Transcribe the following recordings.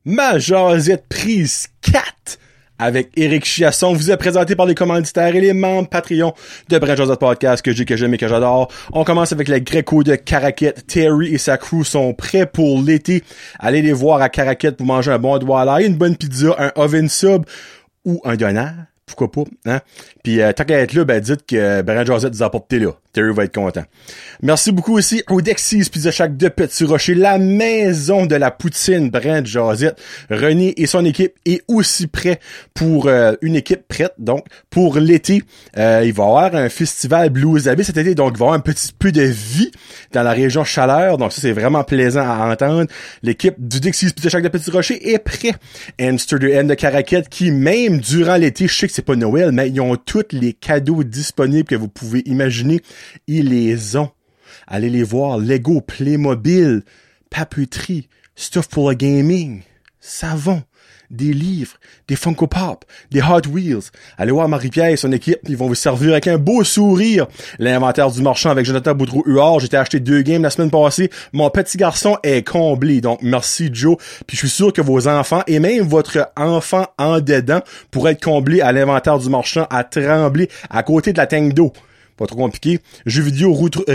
Ma jasette prise 4 avec Éric Chiasson vous est présenté par les commanditaires et les membres Patreon de Brand Jasette Podcast que j'aime et que j'adore. On commence avec les Greco de Caraquette. Terry et sa crew sont prêts pour l'été. Allez les voir à Caraquette pour manger un bon doigt à l'ail, une bonne pizza, un oven sub ou un donneur. Pourquoi pas, hein? Puis tant qu'à être là, ben dites que Brand Jasette vous a apporté là. Terry va être content. Merci beaucoup aussi au Dexys Pizza Shack de Petit Rocher, la maison de la poutine Brand Jasette. René et son équipe est aussi prêt pour une équipe prête, donc pour l'été. Il va y avoir un festival Blues Abbey cet été, donc il va y avoir un petit peu de vie dans la région chaleur, donc ça c'est vraiment plaisant à entendre. L'équipe du Dexys Pizza Shack de Petit Rocher est prêt. Hamster de N de Caraquette qui, même durant l'été, je sais que c'est pas Noël, mais ils ont tous les cadeaux disponibles que vous pouvez imaginer. Ils les ont. Allez les voir. Lego, Playmobil, papeterie, stuff pour le gaming, savon, des livres, des Funko Pop, des Hot Wheels. Allez voir Marie-Pierre et son équipe. Ils vont vous servir avec un beau sourire. L'inventaire du marchand avec Jonathan Boudreau-Huard. J'ai acheté 2 games la semaine passée. Mon petit garçon est comblé. Donc, merci Joe. Puis je suis sûr que vos enfants et même votre enfant en dedans pourraient être comblés à l'inventaire du marchand à Tremblay à côté de la tank d'eau. Pas trop compliqué. Jeux vidéo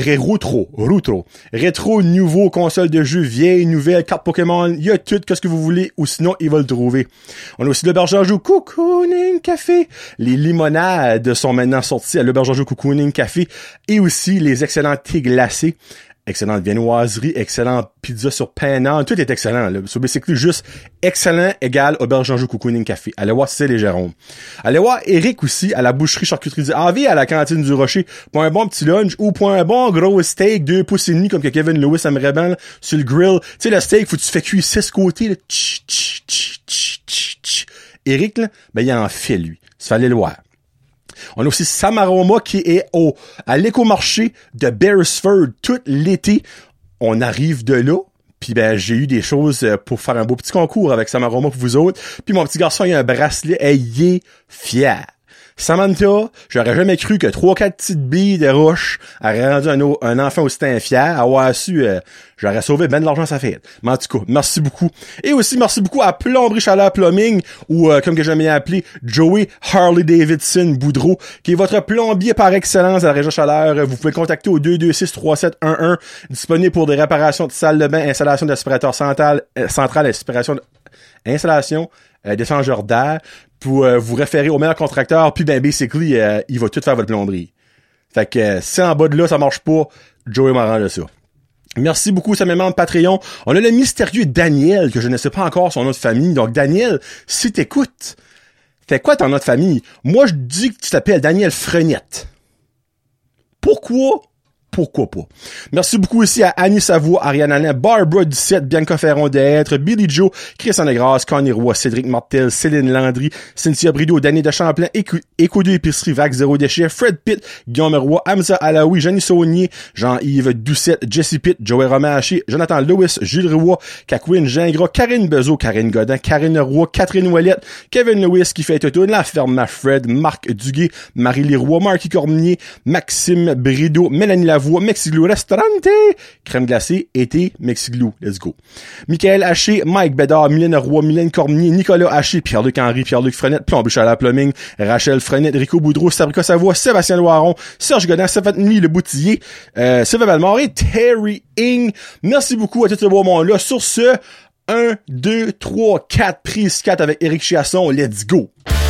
rétro, nouveau, console de jeux, vieille, nouvelle, carte Pokémon, il y a tout, qu'est-ce que vous voulez, ou sinon, ils vont le trouver. On a aussi l'Auberge à Joe Cocooning Café. Les limonades sont maintenant sorties à l'Auberge à Joe Cocooning Café et aussi les excellents thés glacés. Excellente viennoiserie, excellente pizza sur pain. Tout est excellent, là. So basically, juste excellent égale Auberge Anjou Cocooning Café. Allez voir c'est les Jérôme. Allez voir Eric aussi à la boucherie charcuterie du AV à la cantine du Rocher pour un bon petit lunch ou pour un bon gros steak 2 pouces et demi comme que Kevin Lewis aimerait bien là, sur le grill. Tu sais, le steak, faut que tu fais cuire 6 côtés, là. Eric, là, ben, il en fait, lui. Ça fallait le voir. On a aussi Sam Aroma qui est à l'écomarché de Beresford tout l'été. On arrive de là. Puis ben j'ai eu des choses pour faire un beau petit concours avec Sam Aroma pour vous autres. Puis mon petit garçon il a un bracelet et il est fier. Samantha, j'aurais jamais cru que 3-4 petites billes de roche auraient rendu un enfant aussi fier. Avoir su, j'aurais sauvé ben de l'argent à sa fête. Mais en tout cas, merci beaucoup. Et aussi, merci beaucoup à Plomberie Chaleur Plumbing, ou comme que j'aime bien appeler, Joey Harley Davidson Boudreau, qui est votre plombier par excellence à la région Chaleur. Vous pouvez le contacter au 226-3711, disponible pour des réparations de salle de bain, installation d'aspirateur central, installation d'échangeur d'air, pour vous référer au meilleur contracteur, puis ben basically, il va tout faire votre plomberie. Fait que si en bas de là, ça marche pas, Joey m'arrange ça. Merci beaucoup, ça m'aimante Patreon. On a le mystérieux Daniel, que je ne sais pas encore son nom de famille. Donc Daniel, si t'écoutes, fais quoi ton nom de famille? Moi, je dis que tu t'appelles Daniel Frenette. Pourquoi pas. Merci beaucoup aussi à Annie Savoie, Ariane Alain, Barbara Ducette, Bianca Ferron d'être, Billy Joe, Christian Legras, Connie Roy, Cédric Martel, Céline Landry, Cynthia Brideau, Danny de Champlain, Éco de Épicerie, Vague Zéro Déchet, Fred Pitt, Guillaume Roy, Hamza Alaoui, Jenny Saunier, Jean-Yves Doucette, Jesse Pitt, Joey Romaché, Jonathan Lewis, Jules Roy, Cacouine Gingras, Karine Bezo, Karine Godin, Karine Roy, Catherine Ouellette, Kevin Lewis qui fait tout, La Ferme Fred, Marc Duguay, Marie-Lie Roy, Marky Cormier, Maxime Brideau, Mélanie Lavoie, Mexiglou Restaurante, crème glacée, été, Mexiglou, let's go. Michael Haché, Mike Bédard, Mylène Roy, Mylène Cormier, Nicolas Haché, Pierre-Luc Henry, Pierre-Luc Frenette, Plomberie Chaleur Plumbing, Rachel Frenette, Rico Boudreau, Sabrica Savoie, Sébastien Loiron, Serge Godin, Stéphane Le Boutillier, Sylvain Valmore et Terry Ing. Merci beaucoup à tout ce beau monde-là. Sur ce, 1, 2, 3, 4, prise 4 avec Éric Chiasson, let's go.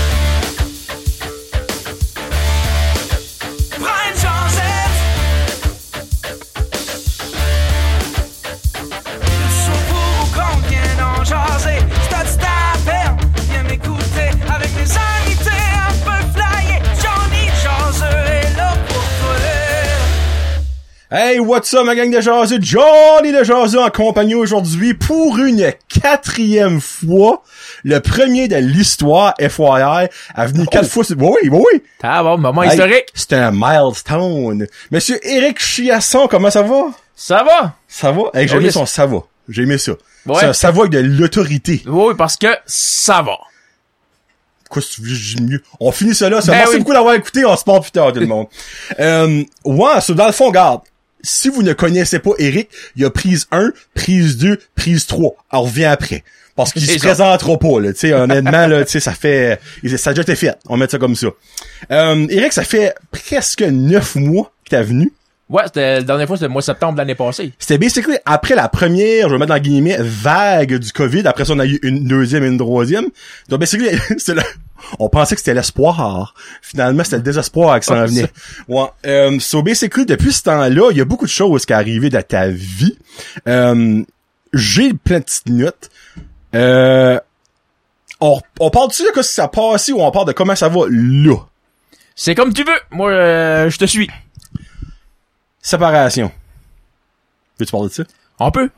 Hey, what's up, ma gang de jaseux? Johnny de jaseux en compagnie aujourd'hui pour une 4e fois. Le premier de l'histoire, FYI, a venu 4 fois. Oui. Ah bon, moment historique. C'est un milestone. Monsieur Éric Chiasson, comment ça va? Ça va? Hey, j'ai aimé son ça va. J'ai aimé ça. Ouais. C'est un ça va avec de l'autorité. Oui, parce que ça va. Quoi, si tu veux, j'ai mieux. On finit ça là. Merci beaucoup d'avoir écouté. On se parle plus tard, tout le monde. Dans le fond, regarde. Si vous ne connaissez pas Éric, il y a prise 1, prise 2, prise 3. On revient après. Parce qu'il se C'est ça. présentera pas, là, tu sais, honnêtement, là, tu sais, ça a déjà été fait. On met ça comme ça. Eric, ça fait presque 9 mois que t'es venu. Ouais, la dernière fois, c'était le mois de septembre de l'année passée. C'était basically après la première, je vais mettre dans guillemets, vague du COVID. Après ça, on a eu une deuxième et une troisième. Donc, basically, on pensait que c'était l'espoir. Finalement, c'était le désespoir qui s'en venait. Ouais. So, basically, depuis ce temps-là, il y a beaucoup de choses qui sont arrivées dans ta vie. J'ai plein de petites notes. On parle dessus de quoi ça passe ou on parle de comment ça va là? C'est comme tu veux. Moi, je te suis. Séparation. Veux-tu parler de ça? On peut.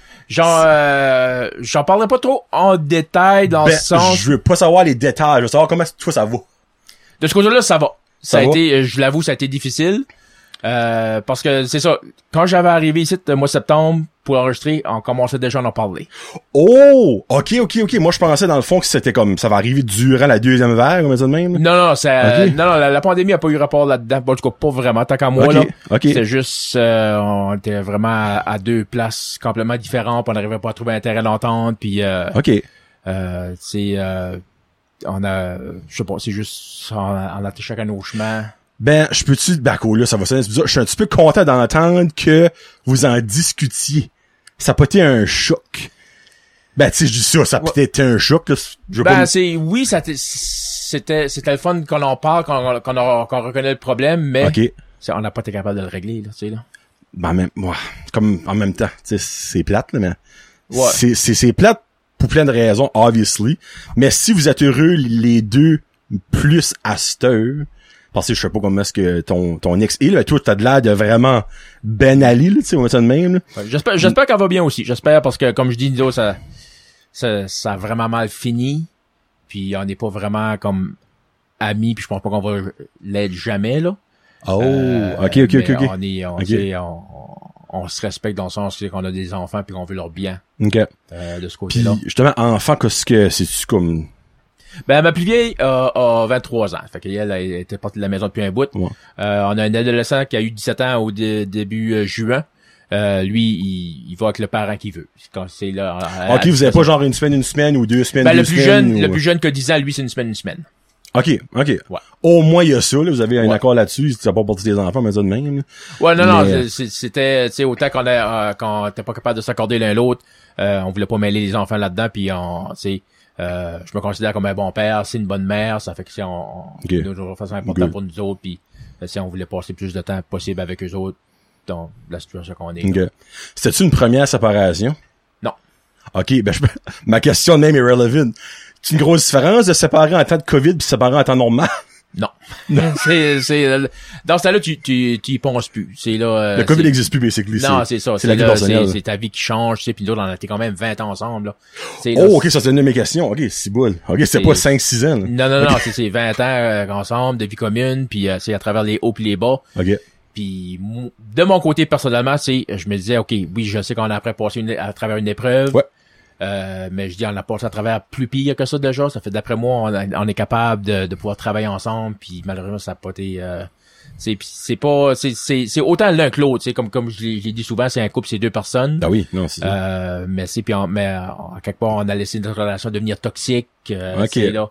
Genre, j'en parlerai pas trop en détail dans le sens... Je veux pas savoir les détails. Je veux savoir comment toi ça va. De ce côté-là, ça va. Ça a va? été, je l'avoue, ça a été difficile. Parce que c'est ça. Quand j'avais arrivé ici le mois de septembre pour enregistrer, on commençait déjà à en parler. Oh! Ok. Moi, je pensais dans le fond que c'était comme, ça va arriver durant la deuxième vague, on va dire de même. Non, ça, Ok. non, la pandémie a pas eu rapport là-dedans. Bon, en tout cas, pas vraiment. Tant qu'à moi, Ok, là. ok. C'était juste, on était vraiment à deux places complètement différentes, puis on n'arrivait pas à trouver un terrain d'entente, puis, Ok. c'est, on a, je sais pas, c'est juste, on a été chacun nos chemins. Ben, je peux-tu, là, ça va sonner bizarre. Je suis un petit peu content d'entendre que vous en discutiez. Ça a pas été un choc. Ben, tu sais, je dis ça a peut-être été un choc, là. Je veux pas Oui, c'était le fun qu'on en parle, qu'on reconnaît le problème, mais Ok. on n'a pas été capable de le régler, là, tu sais, là. Ben, même, ouais, comme, en même temps, tu sais, c'est plate, là, mais. Ouais. C'est plate pour plein de raisons, obviously. Mais si vous êtes heureux, les deux, plus à cette heure, parce que je sais pas comment est-ce que ton ex est, là, toi, t'as de l'air de vraiment Ben Ali, là, tu sais, on va dire de même, là. Ouais, j'espère qu'elle va bien aussi. J'espère parce que, comme je dis, nous autres, ça a vraiment mal fini. Puis on n'est pas vraiment comme amis, puis je pense pas qu'on va l'être jamais, là. Oh, ok. Mais on se respecte dans le sens qu'on a des enfants puis qu'on veut leur bien, Ok. de ce Puis, côté-là. justement, enfant, qu'est-ce que c'est-tu comme... Ben, ma plus vieille a 23 ans. Fait qu'elle était partie de la maison depuis un bout. Ouais. On a un adolescent qui a eu 17 ans au début juin. Lui, il va avec le parent qu'il veut. Quand c'est là. Ok, vous avez pas genre une semaine ou 2 semaines, Ben, le 2 plus semaines, jeune, ou... le plus jeune que 10 ans, lui, c'est une semaine. Ok. Ouais. Au moins, il y a ça, là. Vous avez un Ouais. accord là-dessus. Ça pas partie des enfants, mais ça de même, là. Ouais, non, Mais- c'était, tu sais, autant qu'on était pas capable de s'accorder l'un l'autre, on voulait pas mêler les enfants là-dedans, puis tu sais, je me considère comme un bon père, c'est une bonne mère, ça fait que c'est de toute façon important Good. pour nous autres, puis si on voulait passer plus de temps possible avec eux autres dans la situation qu'on est. Ok. C'était-tu une première séparation? Non. Ok, ben, ma question même est relevant. C'est une grosse différence de séparer en temps de COVID puis séparer en temps normal? Non. c'est dans ce temps-là, tu y penses plus. C'est là. Le COVID c'est- n'existe plus, basically. Non, c'est ça. C'est la vie là, personnelle. c'est ta vie qui change, tu sais, puis nous autres, on a été quand même 20 ans ensemble, là. C'est là, Oh, ok, ça c'est une de mes questions. Ok, c'est boule. Ok, c'était C'est- pas 5-6 ans, là. Non, c'est 20 ans ensemble, de vie commune, puis c'est à travers les hauts puis les bas. Ok. Puis de mon côté, personnellement, je me disais, OK, oui, je sais qu'on a après passé à travers une épreuve. Ouais. Mais je dis, on a passé à travers plus pire que ça déjà. Ça fait d'après moi, on est capable de pouvoir travailler ensemble. Puis malheureusement, ça n'a pas été. C'est autant l'un que l'autre. Comme je l'ai dit souvent, c'est un couple, c'est deux personnes. Ah oui, non, c'est ça. Mais à quelque part, on a laissé notre relation devenir toxique. Ok. C'est là.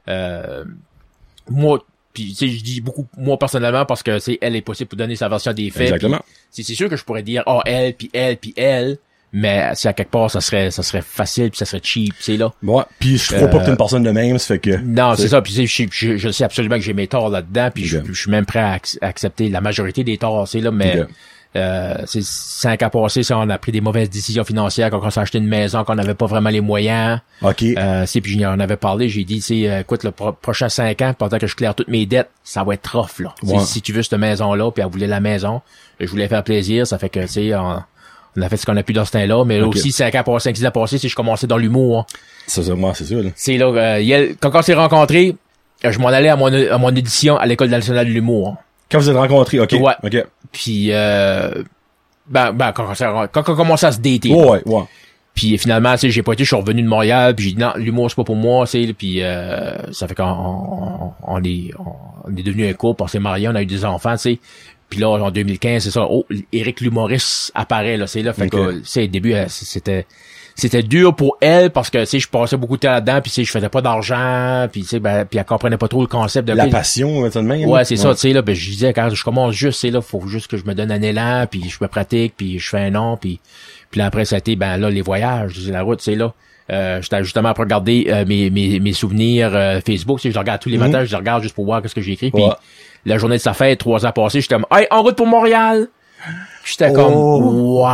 Moi, puis tu sais, je dis beaucoup moi personnellement parce que elle est possible pour donner sa version des faits. Exactement. C'est sûr que je pourrais dire elle puis elle puis elle, mais si à quelque part ça serait facile puis ça serait cheap, c'est là. Ouais, puis je trouve pas que t'es une personne de même, ça fait que... Non, c'est ça. Puis je sais absolument que j'ai mes torts là-dedans, puis Ok. je suis même prêt à accepter la majorité des torts, c'est là, mais Ok. c'est 5 ans passés, ça, on a pris des mauvaises décisions financières quand on s'est acheté une maison, qu'on n'avait pas vraiment les moyens. Ok. Puis j'en avais parlé, j'ai dit, écoute, le prochain 5 ans, pendant que je claire toutes mes dettes, ça va être rough, là. Ouais. Si tu veux cette maison-là, puis elle voulait la maison, je voulais faire plaisir, ça fait que, tu sais, on a fait ce qu'on a pu dans ce temps-là, mais là Ok. aussi, 5 ans passés, 6 ans passés, si je commençais dans l'humour, hein. Moi, c'est ça, là. C'est là, quand on s'est rencontrés, je m'en allais à mon audition à l'École nationale de l'humour, hein. Quand vous êtes rencontrés, ok. Ouais. Ok. Puis, quand on commençait à se dater. Ouais. Puis finalement, tu sais, j'ai pas été, je suis revenu de Montréal, puis j'ai dit non, l'humour c'est pas pour moi, tu sais, puis ça fait qu'on est devenu un couple, on s'est mariés, on a eu des enfants, tu sais. Puis là en 2015, c'est ça, Éric l'humoriste apparaît là, c'est là, fait Ok. que c'est au début c'était c'était dur pour elle parce que, tu sais, je passais beaucoup de temps là-dedans, puis tu sais, je faisais pas d'argent, puis tu sais, ben, puis elle comprenait pas trop le concept de la passion, tout de même. Ouais, c'est ça, tu sais, là, ben, je disais, quand je commence juste, c'est là, faut juste que je me donne un élan, puis je me pratique, puis je fais un nom, puis là, après, ça a été, ben, là, les voyages, la route, c'est là. J'étais justement après regarder mes souvenirs Facebook, tu sais, je regarde tous les matins, je les regarde juste pour voir qu'est-ce que j'ai écrit, puis la journée de sa fête, 3 ans passés, j'étais comme, hey, en route pour Montréal! J'étais comme, wow!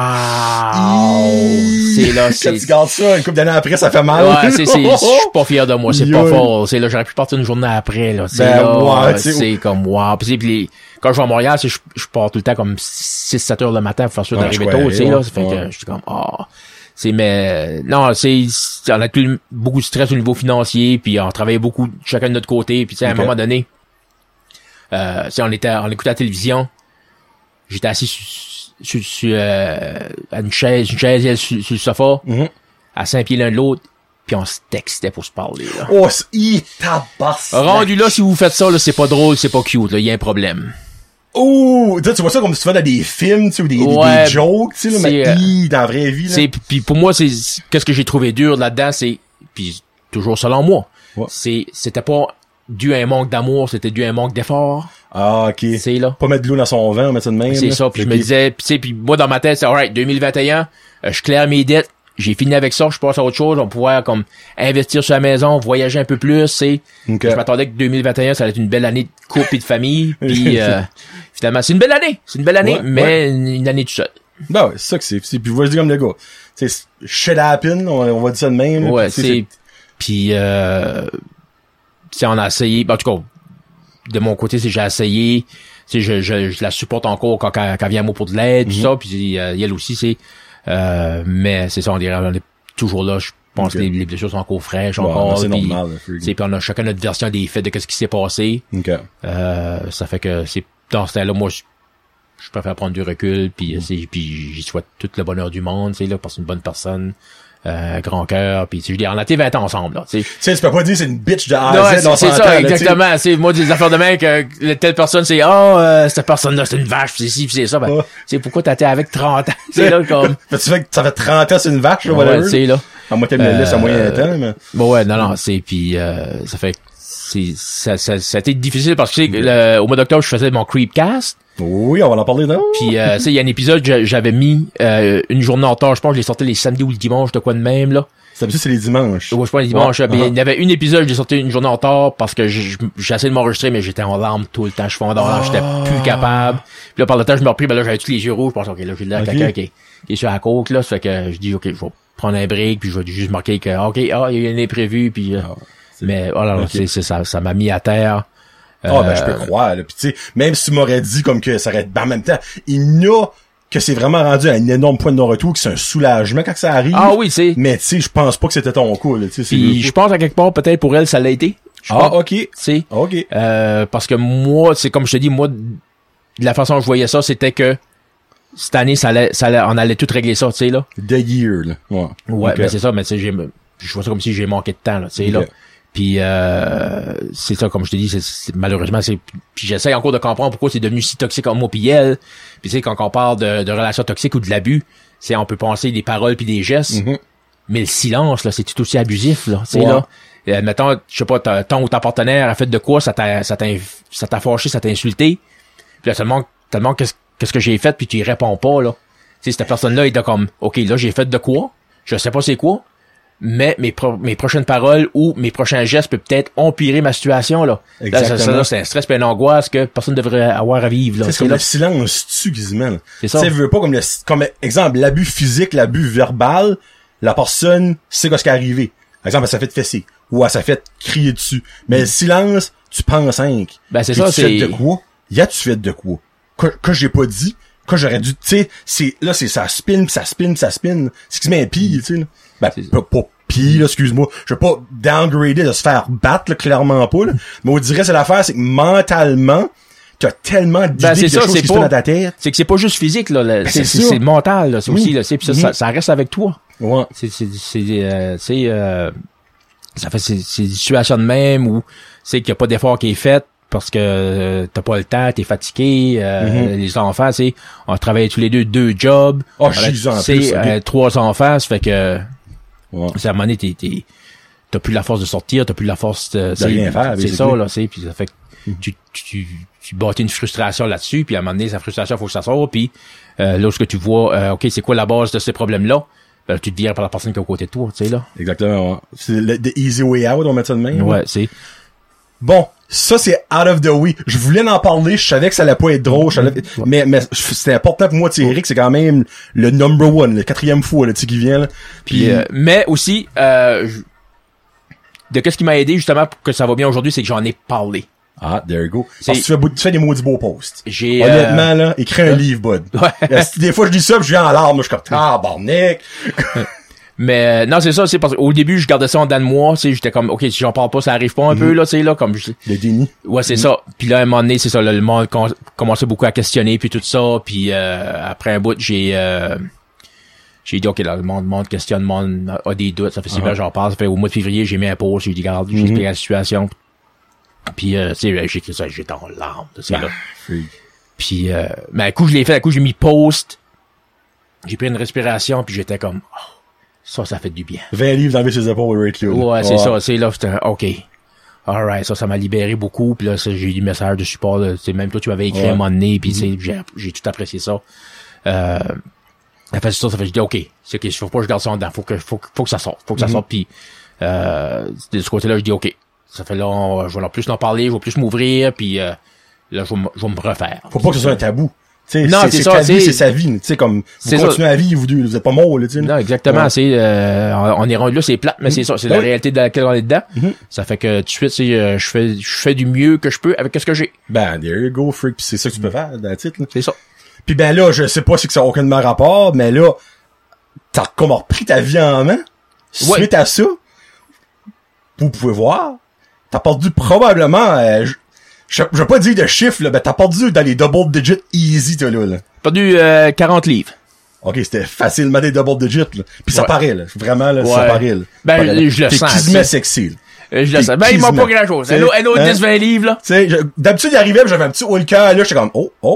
C'est là, Quand tu gardes ça, une couple d'années après, ça fait mal. Ouais, je suis pas fier de moi, c'est pas fort. C'est là, j'aurais pu partir une journée après, là. C'est là, c'est comme, wow. Puis quand je vais à Montréal, je pars tout le temps comme 6-7 heures le matin pour faire sûr d'arriver tôt, tu sais, là. Ça fait que, je suis comme, non, on a beaucoup de stress au niveau financier, puis on travaillait beaucoup, chacun de notre côté, puis tu sais, à un moment donné, on écoutait la télévision, j'étais assis à une chaise sur le sofa, à 5 pieds l'un de l'autre, puis on se textait pour se parler, là. Oh, il tabasse. Rendu là, si vous faites ça, là, c'est pas drôle, c'est pas cute, là, il y a un problème. Oh, tu vois ça comme si tu fais dans des films, tu sais, ou des jokes, tu sais, là, mais dans la vraie vie, là. Puis pour moi, qu'est-ce que j'ai trouvé dur là-dedans, puis toujours selon moi, c'était pas dû à un manque d'amour, c'était dû à un manque d'effort. Ah, ok. C'est là. Pas mettre de l'eau dans son vin, mettre ça de même. C'est ça, puis je me disais, puis moi dans ma tête, c'est alright, 2021, je claire mes dettes, j'ai fini avec ça, je passe à autre chose, on va pouvoir comme investir sur la maison, voyager un peu plus, c'est. Je m'attendais que 2021, ça allait être une belle année de couple et de famille, puis finalement, c'est une belle année, mais une année tout seul. Ben ouais, c'est ça que c'est. Puis je dis comme le gars, c'est shit happen, on va dire ça de même. Ouais, puis on a essayé, en tout cas, de mon côté, j'ai essayé, je la supporte encore quand elle vient à moi pour de l'aide, tout ça, puis elle aussi, mais c'est ça, on est toujours là, je pense que les blessures sont encore fraîches, encore, c'est puis, normal, puis on a chacun notre version des faits de qu'est-ce qui s'est passé. Ça fait que c'est, dans ce temps-là, moi, je préfère prendre du recul, puis j'y souhaite tout le bonheur du monde, là, parce que c'est une bonne personne. Grand cœur, puis on a été 20 ans ensemble, là, tu sais. Tu peux pas dire c'est une bitch de A à Z, c'est ça, exactement. C'est moi des affaires de main que telle personne c'est cette personne-là c'est une vache, puis c'est ci, puis c'est ça. Ben, c'est pourquoi t'étais avec 30 ans. C'est là comme. Tu fais que ça fait 30 ans c'est une vache, là, ouais, c'est là. À moi t'aimes le laisse à moyen temps, mais. Bon ouais, non, c'est puis ça fait ça a été difficile parce que au mois d'octobre je faisais mon Creepcast. Oui, on va en parler là. Puis il y a un épisode j'avais mis une journée en retard, je pense que je l'ai sorti les samedis ou le dimanche de quoi de même là. C'est les dimanches. Ouais, je pense les dimanches. Il y avait une épisode, j'ai sorti une journée en retard parce que j'ai essayé de m'enregistrer mais j'étais en larmes tout le temps, je fondais en larmes, j'étais plus capable. Puis là par le temps je me repris, ben là j'avais tous les yeux rouges, je pense OK, là j'ai l'air quelqu'un qui est sur la côte là, ça fait que je dis OK, je vais prendre un break puis je vais juste marquer que OK, il y a une imprévu puis mais voilà, c'est ça m'a mis à terre. Ben je peux croire là. Puis tu sais, même si tu m'aurais dit comme que ça aurait en même temps, il y a que c'est vraiment rendu à un énorme point de non-retour, que c'est un soulagement quand ça arrive. Ah oui, c'est. Mais tu sais, je pense pas que c'était ton coup là, tu sais. Puis je pense à quelque part peut-être pour elle ça l'a été. OK. C'est. OK. Parce que moi, c'est comme je te dis, moi de la façon dont je voyais ça, c'était que cette année on allait tout régler ça, tu sais là. The year là. Ouais, ben c'est ça, mais tu sais je vois ça comme si j'ai manqué de temps là, tu sais là. Puis c'est ça, comme je te dis, malheureusement puis j'essaie encore de comprendre pourquoi c'est devenu si toxique en moi puis elle. Puis tu sais quand on parle de relations toxiques ou de l'abus, c'est on peut penser des paroles puis des gestes, mais le silence là, c'est tout aussi abusif là, tu sais là. Mettons, je sais pas, ton ou ta partenaire a fait de quoi, ça t'a fâché, ça t'a insulté. Puis là tellement qu'est-ce que j'ai fait puis tu y réponds pas là. Tu sais cette personne là il est comme OK, là j'ai fait de quoi, je sais pas c'est quoi. Mais mes prochaines paroles ou mes prochains gestes peuvent peut-être empirer ma situation, là. Exactement. Là, c'est un stress et une angoisse que personne ne devrait avoir à vivre, là. C'est comme le silence tue quasiment. C'est ça. Tu sais, veux pas comme exemple, l'abus physique, l'abus verbal, la personne sait ce qui est arrivé. Par exemple, elle s'est fait fesser. Ou elle s'est fait crier dessus. Mais le silence, tu penses 5. Ben, c'est puis ça, tu fais de quoi? Tu fait de quoi? Que j'ai pas dit? Que j'aurais dû, tu sais, ça spin, ça spin. C'est ce qui se met un pire, tu sais, là. Ben, pas pire, là, excuse-moi. Je veux pas downgrader de se faire battre, là, clairement pas, là. Mais on dirait, c'est l'affaire, c'est que mentalement, t'as tellement d'idées de choses qui se passent dans ta tête. C'est que c'est pas juste physique, là. C'est mental, là. C'est aussi, là. Puis ça reste avec toi. Ouais. Ça fait ces situations de même où, c'est qu'il y a pas d'effort qui est fait parce que t'as pas le temps, t'es fatigué, les enfants, on travaille tous les deux jobs. Oh, je suis en plus. 3 enfants, ça fait que Ouais. C'est à un moment donné, t'as plus la force de sortir, t'as plus la force de rien faire. C'est ça, là, c'est, puis ça fait que tu bâtis une frustration là-dessus, puis à un moment donné, sa frustration, faut que ça sorte, puis lorsque tu vois, OK, c'est quoi la base de ces problèmes-là, ben, tu te vires par la personne qui est à côté de toi, tu sais, là. Exactement, ouais. C'est le easy way out, on met ça de même. Ouais, c'est... Bon, ça c'est out of the way. Je voulais en parler, je savais que ça allait pas être drôle, mais c'était important pour moi, tu sais, Eric, c'est quand même le number one, le 4e fois, là, tu sais, qui vient, là. Puis mais aussi, de qu'est-ce qui m'a aidé, justement, pour que ça va bien aujourd'hui, c'est que j'en ai parlé. Ah, there you go. Parce que tu fais des maudits beaux posts. Honnêtement, là, écris un livre, bud. Ouais. Des fois, je dis ça, pis je viens en larmes, moi, je suis comme, barnac. Mais non, c'est ça, c'est parce qu'au début, je gardais ça en dedans de moi, tu sais, j'étais comme, OK, si j'en parle pas, ça arrive pas un peu, là, tu sais, là, comme... Le déni. Ouais, c'est ça. Puis là, à un moment donné, c'est ça, là, le monde commençait beaucoup à questionner, puis tout ça, puis après un bout, j'ai dit, OK, là, le monde questionne, le monde a des doutes, ça fait 6 mois, j'en parle, ça fait au mois de février, j'ai mis un post, j'ai dit, regarde, j'ai expliqué la situation. Puis, tu sais, j'ai écrit ça, j'étais en larmes, tu sais, là. Puis, mais à coup, je l'ai fait, à coup, j'ai mis post, j'ai pris une respiration, puis j'étais comme, oh, ça fait du bien. 20 livres d'enlever ses épaules, right, là. Ouais, c'est ça, c'est là, c'était, OK. Alright, ça m'a libéré beaucoup, puis là, j'ai eu des messages de support, tu sais, même toi, tu m'avais écrit à un moment donné, puis j'ai tout apprécié ça. Fait ça fait, je dis, OK, c'est OK, faut pas que je garde ça en dedans, faut que ça sorte, puis de ce côté-là, je dis, OK, ça fait là, je vais plus en parler, je vais plus m'ouvrir, puis là, je vais me refaire. Faut pas que ce soit un tabou. T'sais, non, c'est ça, c'est sa vie, tu sais, comme, vous continuez à vivre, vous êtes pas morts, là, tu sais. Non, exactement, c'est, on est rendu là, c'est plate, mais c'est ça, c'est la réalité de laquelle on est dedans. Ça fait que, tout de suite, je fais du mieux que je peux avec ce que j'ai. Ben, there you go, freak, pis c'est ça que tu peux faire, dans le titre, là. C'est ça. Pis ben là, je sais pas si que ça a aucunement rapport, mais là, t'as comme repris ta vie en main. Suite à ça, vous pouvez voir, t'as perdu probablement, je vais pas dire de chiffres, là, ben t'as perdu dans les double digits easy, toi, là. Perdu 40 livres. OK, c'était facilement des double digits, là. Puis ça paraît, là. Vraiment, là, ça paraît, là. Ben, je le sens. T'es quasiment sexy, là. Je le sens. Ben, il manque pas grand-chose. Un autre 10-20 livres, là. Tu sais, d'habitude, il arrivait, j'avais un petit haut le cœur, là, j'étais comme,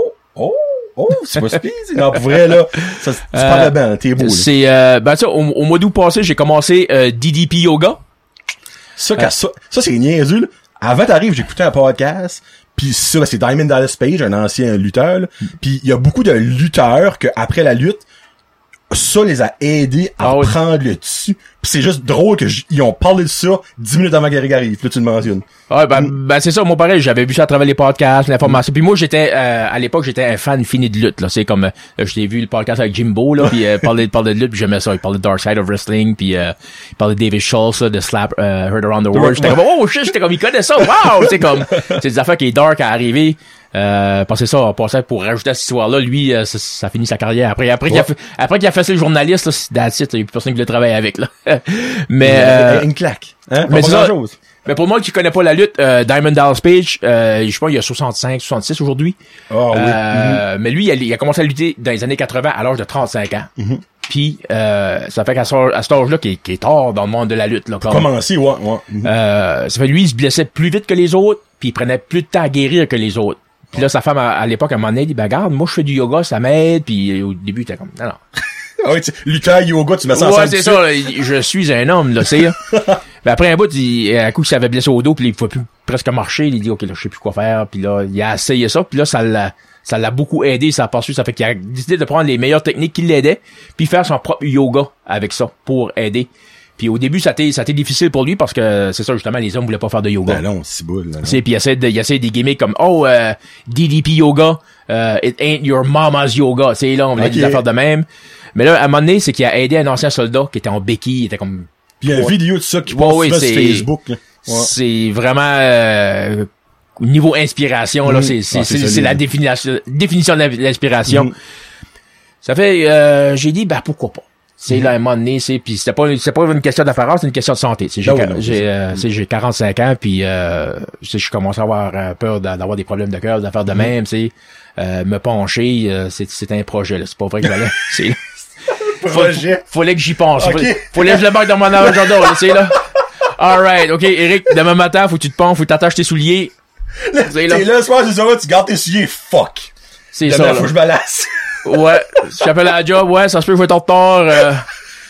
oh, c'est pas si non, pour vrai, là, ça, tu parles bien, t'es beau, là. C'est, ben, ça, au mois d'août passé, j'ai commencé, DDP Yoga. Ça, c'est niaiseux, là. Avant t'arrives, j'écoutais un podcast, puis ça, ben, c'est Diamond Dallas Page, un ancien lutteur, là. Puis il y a beaucoup de lutteurs que après la lutte, ça les a aidés à prendre le dessus. Puis c'est juste drôle que ils ont parlé de ça 10 minutes avant qu'Eric arrive. Là, tu le mentionnes. Ouais, ben c'est ça, moi pareil, j'avais vu ça à travers les podcasts, l'information. Puis moi, j'étais à l'époque, j'étais un fan fini de lutte, là. C'est comme je t'ai vu le podcast avec Jimbo, là, puis parler de lutte, puis j'aimais ça. Il parlait de Dark Side of Wrestling, puis il parlait de David Schultz, là, de Slap Heard Around the World. J'étais comme oh shit, j'étais comme il connaît ça. Wow! C'est comme c'est des affaires qui est dark à arriver. Parce que ça, on passait pour rajouter à cette histoire-là. Lui, ça finit sa carrière. Après qu'il a fait le journaliste, là, that's it, il y a plus personne qui voulait travailler avec, là. Mais, une claque. Hein? Mais pas grand-chose. Mais pour moi qui connais pas la lutte, Diamond Dallas Page, je pense qu'il y a 65, 66 aujourd'hui. Oh, oui. Mais lui, il a commencé à lutter dans les années 80 à l'âge de 35 ans. Puis ça fait qu'à cet âge-là, qui est tard dans le monde de la lutte, là. Commencer, ouais. Ça fait lui, il se blessait plus vite que les autres, puis il prenait plus de temps à guérir que les autres. Puis là, sa femme, à l'époque, à un moment donné, il dit, ben, regarde, moi, je fais du yoga, ça m'aide, puis au début, il était comme, non. Ah oui, lutteur, yoga, tu mets ça ensemble. Ouais, c'est ça, là, je suis un homme, là, tu sais, là. Ben, après un bout, à coup, il s'avait blessé au dos, puis il pouvait plus presque marcher, il dit, OK, là, je sais plus quoi faire, puis là, il a essayé ça, puis là, ça l'a beaucoup aidé, ça a passé, ça fait qu'il a décidé de prendre les meilleures techniques qui l'aidaient, puis faire son propre yoga avec ça, pour aider. Puis au début, ça a été difficile pour lui parce que c'est ça justement, les hommes voulaient pas faire de yoga. Ben non, c'est boule. Puis il essaie des gimmicks comme DDP yoga, it ain't your mama's yoga. C'est là, on voulait des affaires de même. Mais là, à un moment donné, c'est qu'il a aidé un ancien soldat qui était en béquille, il était comme. Puis il y a une vidéo de ça qui passe sur Facebook. Là. Ouais. C'est vraiment niveau inspiration là, c'est la définition de l'inspiration. Ça fait, j'ai dit ben pourquoi pas. C'est là, à un moment donné, puis c'est pas une question d'apparence, c'est une question de santé. J'ai 45 ans, puis je commence à avoir peur d'avoir des problèmes de cœur, d'affaires de même, me pencher, c'est un projet, là. C'est pas vrai que j'allais, c'est, fallait que j'y pense. Okay. Fallait que je le marque dans mon agenda, là, c'est là. Alright, OK, Eric, demain matin, faut que tu te penches, faut que t'attaches tes souliers. T'es là, ce soir, c'est ça, tu gardes tes souliers, fuck. C'est demain, ça. Faut que je me lasse. Ouais, j'appelle à la job, ouais, ça se peut que je vais être en retard,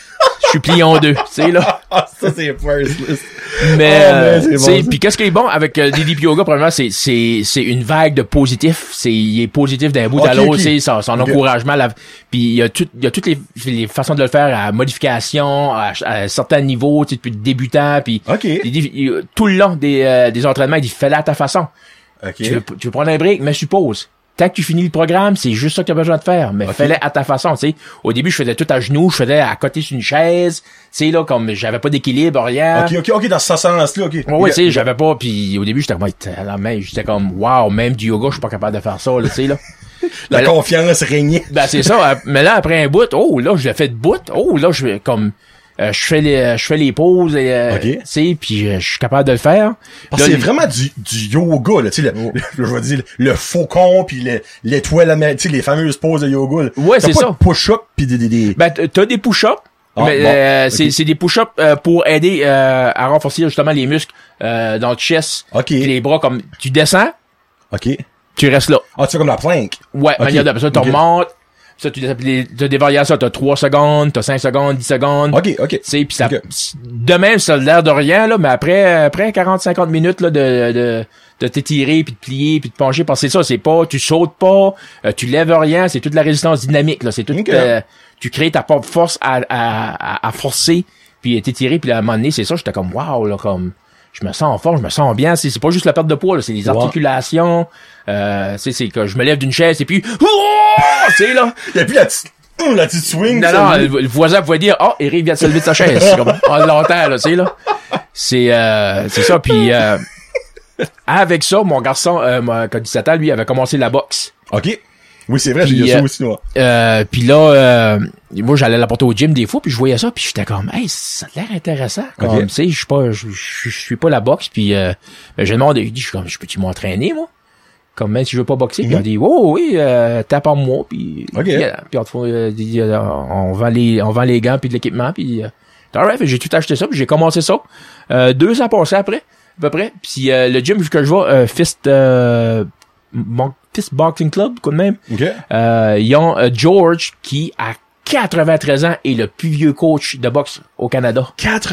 je suis plié en deux, tu sais, là. Ah, ça, c'est priceless. Mais tu sais, puis qu'est-ce qui est bon avec DDP Yoga, premièrement, c'est une vague de positif. Il est positif d'un bout à l'autre, tu sais, son encouragement. Puis il y a toutes les façons de le faire à modification, à certains niveaux, tu sais, depuis le débutant, puis tout le long des entraînements, il dit fais-le à ta façon. Tu veux prendre un break, mais suppose. Tant que tu finis le programme, c'est juste ça que tu as besoin de faire. Mais fais-le à ta façon, tu sais. Au début, je faisais tout à genoux, je faisais à côté sur une chaise, tu sais, là, comme j'avais pas d'équilibre, rien. OK, dans ce sens-là, OK. Oui, tu sais, j'avais pas, puis au début, j'étais comme, wow, même du yoga, je suis pas capable de faire ça, là, tu sais, là. La confiance régnait. Ben, c'est ça. Mais là, après un bout, là, je l'ai fait de bout. Là, je vais, comme, je fais les pauses, tu sais, puis je suis capable de le faire. Parce que c'est vraiment du yoga, là, tu sais, je vais dire, le faucon, puis l'étoile, tu sais, les fameuses poses de yoga, là. Ouais, c'est ça. Pas de push-up, puis des... Ben, t'as des push-ups. C'est des push-ups pour aider à renforcer justement les muscles dans le chest. Puis les bras, comme, tu descends. Tu restes là. Ah, tu fais comme la plank. Ouais, regarde, après ça, tu remontes. Ça, t'as des variations, t'as 3 secondes, t'as 5 secondes, 10 secondes. OK. Tu sais, pis ça, de même, ça a l'air de rien, là, mais après 40-50 minutes, là, de t'étirer, puis de plier, puis de pencher, parce que c'est ça, c'est pas, tu sautes pas, tu lèves rien, c'est toute la résistance dynamique, là, c'est tout, tu crées ta propre force à forcer, puis t'étirer, puis à un moment donné, c'est ça, j'étais comme, wow, là, comme, je me sens en forme, je me sens bien, c'est pas juste la perte de poids, là, c'est les articulations, c'est que je me lève d'une chaise et puis tu sais là, il y a plus la petite swing. Non, le voisin pouvait dire Eric vient de se lever de sa chaise comme longtemps là, tu sais là. C'est ça, puis avec ça, mon garçon quand 17 ans, lui avait commencé la boxe. OK. Oui, c'est vrai, j'ai vu ça aussi, moi. Puis là, moi, j'allais l'apporter au gym des fois, puis je voyais ça, puis j'étais comme, hey, ça a l'air intéressant. Comme, tu sais, je suis pas la boxe, puis j'ai demandé, je suis comme, je peux-tu m'entraîner, moi? Comme, même si je veux pas boxer, puis on dit, oh, oui, tape en moi, puis puis on vend les gants, puis de l'équipement, puis alright, j'ai tout acheté ça, puis j'ai commencé ça. 2 ans passés après, à peu près, puis le gym que je vais, Fist Boxing Club, quoi de même. Ils ont George qui, à 93 ans, est le plus vieux coach de boxe au Canada.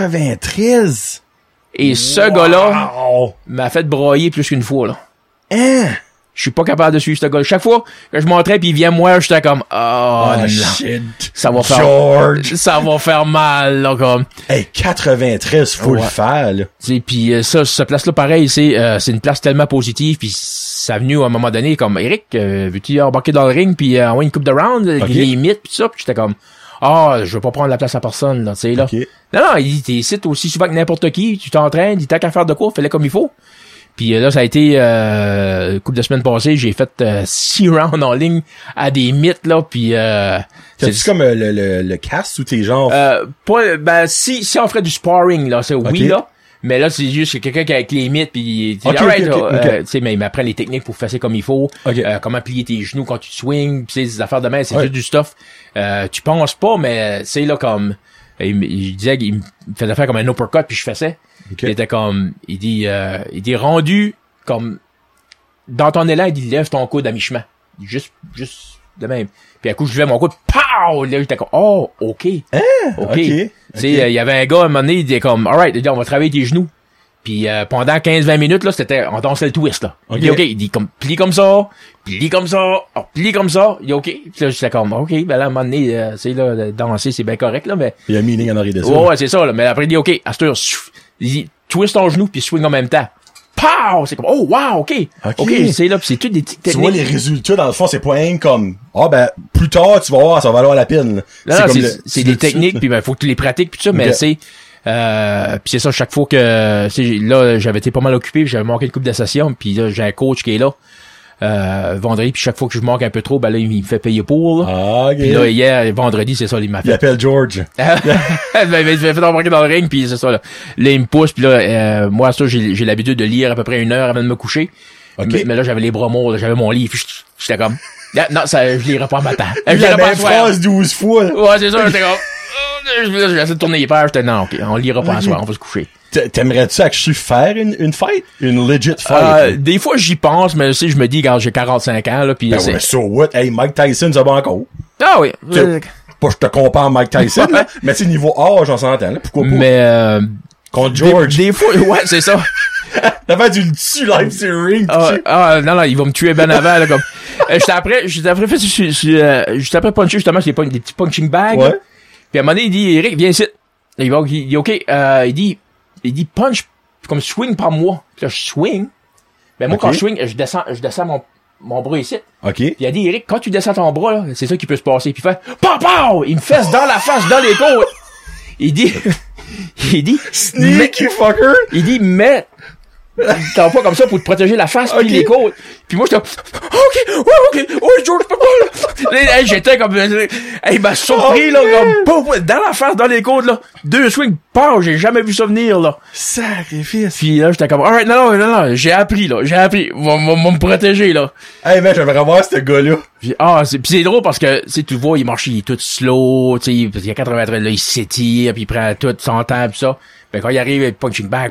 93? Et ce gars-là m'a fait broyer plus qu'une fois, là. Je suis pas capable de suivre ce gars. Chaque fois que je m'entraîne pis il vient moi, j'étais comme, non. Shit. Ça va faire, George. Ça va faire mal, là, comme. Hey, 93, faut le faire, là. Puis ce place-là, pareil, c'est une place tellement positive, puis ça a venu à un moment donné, comme, Eric, veux-tu embarquer dans le ring, puis avoir une coupe de round, les limites, pis ça, pis j'étais comme, je veux pas prendre la place à personne, là, tu sais, là. Non, il dit, t'es ici aussi souvent que n'importe qui, tu t'entraînes, il dit, t'as qu'à faire de quoi, fais-le comme il faut. Puis là, ça a été couple de semaines passées, j'ai fait 6 rounds en ligne à des mythes, là, puis c'est comme le cast ou t'es genre si on ferait du sparring, là, c'est oui, là. Mais là, c'est juste quelqu'un qui a avec les mythes, puis tu sais, mais il m'apprend les techniques pour faire comme il faut, comment plier tes genoux quand tu swings, pis ces affaires de main, c'est juste du stuff. Tu penses pas, mais c'est là comme il disait qu'il me faisait faire comme un uppercut, puis je faisais. Il était comme, il dit rendu comme dans ton élan, il dit lève ton coude à mi-chemin, juste de même. Puis à coup je levais mon coude, pow, là j'étais comme ok. Tu sais, il y avait un gars à un moment donné, il disait comme alright, on va travailler tes genoux. Puis pendant 15-20 minutes là, c'était on dansait le twist là. Il dit OK, il dit comme plie comme ça, plie comme ça, plie comme ça. Il dit OK. Puis là j'étais comme OK, ben là à un moment donné, c'est là danser, c'est bien correct là, mais il y a un meaning en arrière de ça. Ouais, c'est ça là, mais après il dit OK, à cette heure, il dit twist ton genou puis swing en même temps. Pow! C'est comme wow, OK, c'est là, puis c'est tout des petites techniques. Tu vois les résultats dans le fond, c'est pas rien comme plus tard tu vas voir, ça va valoir la peine. C'est des techniques puis faut que tu les pratiques puis tout ça, mais c'est puis c'est ça, chaque fois que là j'avais été pas mal occupé, j'avais manqué une couple de sessions, puis là j'ai un coach qui est là vendredi, puis chaque fois que je manque un peu trop, ben là il me fait payer pour là. Puis là hier vendredi, c'est ça, il m'a fait. Il appelle George. Ben, il m'a fait embarquer dans le ring, puis c'est ça là. Là il me pousse, puis là moi ça j'ai l'habitude de lire à peu près 1 heure avant de me coucher. Mais là j'avais les bras morts, j'avais mon livre, j'étais comme non, ça je lirai pas matin. Je lirai pas phrase 12 fois. Ouais, c'est ça, j'étais comme j'ai essayé de tourner les pages, j'étais non, OK, on lira pas ce soir, on va se coucher. T'aimerais-tu actually faire une fight? Une legit fight? Des fois, j'y pense, mais je me dis, quand j'ai 45 ans, là, pis ouais, so what? Hey, Mike Tyson, ça va encore. Ah oui. Pas je te compare à Mike Tyson, là, mais c'est niveau âge, on s'entend, là. Pourquoi pas? Mais, contre George. Des fois, ouais, c'est ça. T'as fait du dessus live sur le ring. Non, il va me tuer ben avant, là, comme. Juste après puncher, justement, c'est des petits punching bags. Ouais. Puis à un moment donné, il dit, Eric, viens ici. Il dit, OK, il dit, punch, comme swing par moi. Puis là, je swing. Ben, moi, quand je swing, je descends mon bras ici. OK. Puis il a dit, Eric, quand tu descends ton bras, là, c'est ça qui peut se passer. Puis il fait, pow! Il me fesse dans la face, dans les côtes. Il dit, Sneaky fucker! Il dit, mais, t'en pas comme ça pour te protéger la face puis les côtes. Puis moi, j'étais, OK, George, là, j'étais comme, il m'a surpris, là, comme, dans la face, dans les côtes, là. 2 swings, j'ai jamais vu ça venir, là. Sacrifice. Puis là, j'étais comme, alright, non, j'ai appris, va me protéger, là. Hey, mec, j'aimerais voir ce gars-là. Puis, c'est drôle parce que, tu sais, tu le vois, il marche, il est tout slow, tu sais, il y a 93, là, il s'étire, puis il prend tout son temps, pis ça. Ben, quand il arrive, il punching bag,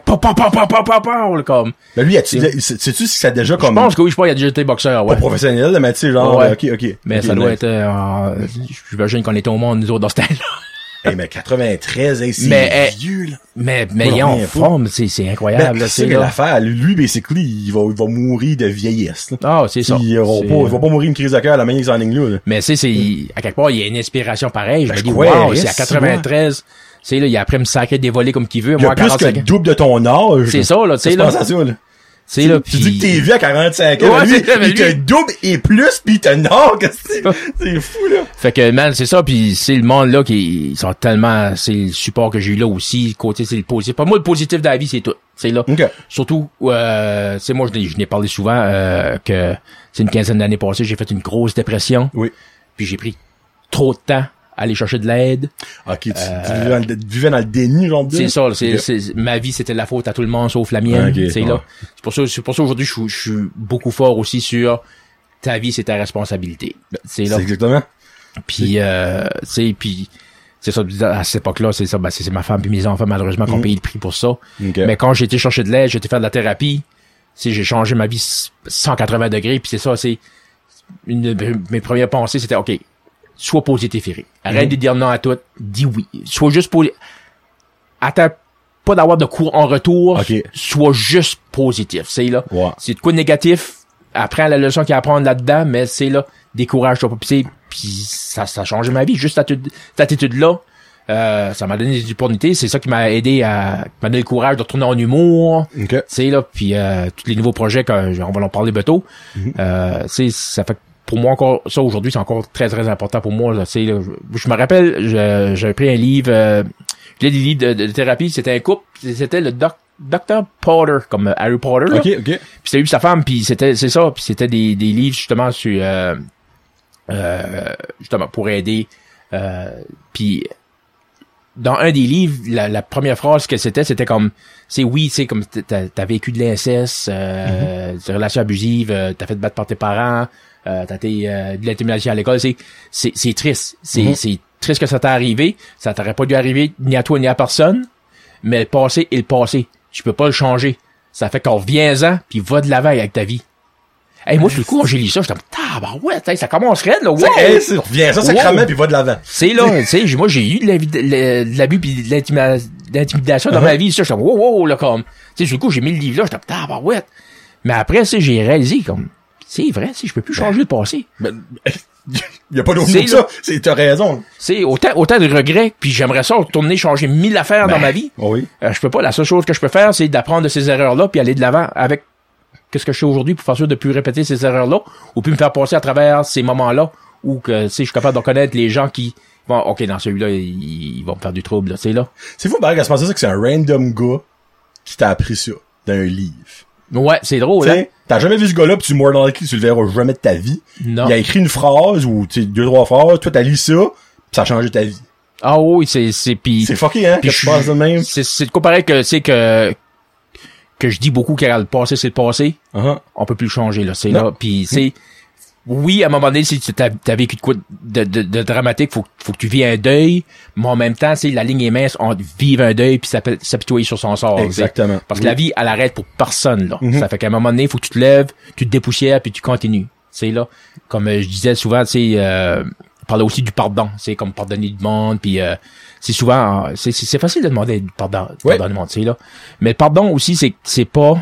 comme. Ben, lui, sais-tu si ça a déjà comme. Je pense que oui, il a déjà été boxeur, ouais. Pas professionnel, mais tu sais, genre, ouais. OK. Mais ça doit être, j'imagine qu'on était au monde, nous autres, dans ce temps-là. Hey, mais 93, hey, c'est vieux, là. Mais il est en forme, c'est incroyable, là, c'est l'affaire. Lui, basically, il va mourir de vieillesse, là. Ah, c'est ça. Il va pas mourir une crise de cœur à la manière qu'ils en là. Mais c'est, à quelque part, il y a une inspiration pareille. Je me dis, wow, c'est à 93. C'est là, il a après me sacrer des volets comme qu'il veut. Il y a plus que le double de ton âge. C'est ça, là, tu sais, là. C'est ça, là. C'est là, tu dis que t'es vieux à 45 ans, ouais, lui, il te double et plus, pis il te nargue, c'est fou, là. Fait que, man, c'est ça, pis c'est le monde, là, qui sont tellement, c'est le support que j'ai eu là aussi, côté, c'est le positif. Pour moi, le positif de la vie, c'est tout. C'est là. Okay. Surtout, c'est moi, je n'ai parlé souvent, que c'est une quinzaine d'années passées, j'ai fait une grosse dépression. Oui. Puis j'ai pris trop de temps à aller chercher de l'aide. OK, tu vivais dans le déni, genre de. C'est ça, ma vie, c'était la faute à tout le monde, sauf la mienne. Okay, là. C'est pour ça, aujourd'hui, je suis beaucoup fort aussi sur ta vie, c'est ta responsabilité. C'est là. C'est exactement. Puis, c'est ça, à cette époque-là, c'est ça, c'est ma femme puis mes enfants, malheureusement, qui ont payé le prix pour ça. Okay. Mais quand j'ai été chercher de l'aide, j'ai été faire de la thérapie, j'ai changé ma vie 180 degrés, puis c'est ça, c'est une de mes premières pensées, c'était, OK, sois positif, Eric. Arrête de dire non à tout, dis oui. Sois juste attends pas d'avoir de cours en retour, sois juste positif, c'est là. Ouais. C'est de quoi de négatif, apprends la leçon qu'il y a à apprendre là-dedans, mais c'est là, décourage-toi pas, puis ça a changé ma vie, juste cette attitude-là. Ça m'a donné des opportunités, c'est ça qui m'a aidé m'a donné le courage de retourner en humour. C'est là, puis tous les nouveaux projets, on va en parler bientôt. Ça fait pour moi encore, ça aujourd'hui, c'est encore très très important pour moi. Là, je me rappelle, j'avais pris un livre, je lis des livres de thérapie, c'était un couple, c'était le Dr. Potter, comme Harry Potter. Là. OK. Puis c'était lui sa femme, puis c'est ça, puis c'était des livres justement sur justement pour aider. Puis dans un des livres, la première phrase que c'était comme c'est comme t'as vécu de l'inceste, des relations abusives, t'as fait te battre par tes parents, t'as été de l'intimidation à l'école, c'est triste. C'est triste que ça t'est arrivé, ça t'aurait pas dû arriver ni à toi ni à personne, mais le passé est le passé. Tu peux pas le changer. Ça fait qu'on reviens-en puis va de l'avant avec ta vie. Hey, moi, sur le coup, quand j'ai lu ça, j'étais ouais, ça commence raide, là, wow! Reviens ça sacrément puis va de l'avant. C'est là, tu sais, moi, j'ai eu de l'abus pis de l'intimidation dans ma vie, ça, j'étais wow, là, comme, tu sais, sur le coup, j'ai mis le livre là, j'étais ouais. Mais après, tu j'ai réalisé, comme, c'est vrai, si je peux plus changer le passé. Il y a pas d'autre mot que ça. T'as raison. C'est autant de regrets, puis j'aimerais ça retourner changer 1000 affaires dans ma vie. Oui. Je peux pas, la seule chose que je peux faire, c'est d'apprendre de ces erreurs-là puis aller de l'avant avec qu'est-ce que je fais aujourd'hui pour faire sûr de plus répéter ces erreurs-là ou plus me faire passer à travers ces moments-là où que, tu sais, je suis capable de reconnaître les gens qui vont, OK, dans celui-là, ils vont me faire du trouble, là, c'est là. C'est fou, pareil, à se penser ça que c'est un random gars qui t'a appris ça d'un livre. Ouais, c'est drôle, hein. T'as jamais vu ce gars-là pis tu more dans le cul, tu le verras jamais de ta vie. Non. Il a écrit une phrase ou, tu sais, 2-3 phrases, toi t'as lu ça, pis ça a changé ta vie. Ah oui, c'est pis. C'est fucké, hein, que tu penses de même. C'est de quoi pareil que, c'est que je dis beaucoup que le passé, c'est le passé. On peut plus le changer, là. C'est là. Puis c'est, oui, à un moment donné, si t'as vécu de quoi de dramatique, faut que tu vis un deuil, mais en même temps, c'est la ligne est mince entre vivre un deuil puis s'apitoyer sur son sort. Exactement. Parce que la vie, elle arrête pour personne, là. Ça fait qu'à un moment donné, faut que tu te lèves, tu te dépoussières puis tu continues. C'est là. Comme je disais souvent, tu sais, parle aussi du pardon. C'est comme pardonner du monde, puis c'est souvent... c'est facile de demander du pardon du monde, tu sais, là. Mais le pardon aussi, c'est pas...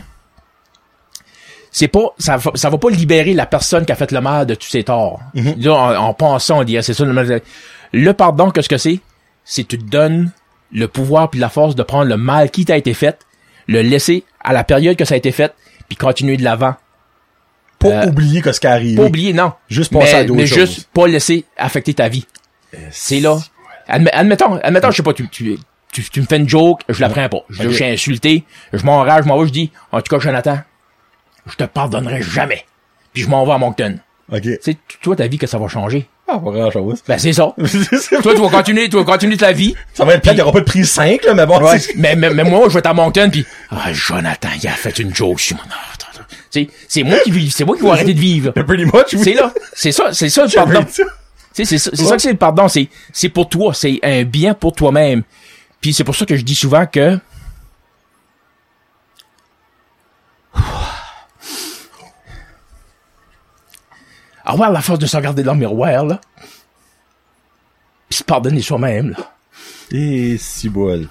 ça va pas libérer la personne qui a fait le mal de tous ses torts. Mm-hmm. Là, en pensant, on dirait, c'est ça. Le pardon, qu'est-ce que c'est? C'est tu te donnes le pouvoir puis la force de prendre le mal qui t'a été fait, le laisser à la période que ça a été fait, puis continuer de l'avant. Pas oublier ce qui est arrivé. Pas oublier, non. Juste passer à d'autres choses. Mais juste pas laisser affecter ta vie. C'est là. Admettons, je sais pas, tu me fais une joke, je la prends pas. Je suis insulté, je m'enrage, je dis, en tout cas, Jonathan, je te pardonnerai jamais. Puis je m'en vais à Moncton. OK. Tu sais, toi, ta vie, que ça va changer. Ah, pas grand chose. Ben, c'est ça. Toi, tu vas continuer ta vie. Ça va être pire, il y aura pas de prise 5, là, mais bon. Ouais. mais moi, je vais être à Moncton, puis Jonathan, il a fait une joke sur mon c'est moi qui vis, c'est moi qui vais arrêter de vivre. Pretty much, oui. C'est là. C'est ça le pardon. C'est ça que c'est le pardon, c'est pour toi, c'est un bien pour toi-même. Puis c'est pour ça que je dis souvent que avoir la force de se regarder dans le miroir, là, puis se pardonner soi-même, là. Et si bol.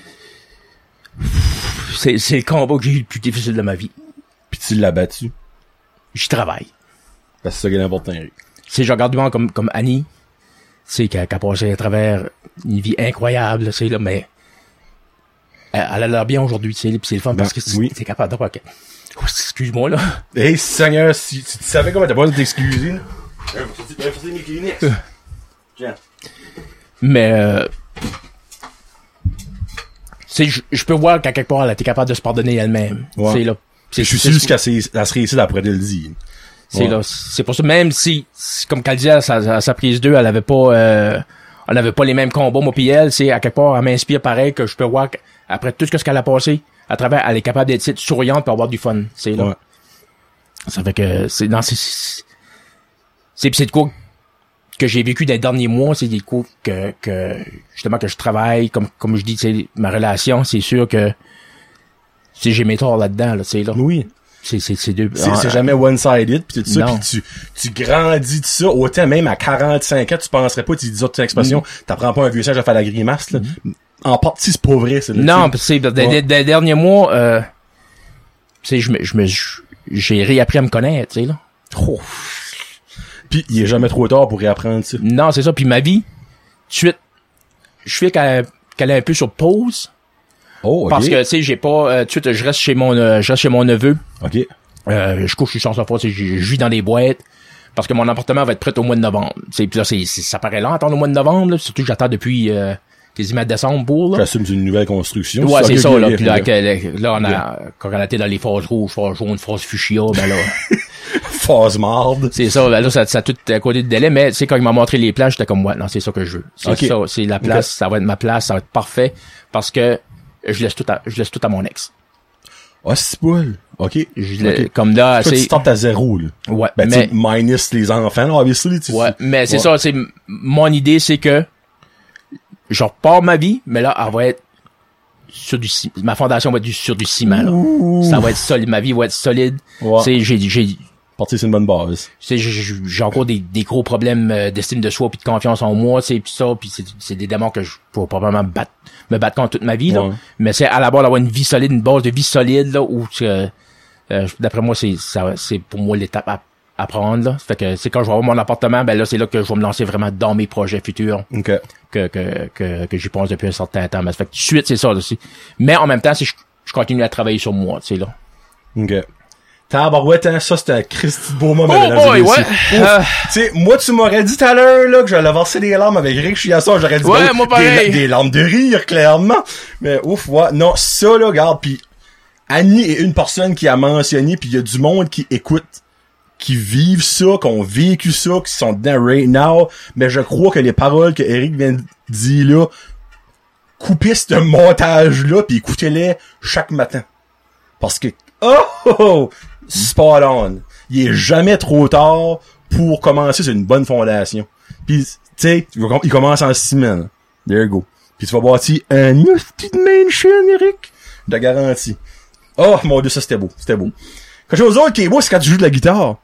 C'est le combat que j'ai eu le plus difficile de ma vie. Puis tu l'as battu. J'y travaille. Parce que c'est ça qui est important, Eric. C'est, je regarde du monde comme Annie, c'est qui a passé à travers une vie incroyable, c'est là, mais elle a l'air bien aujourd'hui, tu sais, puis c'est le fun parce que c'est capable de oh, excuse-moi, là. Hey, Seigneur, si tu savais comment t'as pas de t'excuser, là. Mes Kleenex. Mais, c'est, je peux voir qu'à quelque part, elle a été capable de se pardonner elle-même. Ouais. C'est là. Je suis sûr qu'elle serait ici après de le dire. C'est là. C'est pour ça, même si comme qu'elle disait, à sa prise 2, elle avait pas les mêmes combats, moi pis elle, c'est à quelque part, elle m'inspire pareil que je peux voir qu'après tout ce qu'elle a passé, à travers, elle est capable d'être souriante pour avoir du fun. C'est là. Ouais. Ça fait que, c'est de quoi que j'ai vécu dans les derniers mois, c'est des coups que justement que je travaille, comme je dis, c'est ma relation, c'est sûr que j'ai mes torts là-dedans, là, c'est là. Oui. C'est deux. C'est jamais one-sided pis tout ça, pis tu grandis de ça, autant même à 45 ans, tu penserais pas, tu dis autre expression, t'apprends pas un vieux sage à faire la grimace, là. En partie, c'est pas vrai, c'est là. Non, pis c'est, des derniers mois, tu sais, j'ai réappris à me connaître, tu sais, là. Oh. Pis il est jamais trop tard pour réapprendre ça. Non, c'est ça, puis ma vie, tout de suite, je fais qu'elle est un peu sur pause. Oh, okay. Parce que, tu sais, j'ai pas, tout de suite, je reste chez mon neveu. OK. Je couche sur son sofa, je vis dans des boîtes. Parce que mon appartement va être prêt au mois de novembre. Puis là, ça paraît lent, attendre au mois de novembre, là. Surtout que j'attends depuis, quasiment décembre pour, là. J'assume une nouvelle construction. Ouais, c'est ça, là. Puis là, on a, quand on était dans les phases rouges, phase jaune, phase fuchsia, ben là. Phase marde. C'est ça, ben là, ça a tout à côté de délai, mais, tu sais, quand il m'a montré les plages, j'étais comme, ouais, non, c'est ça que je veux. C'est ça, c'est la place, ça va être ma place, ça va être parfait. Parce que, je laisse tout à mon ex. Ah, c'est cool. OK. Comme là, toi, tu startes à zéro, là. Ouais. Ben, mais, minus les enfants, là, obviously, tu ouais, mais c'est ça, c'est, mon idée, c'est que, je repars ma vie, mais là, elle va être sur ma fondation va être sur du ciment, là. Ouh. Ça va être solide, ma vie va être solide. Ouais. Tu sais, partir sur une bonne base. Tu sais, j'ai encore des gros problèmes d'estime de soi puis de confiance en moi, tu sais, puis ça, puis c'est des démons que je pourrais probablement me battre contre toute ma vie, là. Ouais. Mais c'est à la base d'avoir une vie solide, une base de vie solide, là, où d'après moi, c'est pour moi l'étape à prendre, là. Fait que c'est quand je vais avoir mon appartement, ben là, c'est là que je vais me lancer vraiment dans mes projets futurs. Okay. Que j'y pense depuis un certain temps. Mais ça fait que tout de suite, c'est ça, là, aussi. Mais en même temps, je continue à travailler sur moi, tu sais, là. OK. Tabarouette, hein, ça, c'était un Christy de beau moment, mesdames et messieurs. Tu sais, moi, tu m'aurais dit tout à l'heure, là, que j'allais verser des larmes avec Rick Chiasson, j'aurais dit, ouais, moi, des larmes de rire, clairement. Mais, ouf, ouais. Non, ça, là, regarde, pis Annie est une personne qui a mentionné, pis il y a du monde qui écoute, qui vivent ça, qui ont vécu ça, qui sont dedans right now. Mais je crois que les paroles que Eric vient de dire, là, coupez ce montage-là, pis écoutez-les chaque matin. Parce que, spot on. Il est jamais trop tard pour commencer sur une bonne fondation. Puis, tu sais, il commence en 6 semaines. There you go. Puis tu vas bâtir un petite mansion, Eric. Je te garantis. Oh, mon Dieu, ça c'était beau. C'était beau. Quelque chose d'autre qui est beau, c'est quand tu joues de la guitare.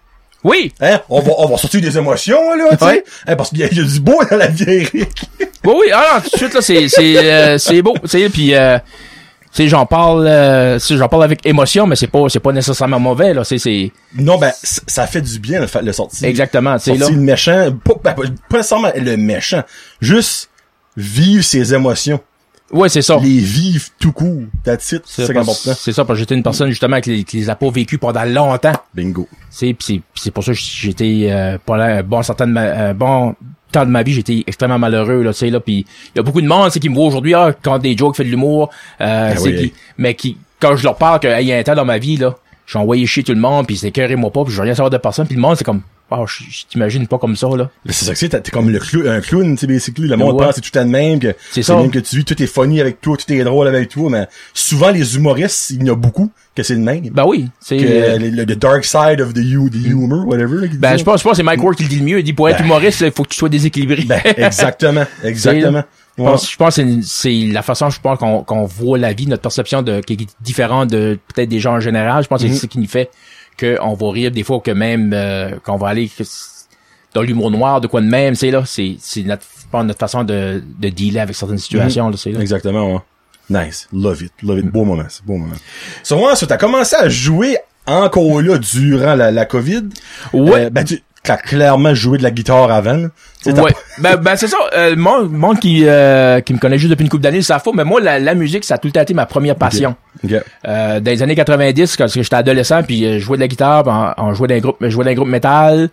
Oui! Hein? On va sortir des émotions, là, tu sais. Ouais. Hein, parce qu'il y a du beau dans la vie, Eric. Oui, alors, tout de suite, là, c'est beau, tu sais, puis, tu sais, j'en parle avec émotion, mais c'est pas nécessairement mauvais, là, c'est... Non, ben, ça fait du bien, le sortir. Exactement, tu sais, là. Sortir le méchant, pas nécessairement le méchant. Juste vivre ses émotions. Ouais, c'est ça. Les vivre tout court. That's it. C'est ça qui est important. C'est ça, parce que j'étais une personne, justement, qui les a pas vécu pendant longtemps. Bingo. Tu sais, pis c'est pour ça que j'étais, pendant un bon temps de ma vie, j'étais extrêmement malheureux, là, tu sais, là, puis il y a beaucoup de monde, tu sais, qui me voit aujourd'hui, quand des jokes fait de l'humour, oui. mais quand je leur parle qu'il y a un temps dans ma vie, là, j'ai envoyé chier tout le monde, puis c'est écœurez-moi pas, puis je veux rien savoir de personne, puis le monde, c'est comme, je t'imagine pas comme ça, là. C'est ça que c'est, t'es comme un clown, tu sais, basically. Le monde Ouais. pense que c'est tout à de même, que c'est ça. même que tu vis, tout est funny avec toi, tout est drôle avec toi, mais souvent, les humoristes, il y en a beaucoup que c'est le même. Ben oui, c'est... Que the dark side of the humor, whatever, là, Ben, je pense que c'est Mike Ward qui le dit le mieux. Il dit, pour être humoriste, il faut que tu sois déséquilibré. Ben, exactement. Ouais. Je pense que c'est la façon, je pense, qu'on voit la vie, notre perception qui est différente de peut-être des gens en général. Je pense que c'est ce qui nous fait qu'on va rire des fois, que même qu'on va aller dans l'humour noir, de quoi de même, c'est notre façon de dealer avec certaines situations, là, c'est là. Exactement, ouais. Nice. Love it. Beau moment, c'est beau moment. So, moi, t'as commencé à jouer encore là durant la COVID. Ouais. T'as clairement joué de la guitare avant. Ouais. Ben c'est ça. Le monde qui me connaît juste depuis une couple d'années, ça faut. Mais moi, la musique, ça a tout le temps été ma première passion. Okay. Dans les années 90, quand j'étais adolescent, puis je jouais de la guitare, puis on jouait dans un groupe métal.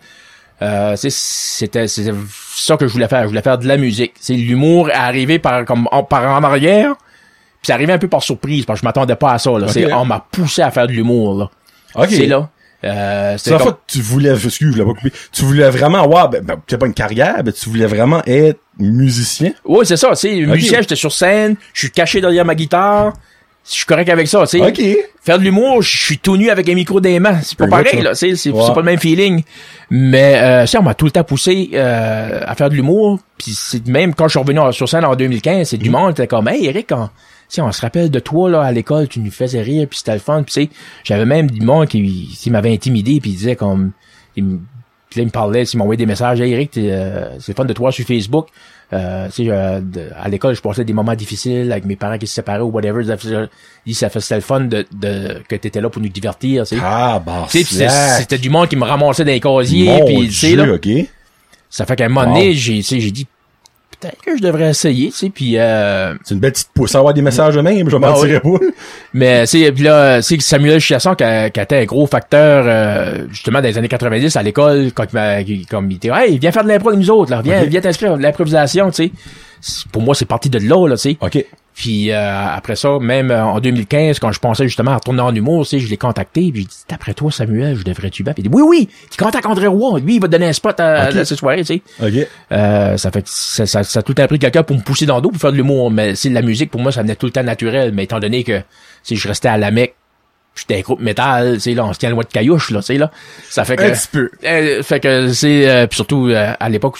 C'était ça que je voulais faire. Je voulais faire de la musique. C'est l'humour est arrivé par en arrière. Puis c'est arrivé un peu par surprise, parce que je m'attendais pas à ça. Là. Okay. On m'a poussé à faire de l'humour. Là. Okay. C'est là. C'est la fois que tu voulais, excuse, je l'ai pas coupé. Tu voulais vraiment avoir, peut-être pas une carrière, mais tu voulais vraiment être musicien. Oui, c'est ça, tu sais, musicien, j'étais sur scène, je suis caché derrière ma guitare, je suis correct avec ça, tu sais. Okay. Faire de l'humour, je suis tout nu avec un micro des mains, c'est pas pareil, là, c'est pas le même feeling. Mais, on m'a tout le temps poussé, à faire de l'humour, puis c'est même quand je suis revenu sur scène en 2015, c'est du monde, t'es comme, hey, Eric, on se rappelle de toi, là, à l'école, tu nous faisais rire, puis c'était le fun, puis tu sais, j'avais même du monde qui m'avait intimidé, puis il disait comme, il me parlait, il m'envoyait des messages, hey, Eric, c'est le fun de toi sur Facebook, tu sais, à l'école, je passais des moments difficiles avec mes parents qui se séparaient ou whatever, c'était le fun que t'étais là pour nous divertir, tu sais. Ah, bah, c'était du monde qui me ramassait dans les casiers, puis tu sais, là. Okay. Ça fait qu'à un moment donné, j'ai dit, peut-être que je devrais essayer, tu sais, puis c'est une belle petite pousse à avoir des messages de même, je m'en tirerai pas. Mais puis là, c'est Samuel Chasson qui était un gros facteur justement dans les années 90 à l'école quand il était hey, viens faire de l'impro avec nous autres là, viens t'inscrire de l'improvisation, tu sais. Pour moi, c'est parti de là, tu sais. OK. Puis après ça, même en 2015, quand je pensais justement à retourner en humour, tu sais, je l'ai contacté, puis j'ai dit, d'après toi, Samuel, je devrais-tu battre? Il dit, oui, tu contactes André Roy, lui, il va te donner un spot à cette soirée, tu sais. OK. Ça fait que ça a tout le temps pris quelqu'un pour me pousser dans le dos pour faire de l'humour, mais c'est la musique, pour moi, ça venait tout le temps naturel, mais étant donné que, si je restais à la Mecque, j'étais un groupe métal, tu sais, là, on se tient loin de caillouche, là, tu sais, là. Ça fait que. Un petit peu. Fait que c'est, pis surtout, à l'époque,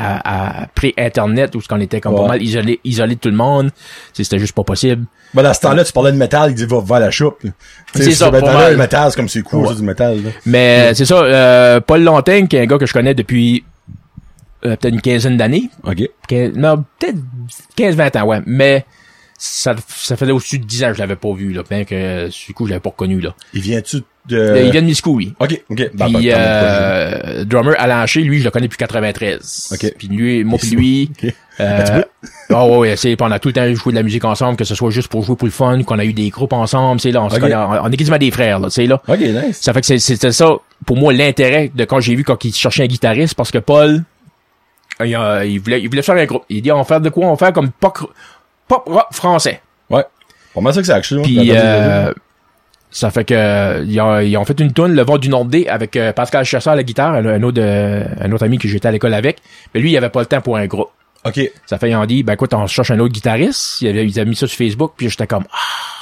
à pré-internet, où on était comme pas mal isolé de tout le monde. C'était juste pas possible. Ben, dans ce temps-là, tu parlais de métal, il dit, va à la choupe. C'est ça, le métal, c'est comme c'est cool, ça, du métal, là. Mais, c'est ça, Paul Lontaine, qui est un gars que je connais depuis, peut-être une quinzaine d'années. OK. Non, peut-être 15-20 ans, ouais. Mais, ça faisait au-dessus de 10 ans que je l'avais pas vu, là. Bien que, du coup, je l'avais pas reconnu, là. Il vient-tu de... Il vient de Miscouille. OK. Puis, drummer Alain Haché, lui, je le connais depuis 93. OK. Puis lui, moi puis lui. OK. On a tout le temps joué de la musique ensemble, que ce soit juste pour jouer pour le fun, qu'on a eu des groupes ensemble, c'est là, on est quasiment des frères, là, c'est là. OK, nice. Ça fait que c'était ça, pour moi, l'intérêt de quand j'ai vu quand il cherchait un guitariste, parce que Paul, il voulait faire un groupe. Il dit, on va faire de quoi? On va faire comme pop rock français. Ouais. Pour moi, c'est que c'est action. Puis, ça fait que, ils ont fait une tourne, Le Vent du Nord-D, avec Pascal Chasseur à la guitare, un autre ami que j'étais à l'école avec. Mais lui, il avait pas le temps pour un groupe. OK. Ça fait, ils ont dit, ben écoute, on cherche un autre guitariste. Ils avaient mis ça sur Facebook, puis j'étais comme,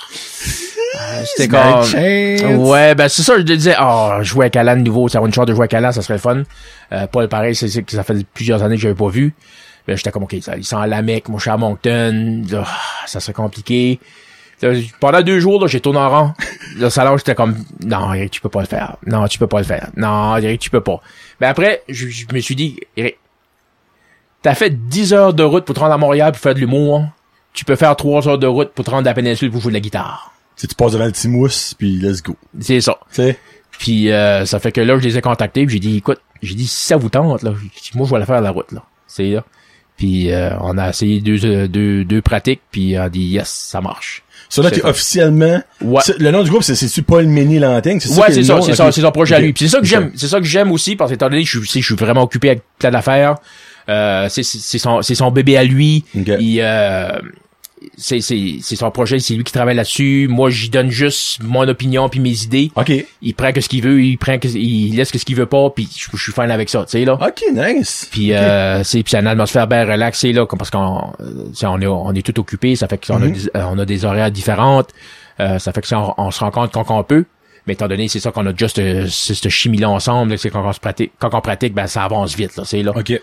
c'était comme, ouais, ben c'est ça, je disais, jouer avec Alan nouveau, ça va une chance de jouer avec Alan, ça serait le fun. Paul, pareil, ça fait plusieurs années que j'avais pas vu. Ben j'étais comme, ok, ils sont à la Mecque, moi je suis à Moncton, ça serait compliqué. Pendant 2 jours, là, j'ai tourné en rond. Le salon, j'étais comme, non, Eric, tu peux pas le faire. Non, tu peux pas le faire. Non, Eric, tu peux pas. Mais après, je me suis dit, Eric, t'as fait 10 heures de route pour te rendre à Montréal pour faire de l'humour. Tu peux faire 3 heures de route pour te rendre à la péninsule pour jouer de la guitare. Tu passes devant le petit mousse, puis let's go. C'est ça. T'sais? Puis ça fait que là, je les ai contactés, puis j'ai dit, écoute, si ça vous tente, là, moi, je vais la faire la route, là. C'est là. Puis on a essayé deux pratiques, puis on a dit, yes, ça marche. Ça là, officiellement, ouais. Le nom du groupe, c'est Paul Mény-Lantaigne, c'est ça? Ouais, c'est ça, c'est son projet à lui. Puis c'est ça que j'aime. C'est ça que j'aime aussi, parce que étant donné que je suis vraiment occupé avec plein d'affaires. C'est son bébé à lui. Okay. C'est son projet, c'est lui qui travaille là-dessus. Moi, j'y donne juste mon opinion puis mes idées. OK. Il prend que ce qu'il veut, il laisse que ce qu'il veut pas, puis je suis fan avec ça, tu sais là. OK, nice. Puis c'est une atmosphère bien relaxée là, parce qu'on on est tout occupé, ça fait qu'on on a des horaires différentes. Ça fait que on se rencontre quand on peut. Mais étant donné, c'est ça qu'on a déjà cette chimie-là ensemble, c'est quand on pratique, ben ça avance vite, là, c'est là. OK.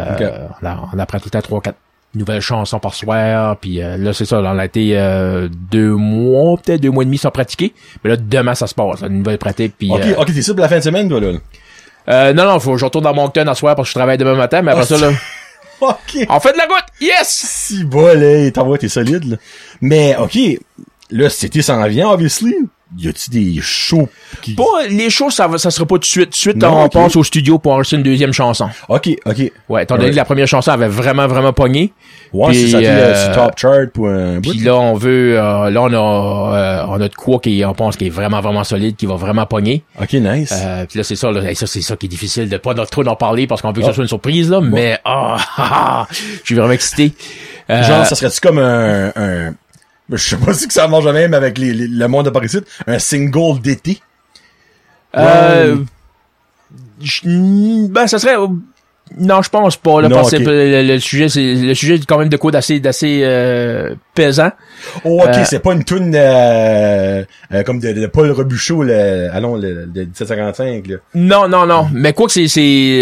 On apprend tout le temps 3-4 nouvelles chansons par soir, puis là, c'est ça, on a été 2 mois, peut-être 2 mois et demi sans pratiquer. Mais là, demain, ça se passe, une nouvelle pratique, puis... OK, t'es sûr pour la fin de semaine, toi, là? Non, faut que je retourne dans Moncton à soir parce que je travaille demain matin, mais après ça, là... OK. On fait de la goutte! Yes! Si bas, là, t'es solide, là. Mais, OK, là, c'était s'en vient, obviously. Y a-tu des shows qui... Pas, les shows, ça sera pas tout de suite. Tout de suite, on passe au studio pour enregistrer une deuxième chanson. OK. Ouais, étant donné que la première chanson avait vraiment, vraiment pogné. Ouais, c'est ça, sur Top Chart pour un bout. Puis là, on veut, là, on a de quoi on pense qui est vraiment, vraiment solide, qui va vraiment pogner. OK, nice. Puis là, c'est ça qui est difficile de pas trop d'en parler parce qu'on veut que ça soit une surprise, là, mais, je suis vraiment excité. Genre, ça serait-tu comme un je sais pas si que ça marche même avec le monde de Paris, un single d'été. Ben, ça serait, non, je pense pas, là, non, parce que le sujet est quand même de quoi d'assez pesant. Oh, OK, c'est pas une toune, comme de Paul Rebuchot, de 1755, là. Non. Mais quoi que c'est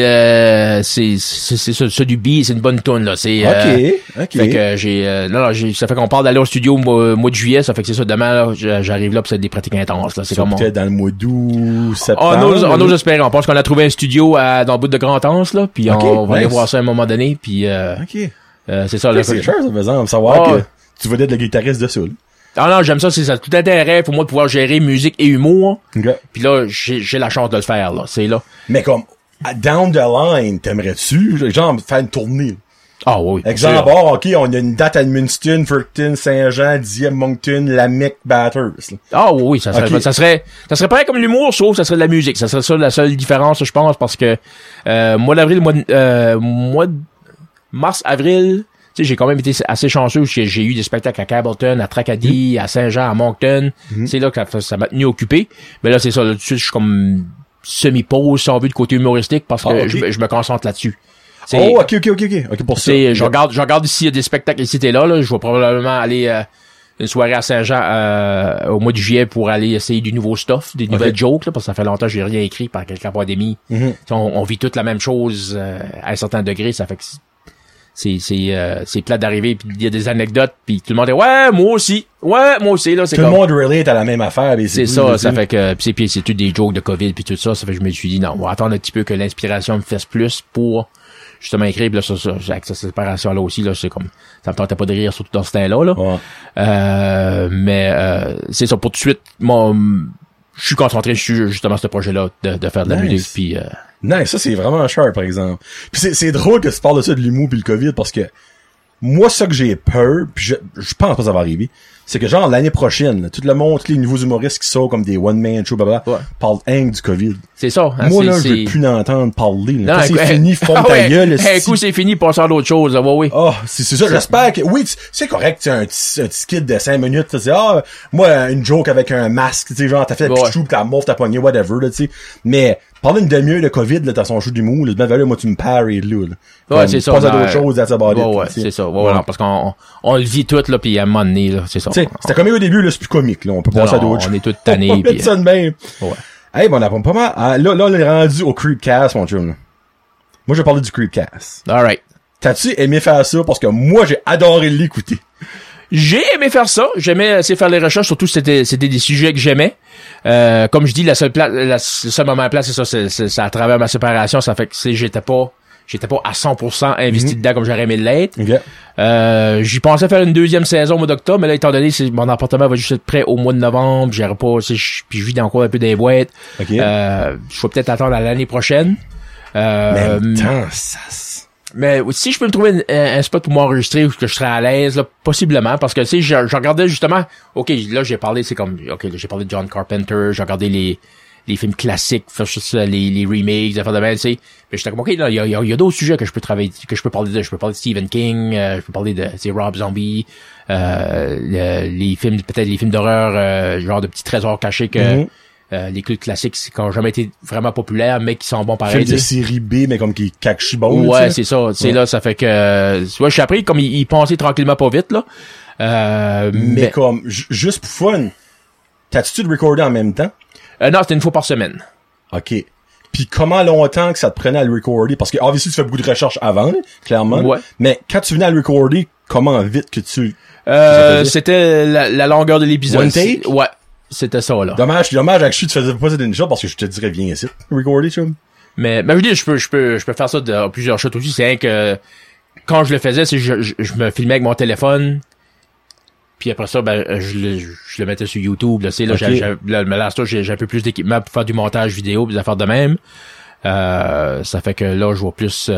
ça du beat, c'est une bonne toune, là. C'est, OK. Fait que ça fait qu'on parle d'aller au studio au mois de juillet, ça fait que c'est ça, demain, là, j'arrive là pour c'est des pratiques intenses, là. C'est comme peut-être dans le mois d'août, septembre. On ose espérer. On pense qu'on a trouvé un studio dans le bout de Grand-Anse, là, puis on va aller voir ça à un moment donné, puis c'est ça, là. C'est cher, ça, faisant, savoir que tu vas être le guitariste de ça, là. Ah non, j'aime ça, c'est ça. Tout intérêt pour moi de pouvoir gérer musique et humour. Okay. Puis là, j'ai la chance de le faire, là. C'est là. Mais comme, down the line, t'aimerais-tu, genre, faire une tournée? Ah oui. Exemple, OK, on a une date à Edmundston, Fredericton, Saint-Jean, Dieppe, Moncton, Lamec, Bathurst. Là. Ah oui, ça serait pareil comme l'humour, sauf que ça serait de la musique. Ça serait ça la seule différence, je pense, parce que mois de mars, avril, tu sais, j'ai quand même été assez chanceux. J'ai eu des spectacles à Cableton, à Tracadie, à Saint-Jean, à Moncton. C'est là que ça m'a tenu occupé. Mais là, c'est ça. Là, tout de suite, je suis comme semi-pause, si on veut, du côté humoristique, parce que je me concentre là-dessus. OK, pour ça. Je regarde ici, il y a des spectacles ici et là. Je vais probablement aller une soirée à Saint-Jean au mois de juillet pour aller essayer du nouveau stuff, des nouvelles jokes, là, parce que ça fait longtemps que j'ai rien écrit par quelqu'un pandémie. On vit toute la même chose à un certain degré, ça fait que c'est plate d'arriver puis il y a des anecdotes puis tout le monde est ouais moi aussi là c'est tout le monde relate à la même affaire c'est ça fait que puis c'est tout des jokes de Covid puis tout ça fait que je me suis dit non on va attendre un petit peu que l'inspiration me fasse plus pour justement écrire là ça avec cette séparation là aussi là c'est comme ça me tentait pas de rire surtout dans ce temps là mais c'est ça pour tout de suite je suis concentré sur justement ce projet là de faire de la musique puis non, ça c'est vraiment cher par exemple. Puis c'est drôle que tu parles de ça de l'humour puis le Covid parce que moi ça que j'ai peur, puis je pense pas que ça va arriver, c'est que genre l'année prochaine, tout le monde, tous les nouveaux humoristes qui sont comme des one man show parlent du Covid. C'est ça. Hein, moi là, je veux plus l'entendre parler. Là. Quand c'est fini, forme ta gueule. Un coup c'est fini, passe à d'autres choses. Oui. Ah, c'est ça. J'espère que oui, c'est correct. C'est un petit skit de 5 minutes. Tu sais, moi une joke avec un masque. Tu sais, genre t'as fait pichou, t'as morve, t'as pogné, whatever. Là, tu sais. Mais parler une demi-heure de Covid là, dans son show d'humour, là, ben moi tu me paries là. Ouais, c'est ça. Pas à d'autres choses, that's about it. Ouais, c'est ça. Voilà, parce qu'on le vit tout là, puis à un moment donné là, c'est ça. C'était comme au début là, c'est plus comique là. On peut passer à d'autres choses. On est tous tannés. On met ça de même. Ouais. Hey, bon, on a pas mal. Là, on est rendu au Creepcast, mon chum. Là. Moi, je vais parler du Creepcast. Alright. T'as-tu aimé faire ça? Parce que moi, j'ai adoré l'écouter. J'ai aimé faire ça. J'aimais faire les recherches, surtout c'était des sujets que j'aimais. Comme je dis, le seul moment à place, c'est ça à travers ma séparation, ça fait que j'étais pas à 100% investi dedans comme j'aurais aimé l'être. Okay. J'y pensais faire une deuxième saison au mois d'octobre, mais là, étant donné mon appartement va juste être prêt au mois de novembre, j'aurais pas, puis je vis encore un peu des boîtes. Okay. Je vais peut-être attendre à l'année prochaine. Mais ça... Mais si je peux me trouver un spot pour m'enregistrer où que je serais à l'aise, là, possiblement, parce que, tu sais, je regardais justement, OK, là, j'ai parlé de John Carpenter, j'ai regardé les films classiques, les remakes, les affaires de même, tu sais. Mais j'étais comme, OK, là, il y a d'autres sujets que je peux travailler, que je peux parler de. Je peux parler de Stephen King, je peux parler de, Rob Zombie, les films d'horreur, genre de petits trésors cachés que, les cultes classiques qui ont jamais été vraiment populaires, mais qui sont bons pareil. Film de série B, mais comme qui cache bon. Ouais, c'est ça. C'est là, ça fait que, je suis appris comme il pensait tranquillement pas vite, là. Mais comme, juste pour fun, t'as-tu de recorder en même temps? Non, c'était une fois par semaine. OK. Puis comment longtemps que ça te prenait à le recorder? Parce que, obviously, tu fais beaucoup de recherches avant, clairement. Ouais. Mais quand tu venais à le recorder, comment vite que tu... C'était la longueur de l'épisode. One take? Ouais. C'était ça, là. Dommage que tu faisais pas ça d'une shot parce que je te dirais, viens ici, recorder, tu vois. Mais je dis, je peux faire ça de plusieurs shots aussi. C'est rien que, quand je le faisais, c'est je me filmais avec mon téléphone. Puis après ça, je le mettais sur YouTube, là, c'est là, okay. J'ai un peu plus d'équipement pour faire du montage vidéo, des affaires de même. Ça fait que là, je vois plus,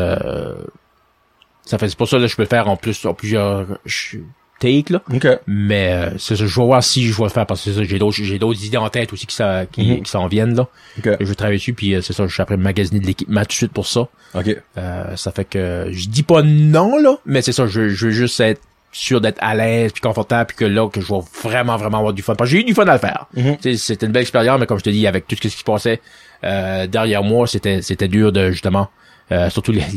c'est pour ça, là, je peux le faire en plusieurs takes, là. Okay. Mais, c'est ça, je vais voir si je vais le faire parce que c'est ça, j'ai d'autres idées en tête aussi qui s'en viennent, là. Okay. Je vais travailler dessus, puis c'est ça, je suis après magasiner de l'équipement tout de suite pour ça. OK. Ça fait que, je dis pas non, là, mais c'est ça, je veux juste être sûr d'être à l'aise puis confortable puis que là que je vais vraiment avoir du fun parce que j'ai eu du fun à le faire. C'était une belle expérience, mais comme je te dis, avec tout ce qui se passait derrière moi, c'était dur de justement surtout les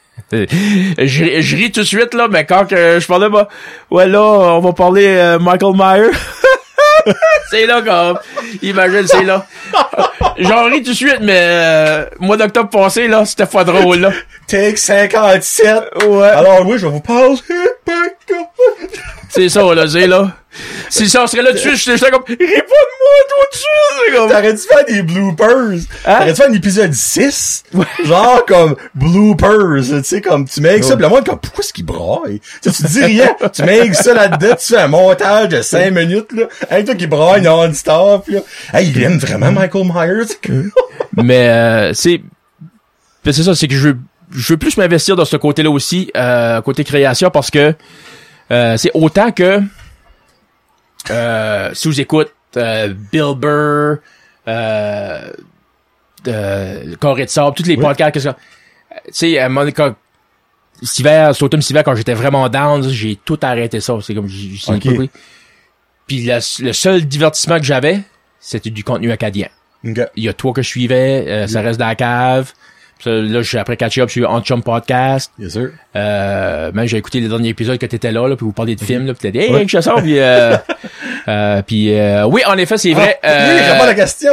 je ris tout de suite là, mais quand que je parlais ouais là on va parler Michael Myers. C'est là comme imagine, c'est là j'en ris tout de suite, mais mois d'octobre passé là c'était pas drôle là. Take 57. Ouais. Alors oui, je vais vous parler. C'est ça, là, c'est là. Si ça serait là dessus, j'étais comme, réponds-moi, toi, dessus! Comme... T'aurais dû faire des bloopers. Hein? T'aurais dû faire un épisode 6. Ouais. Genre, comme, bloopers. Tu sais, comme, tu mets ça, pis le monde, comme, pourquoi est-ce qu'il braille? Tu dis rien. Tu mets ça là-dedans, tu fais un montage de 5 minutes, là. Avec toi qui braille non-stop, là. Hey, il aime vraiment Michael Myers. Mais, c'est ça, c'est que je veux plus m'investir dans ce côté-là aussi, côté création, parce que, c'est autant que si vous écoutez Bill Burr, Corée de Sable, tous les podcasts, tu sais, à un moment donné, cet automne-hiver, quand j'étais vraiment down, j'ai tout arrêté ça. C'est comme okay. Puis le seul divertissement que j'avais, c'était du contenu acadien. Okay. Il y a toi que je suivais, ça reste dans la cave. Là, j'ai après catch up sur On Chum Podcast. Yes, sir. Même j'ai écouté les derniers épisodes que t'étais là, puis vous parliez de films, là, puis t'as dit, hey, je sors, puis oui, en effet, c'est vrai. Oui, j'ai pas la question.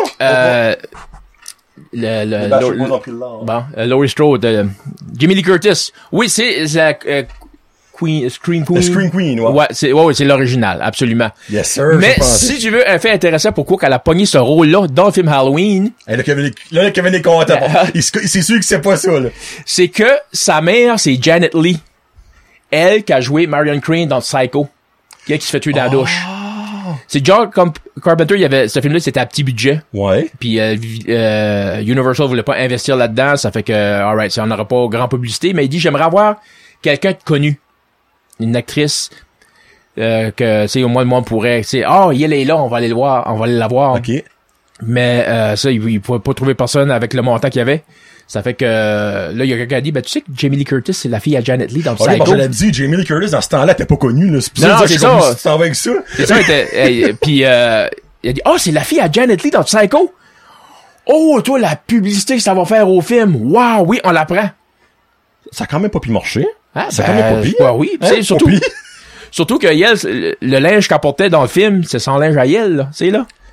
Laurie Strode, Jamie Lee Curtis. Oui, c'est la Scream Queen. Scream Queen, ouais. Ouais, c'est l'original, absolument. Yes, sir. Mais si tu veux un fait intéressant pourquoi qu'elle a pogné ce rôle-là dans le film Halloween. Hey, là, Kevin est content. C'est sûr que c'est pas ça, là. C'est que sa mère, c'est Janet Leigh. Elle qui a joué Marion Crane dans Psycho. Qui se fait tuer dans la douche. C'est John Carpenter, ce film-là, c'était à petit budget. Ouais. Puis Universal voulait pas investir là-dedans, ça fait que alright, ça on n'aura pas grand publicité, mais il dit j'aimerais avoir quelqu'un de connu. Une actrice que tu sais au moins moi on pourrait tu sais elle est là, on va aller la voir. OK. Mais ça il pouvait pas trouver personne avec le montant qu'il y avait. Ça fait que là il y a quelqu'un qui a dit tu sais que Jamie Lee Curtis c'est la fille à Janet Leigh dans Psycho. OK, parce que je l'ai dit, Jamie Lee Curtis dans ce temps-là t'es pas connue là, c'est ça. C'est ça. Tu t'en vas avec ça. C'est ça puis il a dit c'est la fille à Janet Leigh dans Psycho. Oh toi la publicité que ça va faire au film. Waouh, oui, on l'apprend. Ça a quand même pas pu marcher. Ah, c'est quand même pas pire. Ouais, oui, hein, surtout que elle, le linge qu'elle portait dans le film, c'est son linge à elle, là, c'est là.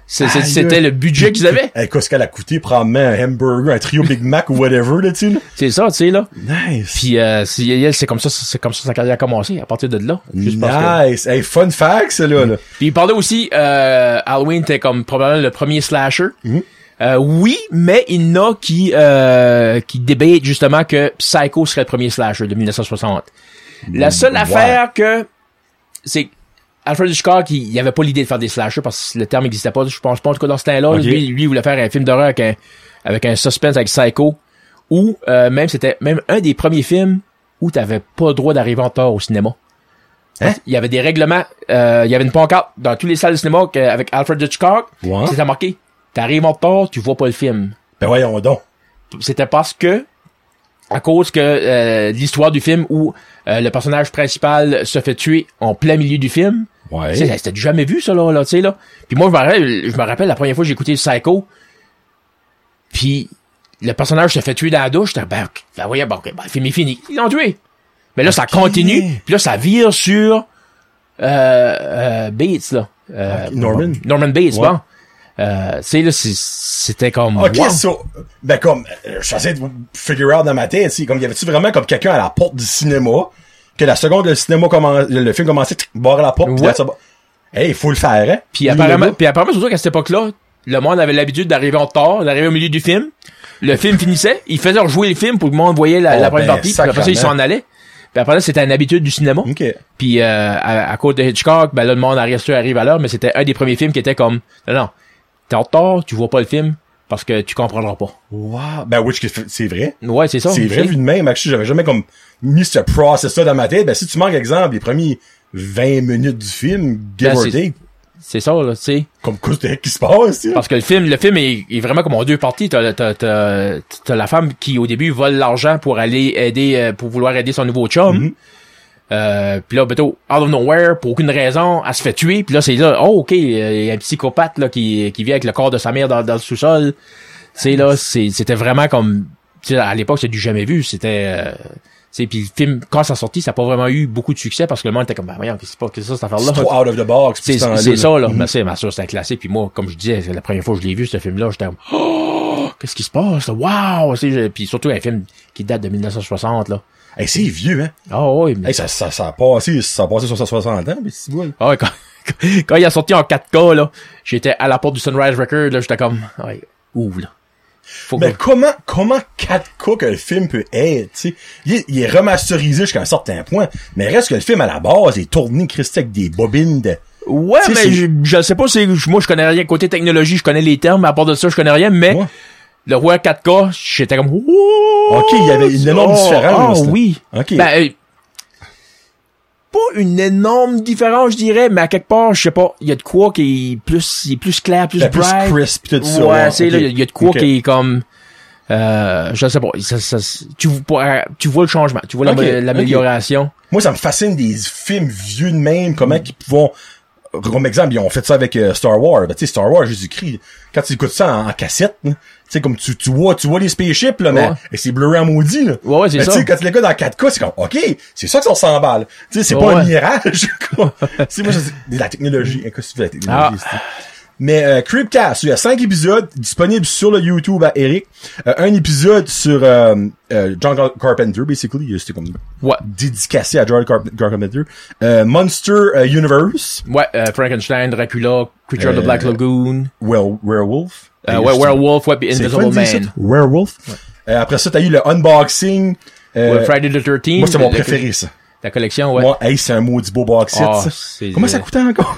C'était le budget qu'ils avaient. Qu'est-ce qu'elle a coûté, probablement un hamburger, un trio Big Mac ou whatever, là, tu sais. C'est ça, tu sais, là. Nice. Puis, c'est comme ça sa carrière a commencé, à partir de là. Nice. Hey, fun fact, ça, là. Puis, il parlait aussi, Halloween était comme probablement le premier slasher. Oui, mais il y en a qui débattent justement que Psycho serait le premier slasher de 1960. La seule affaire que c'est Alfred Hitchcock, il y avait pas l'idée de faire des slashers parce que le terme n'existait pas. Je pense pas en tout cas dans ce temps-là. Okay. Lui, il voulait faire un film d'horreur avec un suspense avec Psycho, ou c'était même un des premiers films où t'avais pas le droit d'arriver en retard au cinéma. Hein? Il y avait des règlements. Il y avait une pancarte dans toutes les salles de cinéma avec Alfred Hitchcock. Ouais. C'était marqué. T'arrives en retard, tu vois pas le film. Ben voyons donc. C'était parce que, à cause que l'histoire du film où le personnage principal se fait tuer en plein milieu du film. Ouais. C'était jamais vu ça là, tu sais là. Puis moi je me rappelle la première fois que j'ai écouté Psycho. Puis le personnage se fait tuer dans la douche. J'étais voyons, le film est fini. Ils l'ont tué. Mais là ça continue. Puis là ça vire sur Bates là. Norman Bates, bon. C'était comme OK, wow. Comme j'essaie de figure out dans ma tête, comme y avait-tu vraiment comme quelqu'un à la porte du cinéma que la seconde le film commençait barrer la porte, ouais. Hey, il faut le faire, hein. Puis apparemment surtout qu'à cette époque-là, le monde avait l'habitude d'arriver en retard, d'arriver au milieu du film. Le film finissait, il faisait rejouer le film pour que le monde voyait la première partie, puis après ça il s'en allait. Puis après là, c'était une habitude du cinéma. Okay. Puis à cause de Hitchcock, là le monde arrive à l'heure, mais c'était un des premiers films qui était comme non. T'es en retard, tu vois pas le film parce que tu comprendras pas. Wow. Ben oui, c'est vrai. Ouais, c'est ça. C'est vrai vu de même. Actually, j'avais jamais comme mis ce process-là dans ma tête. Ben si tu manques exemple les premiers 20 minutes du film, give or take. C'est ça, là, tu sais. Comme quoi qui se passe, tu sais. Parce que le film est vraiment comme en deux parties. T'as la femme qui au début vole l'argent pour aller aider, pour vouloir aider son nouveau chum. Mm-hmm. Puis là, out of nowhere, pour aucune raison, elle se fait tuer. Puis là, c'est là, ok, il y a un psychopathe là qui vient avec le corps de sa mère dans le sous-sol. C'est là, c'était vraiment comme, à l'époque, c'est du jamais vu. C'était, puis le film, quand ça sortit, ça n'a pas vraiment eu beaucoup de succès parce que le monde était comme, voyons, qu'est-ce que c'est ça, cette affaire-là? C'est trop out of the box. C'est ça, là. Mm-hmm. Mais c'est, ma soeur, c'était un classique. Puis moi, comme je disais, la première fois que je l'ai vu, ce film-là, j'étais comme, oh, qu'est-ce qui se passe, là? Wow! Puis surtout un film qui date de 1960, là. Hey, c'est vieux, hein? Ah oui, mais... Hey, ça a passé sur 60 ans, mais c'est bon. Ah ouais, quand il a sorti en 4K, là, j'étais à la porte du Sunrise Record, là, j'étais comme, ouais, ouvre, là. Mais comment 4K que le film peut être, tu sais? Il est remasterisé jusqu'à un certain point, mais reste que le film, à la base, est tourné, Christy, avec des bobines de... Ouais, mais je sais pas, moi, je connais rien. Côté technologie, je connais les termes, mais à part de ça, je connais rien, mais... Ouais. Le roi 4K, j'étais comme, ouh! OK, il y avait une énorme différence. Ah, oui. OK. Ben, pas une énorme différence, je dirais, mais à quelque part, je sais pas, il y a de quoi qui est plus clair, plus bright. Plus crisp, tout ça. Ouais, c'est là, il y a de quoi qui est comme, je sais pas, tu vois le changement, tu vois l'amélioration. Moi, ça me fascine des films vieux de même, comment qu'ils vont, comme exemple, ils ont fait ça avec Star Wars. Ben, tu sais, Star Wars, Jésus-Christ, quand tu écoutes ça en cassette, tu sais, comme tu vois les spaceships, là, mais c'est Blu-ray en maudit, là. Ouais, c'est ça. Quand tu l'écoutes en 4K, c'est comme, OK, c'est ça que ça s'emballe. Tu sais, c'est pas un mirage, quoi. C'est moi, c'est la technologie. Qu'est-ce que tu veux, la technologie, Mais Creepcast, il y a 5 épisodes disponibles sur le YouTube à Eric. Un épisode sur John Carpenter, basically, c'était comme dédicacé à John Carpenter. Monster Universe. Ouais, Frankenstein, Dracula, Creature of the Black Lagoon. Werewolf. Werewolf, puis Invisible Man. Werewolf. Ouais. Après ça, t'as eu le unboxing. Friday the 13th. Moi, c'est mon préféré, ça. La collection, ouais. Moi, c'est un maudit beau box set, ça. Comment ça coûtait encore?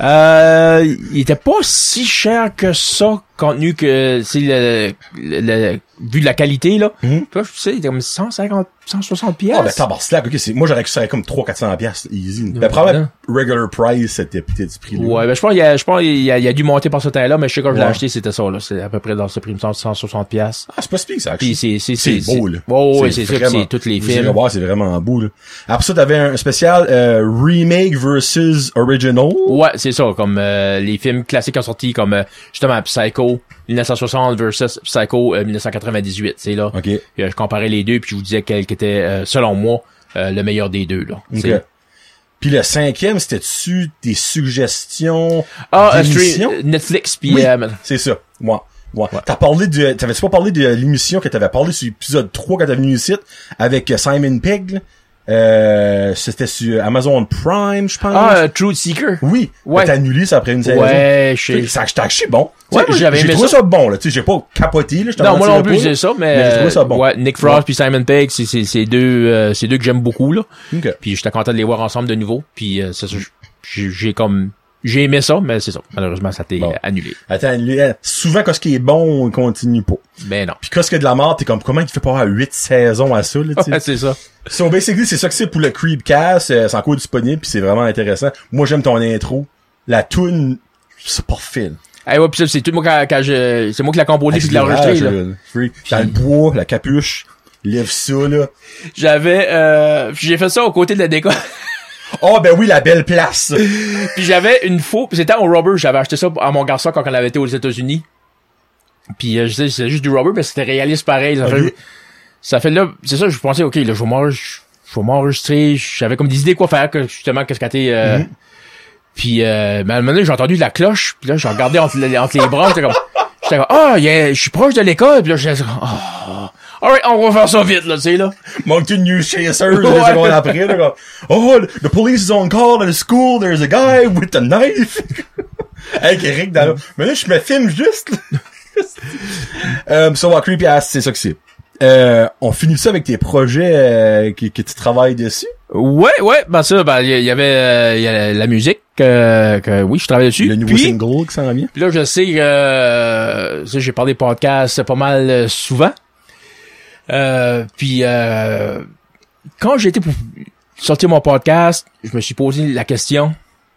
Il était pas si cher que ça, compte tenu que c'est vu de la qualité, là. Mm-hmm. Tu sais, c'était comme 160 pièces. Ah, ben, tabarnak, ok, moi, j'aurais que ça comme 300-400 pièces, easy. Ben, probablement, regular price, c'était peut-être ce prix-là. Ouais, ben, je pense qu'il a dû monter par ce temps-là, mais je sais quand je l'ai acheté, c'était ça, là. C'est à peu près dans ce prix, 160 pièces. Ah, c'est pas si ça. Puis c'est beau, là. Ouais, c'est ça, c'est tous les films. Voir, c'est vraiment beau, là. Après ça, t'avais un spécial, remake versus original. Ouais, c'est ça, comme, les films classiques ont sorti, comme, justement, Psycho, 1960 versus Psycho 1998, c'est là. Okay. Je comparais les deux puis je vous disais quel était selon moi le meilleur des deux là. Okay. Puis le 5e, c'était-tu des suggestions d'émissions? Netflix, puis... Oui, c'est ça. Ouais. T'avais-tu pas parlé de l'émission que t'avais parlé sur l'épisode 3 quand t'es venu ici, avec Simon Pegg, là? C'était sur Amazon Prime, je pense. Truth Seeker. Oui. Ouais. T'as annulé ça après une saison. Ouais, ça je bon. Ouais, j'ai trouvé ça bon, là. Tu sais, j'ai pas capoté, là. Non, moi non plus, c'est ça, mais j'ai trouvé ça bon. Ouais, Nick Frost puis Simon Pegg, c'est deux que j'aime beaucoup, là. Okay. Puis j'étais content de les voir ensemble de nouveau. Puis c'est ça, j'ai aimé ça, mais c'est ça. Malheureusement, ça t'est annulé. Attends, souvent, quand ce qui est bon, on continue pas. Ben non. Puis quand ce qui est de la mort, t'es comme, comment il fait pas avoir 8 saisons à ça, là, tu sais? Ouais, c'est ça. So, basically, c'est ça que c'est pour le Creepcast, c'est encore disponible, puis c'est vraiment intéressant. Moi, j'aime ton intro. La toune, c'est parfait, Ah ouais, pis ça, c'est tout moi c'est moi qui l'a composé puis qui l'a enregistré, là. Dans le bois, la capuche, lève ça, là. J'ai fait ça aux côtés de la déco. Oh, ben oui, la belle place. Puis j'avais une faux, puis c'était en rubber, j'avais acheté ça à mon garçon quand on avait été aux États-Unis. Puis je sais, c'était juste du rubber, mais c'était réaliste pareil. Ça fait là, c'est ça, je pensais, ok, là, je vais m'enregistrer, j'avais comme des idées quoi faire, que justement, qu'est-ce qu'à Puis à un moment donné, j'ai entendu de la cloche, puis là, j'ai regardé entre les bras, j'étais comme, je suis proche de l'école, puis là, j'étais comme, alright, on va faire ça vite, là, tu sais, là. Moncton News Chasers, deux secondes après, là, comme, oh, the police is on call at the school, there's a guy with a knife. Avec Eric dans mais là, je me filme juste, so, Creepy Ass, c'est ça que c'est. On finit ça avec tes projets, que tu travailles dessus? Ouais, ben ça, ben, il y avait la musique, que oui, je travaille dessus. Le nouveau single qui s'en vient. Puis là, je sais que, j'ai parlé podcasts pas mal souvent. Puis quand j'ai été pour sortir mon podcast, je me suis posé la question,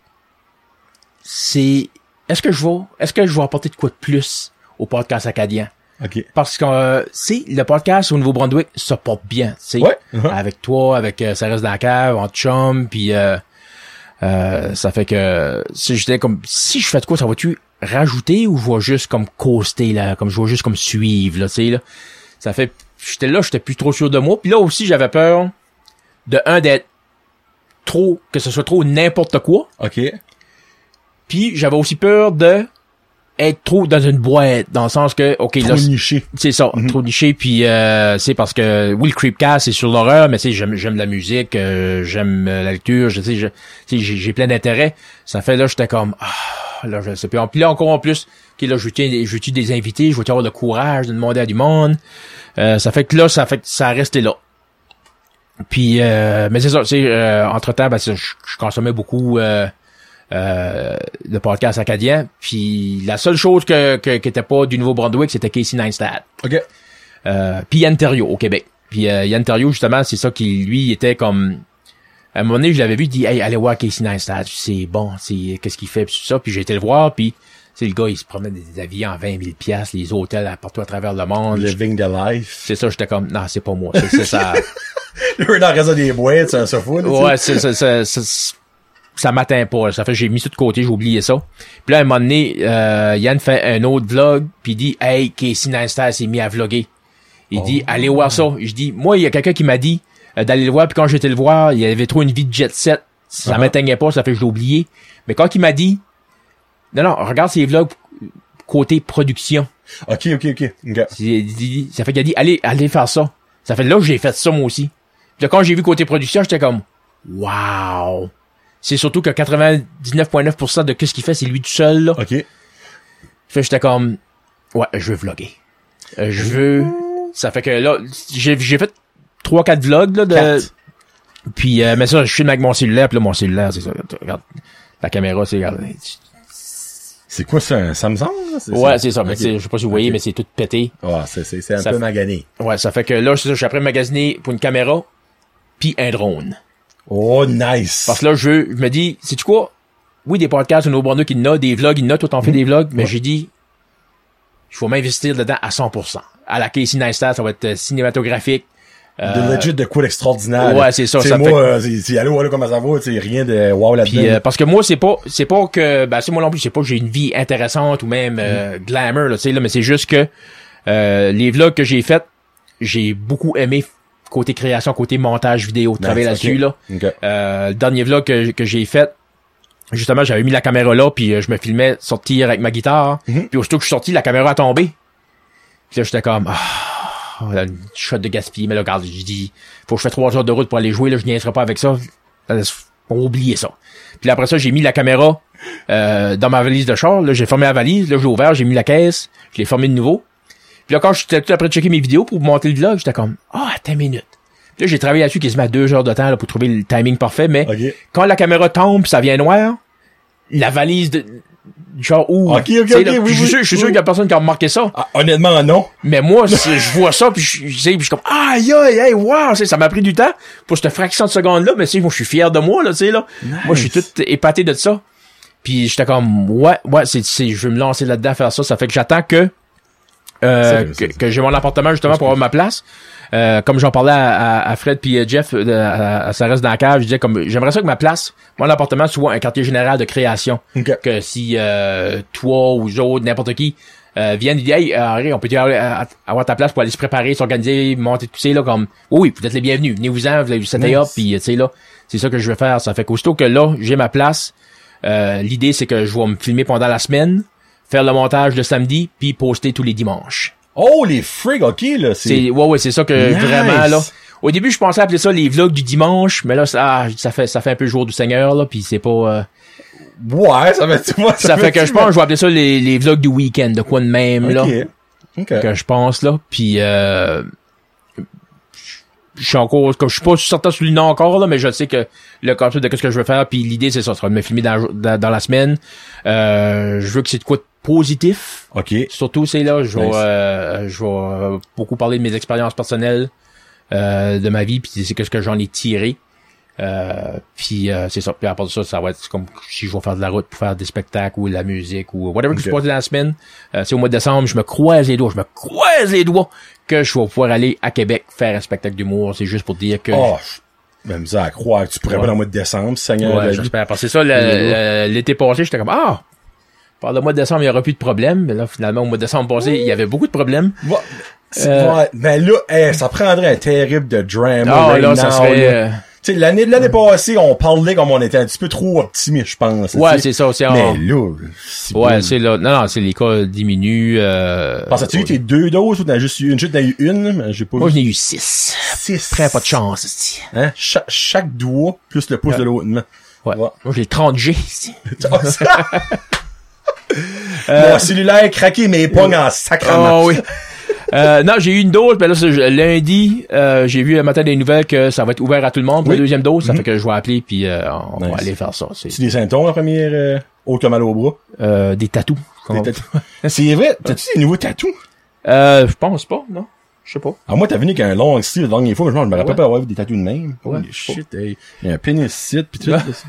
c'est est-ce que je vais apporter de quoi de plus au podcast acadien? Okay. Parce que le podcast au Nouveau-Brunswick se porte bien, tu sais. Ouais. Avec toi, avec ça reste dans la cave, en chum, puis ça fait que si j'étais comme si je fais de quoi, ça va-tu rajouter ou je vais juste comme coaster là, comme je vais juste comme suivre là, tu sais là. Ça fait j'étais plus trop sûr de moi, puis là aussi j'avais peur d'être trop que ce soit trop n'importe quoi. OK. Puis j'avais aussi peur de être trop dans une boîte, dans le sens que, OK, trop là, niché. C'est ça, trop niché, puis c'est parce que, oui, le Creepcast, c'est sur l'horreur, mais tu sais, j'aime la musique, j'aime la lecture, j'ai plein d'intérêts. Ça fait, là, j'étais comme, là, je sais pas. Puis là, encore en plus, OK, là, je veux des invités, je veux avoir le courage de demander à du monde. Ça fait que là, ça a resté là. Puis, mais c'est ça, entre-temps, ben, je consommais beaucoup, le podcast acadien, puis la seule chose qui était pas du Nouveau-Brunswick, c'était Casey Neistat. OK. Puis Yann Terriot au Québec. Puis Yann Terriot, justement, c'est ça qui lui était comme à un moment donné, je l'avais vu, il dit hey, allez voir Casey Neistat, c'est bon, qu'est-ce qu'il fait, puis tout ça, puis j'ai été le voir, puis c'est le gars, il se promenait des avions en 20 000 $, les hôtels partout à travers le monde. Living the life. C'est ça, j'étais comme non, c'est pas moi, c'est ça. Le dans le réseau des boîtes, c'est un sofa. Ouais, ça m'atteint pas. Ça fait que j'ai mis ça de côté, j'ai oublié ça. Puis là, à un moment donné, Yann fait un autre vlog, puis il dit « Hey, Casey Neistat s'est mis à vlogger. » Il dit « Allez voir ça. » Je dis « Moi, il y a quelqu'un qui m'a dit d'aller le voir, puis quand j'étais le voir, il avait trop une vie de jet set. Ça m'éteignait pas, ça fait que je l'ai oublié. Mais quand il m'a dit « Non, regarde ses vlogs côté production. » OK. Ça fait qu'il a dit « Allez faire ça. » Ça fait là que j'ai fait ça, moi aussi. Puis là, quand j'ai vu côté production, j'étais comme « Wow! » C'est surtout que 99,9% de ce qu'il fait, c'est lui tout seul, là. OK. Fait j'étais comme, ouais, je veux vlogger. Ça fait que là, j'ai fait 3-4 vlogs, là, 4. Puis, mais ça, je filme avec mon cellulaire, puis là, mon cellulaire, c'est ça. Regarde, la caméra, c'est, regarde. C'est quoi ça, un Samsung, là? C'est ça, mais je sais pas si vous voyez, mais c'est tout pété. Ouais, c'est un peu magané. Ouais, ça fait que là, c'est ça, je suis après magasiner pour une caméra, puis un drone. Oh, nice! Parce que là, je me dis, sais-tu quoi? Oui, des podcasts, un Brunswick, il y en a, des vlogs, il y en a, tout en fait des vlogs, mais j'ai dit, je vais m'investir dedans à 100%. À la Casey Neistat, ça va être cinématographique. De legit de quoi d'extraordinaire. Ouais, c'est ça. C'est moi, c'est allô, comment ça va, tu sais, rien de wow là-dedans. Puis, parce que moi, c'est pas que, c'est moi non plus, c'est pas que j'ai une vie intéressante ou même, glamour, là, tu sais, là, mais c'est juste que, les vlogs que j'ai faits, j'ai beaucoup aimé côté création, côté montage vidéo, travailler là-dessus, là. Okay. Le dernier vlog que j'ai fait, justement, j'avais mis la caméra là, puis je me filmais sortir avec ma guitare, puis aussitôt que je suis sorti, la caméra a tombé. Puis là, j'étais comme, une shot de gaspiller, mais là, regarde, j'ai dit, faut que je fasse 3 heures de route pour aller jouer, là, je niaiserai pas avec ça. Faut oublier ça. Puis là, après ça, j'ai mis la caméra dans ma valise de char, là, j'ai fermé la valise, là, j'ai ouvert, j'ai mis la caisse, je l'ai fermé de nouveau. Puis là, quand j'étais tout après de checker mes vidéos pour monter le vlog, j'étais comme, attends une minute. Puis là, j'ai travaillé là-dessus quasiment 2 heures de temps, là, pour trouver le timing parfait, mais quand la caméra tombe pis ça vient noir, la valise du genre ouvre. Ok, je suis sûr qu'il y a personne qui a remarqué ça. Ah, honnêtement, non. Mais moi, je vois ça, puis je suis comme, hey, wow, ça m'a pris du temps pour cette fraction de seconde-là, mais moi, je suis fier de moi, là, tu sais, là. Nice. Moi, je suis tout épaté de ça. Puis j'étais comme, ouais, je vais me lancer là-dedans, faire ça. Ça fait que j'attends que j'ai mon appartement, justement, pour avoir ma place. Comme j'en parlais à Fred puis Jeff, ça reste dans la cave, je disais comme, j'aimerais ça que ma place, mon appartement soit un quartier général de création. Okay. Que si, toi ou Joe, n'importe qui, viennent et disent, hey, on peut avoir ta place pour aller se préparer, s'organiser, monter tout ça, là, comme, oui, vous êtes les bienvenus, venez-vous-en, vous avez set up, puis tu sais, là, c'est ça que je vais faire. Ça fait qu'aussitôt que là, j'ai ma place, l'idée, c'est que je vais me filmer pendant la semaine, faire le montage le samedi, puis poster tous les dimanches. Oh, les frigs, ok, là, c'est ça que vraiment, là. Au début, je pensais appeler ça les vlogs du dimanche, mais là, ça fait un peu jour du Seigneur, là, puis c'est pas, ouais, ça fait que je pense que je vais appeler ça les vlogs du week-end, de quoi de même, là. Que je pense, là, puis je suis pas certain sur le nom encore, là, mais je sais que le concept de ce que je veux faire, puis l'idée, c'est ça, sera de me filmer dans la semaine. Je veux que c'est de quoi de positif. OK. Surtout, c'est là, je vais beaucoup parler de mes expériences personnelles, de ma vie, puis c'est ce que j'en ai tiré. Puis c'est ça. Puis à part de ça, ça va être comme si je vais faire de la route pour faire des spectacles ou de la musique ou whatever que je passe dans la semaine. C'est au mois de décembre, je me croise les doigts que je vais pouvoir aller à Québec faire un spectacle d'humour. C'est juste pour dire que... Même ça à croire que tu pourrais pas dans le mois de décembre, Seigneur. Ouais, j'espère. Parce que c'est ça, l'été passé, j'étais comme, par le mois de décembre, il y aura plus de problèmes. Mais là, finalement, au mois de décembre passé, il y avait beaucoup de problèmes. Mais là, ça prendrait un terrible de drama. Ça serait... Tu sais, l'année passée, on parlait comme on était un petit peu trop optimiste, je pense. Ouais, c'est ça aussi. Mais là, c'est là. Non, c'est les cas diminuent. Penses-tu que t'es 2 doses ou t'en as juste eu une? T'en as eu une, mais j'ai pas Moi, j'en ai eu 6. 6. Très pas de chance, ici. Hein? Chaque doigt, plus le pouce de l'autre. Ouais. Moi, j'ai 30 G, ici. Mon cellulaire craqué, mais pas en sacrement. Oh oui. Non, j'ai eu une dose, ben là, lundi, j'ai vu un matin des nouvelles que ça va être ouvert à tout le monde pour la deuxième dose, ça fait que je vais appeler puis on va aller faire ça. C'est des symptômes la première, autre que mal au bras? Des tatous. C'est vrai? T'as-tu des nouveaux tatous? Je pense pas, non. Je sais pas. Moi, t'as venu avec un long style la dernière fois, mais je me rappelle pas d'avoir vu des tatous de même. Ouais, shit, il y a un pénis site pis tout.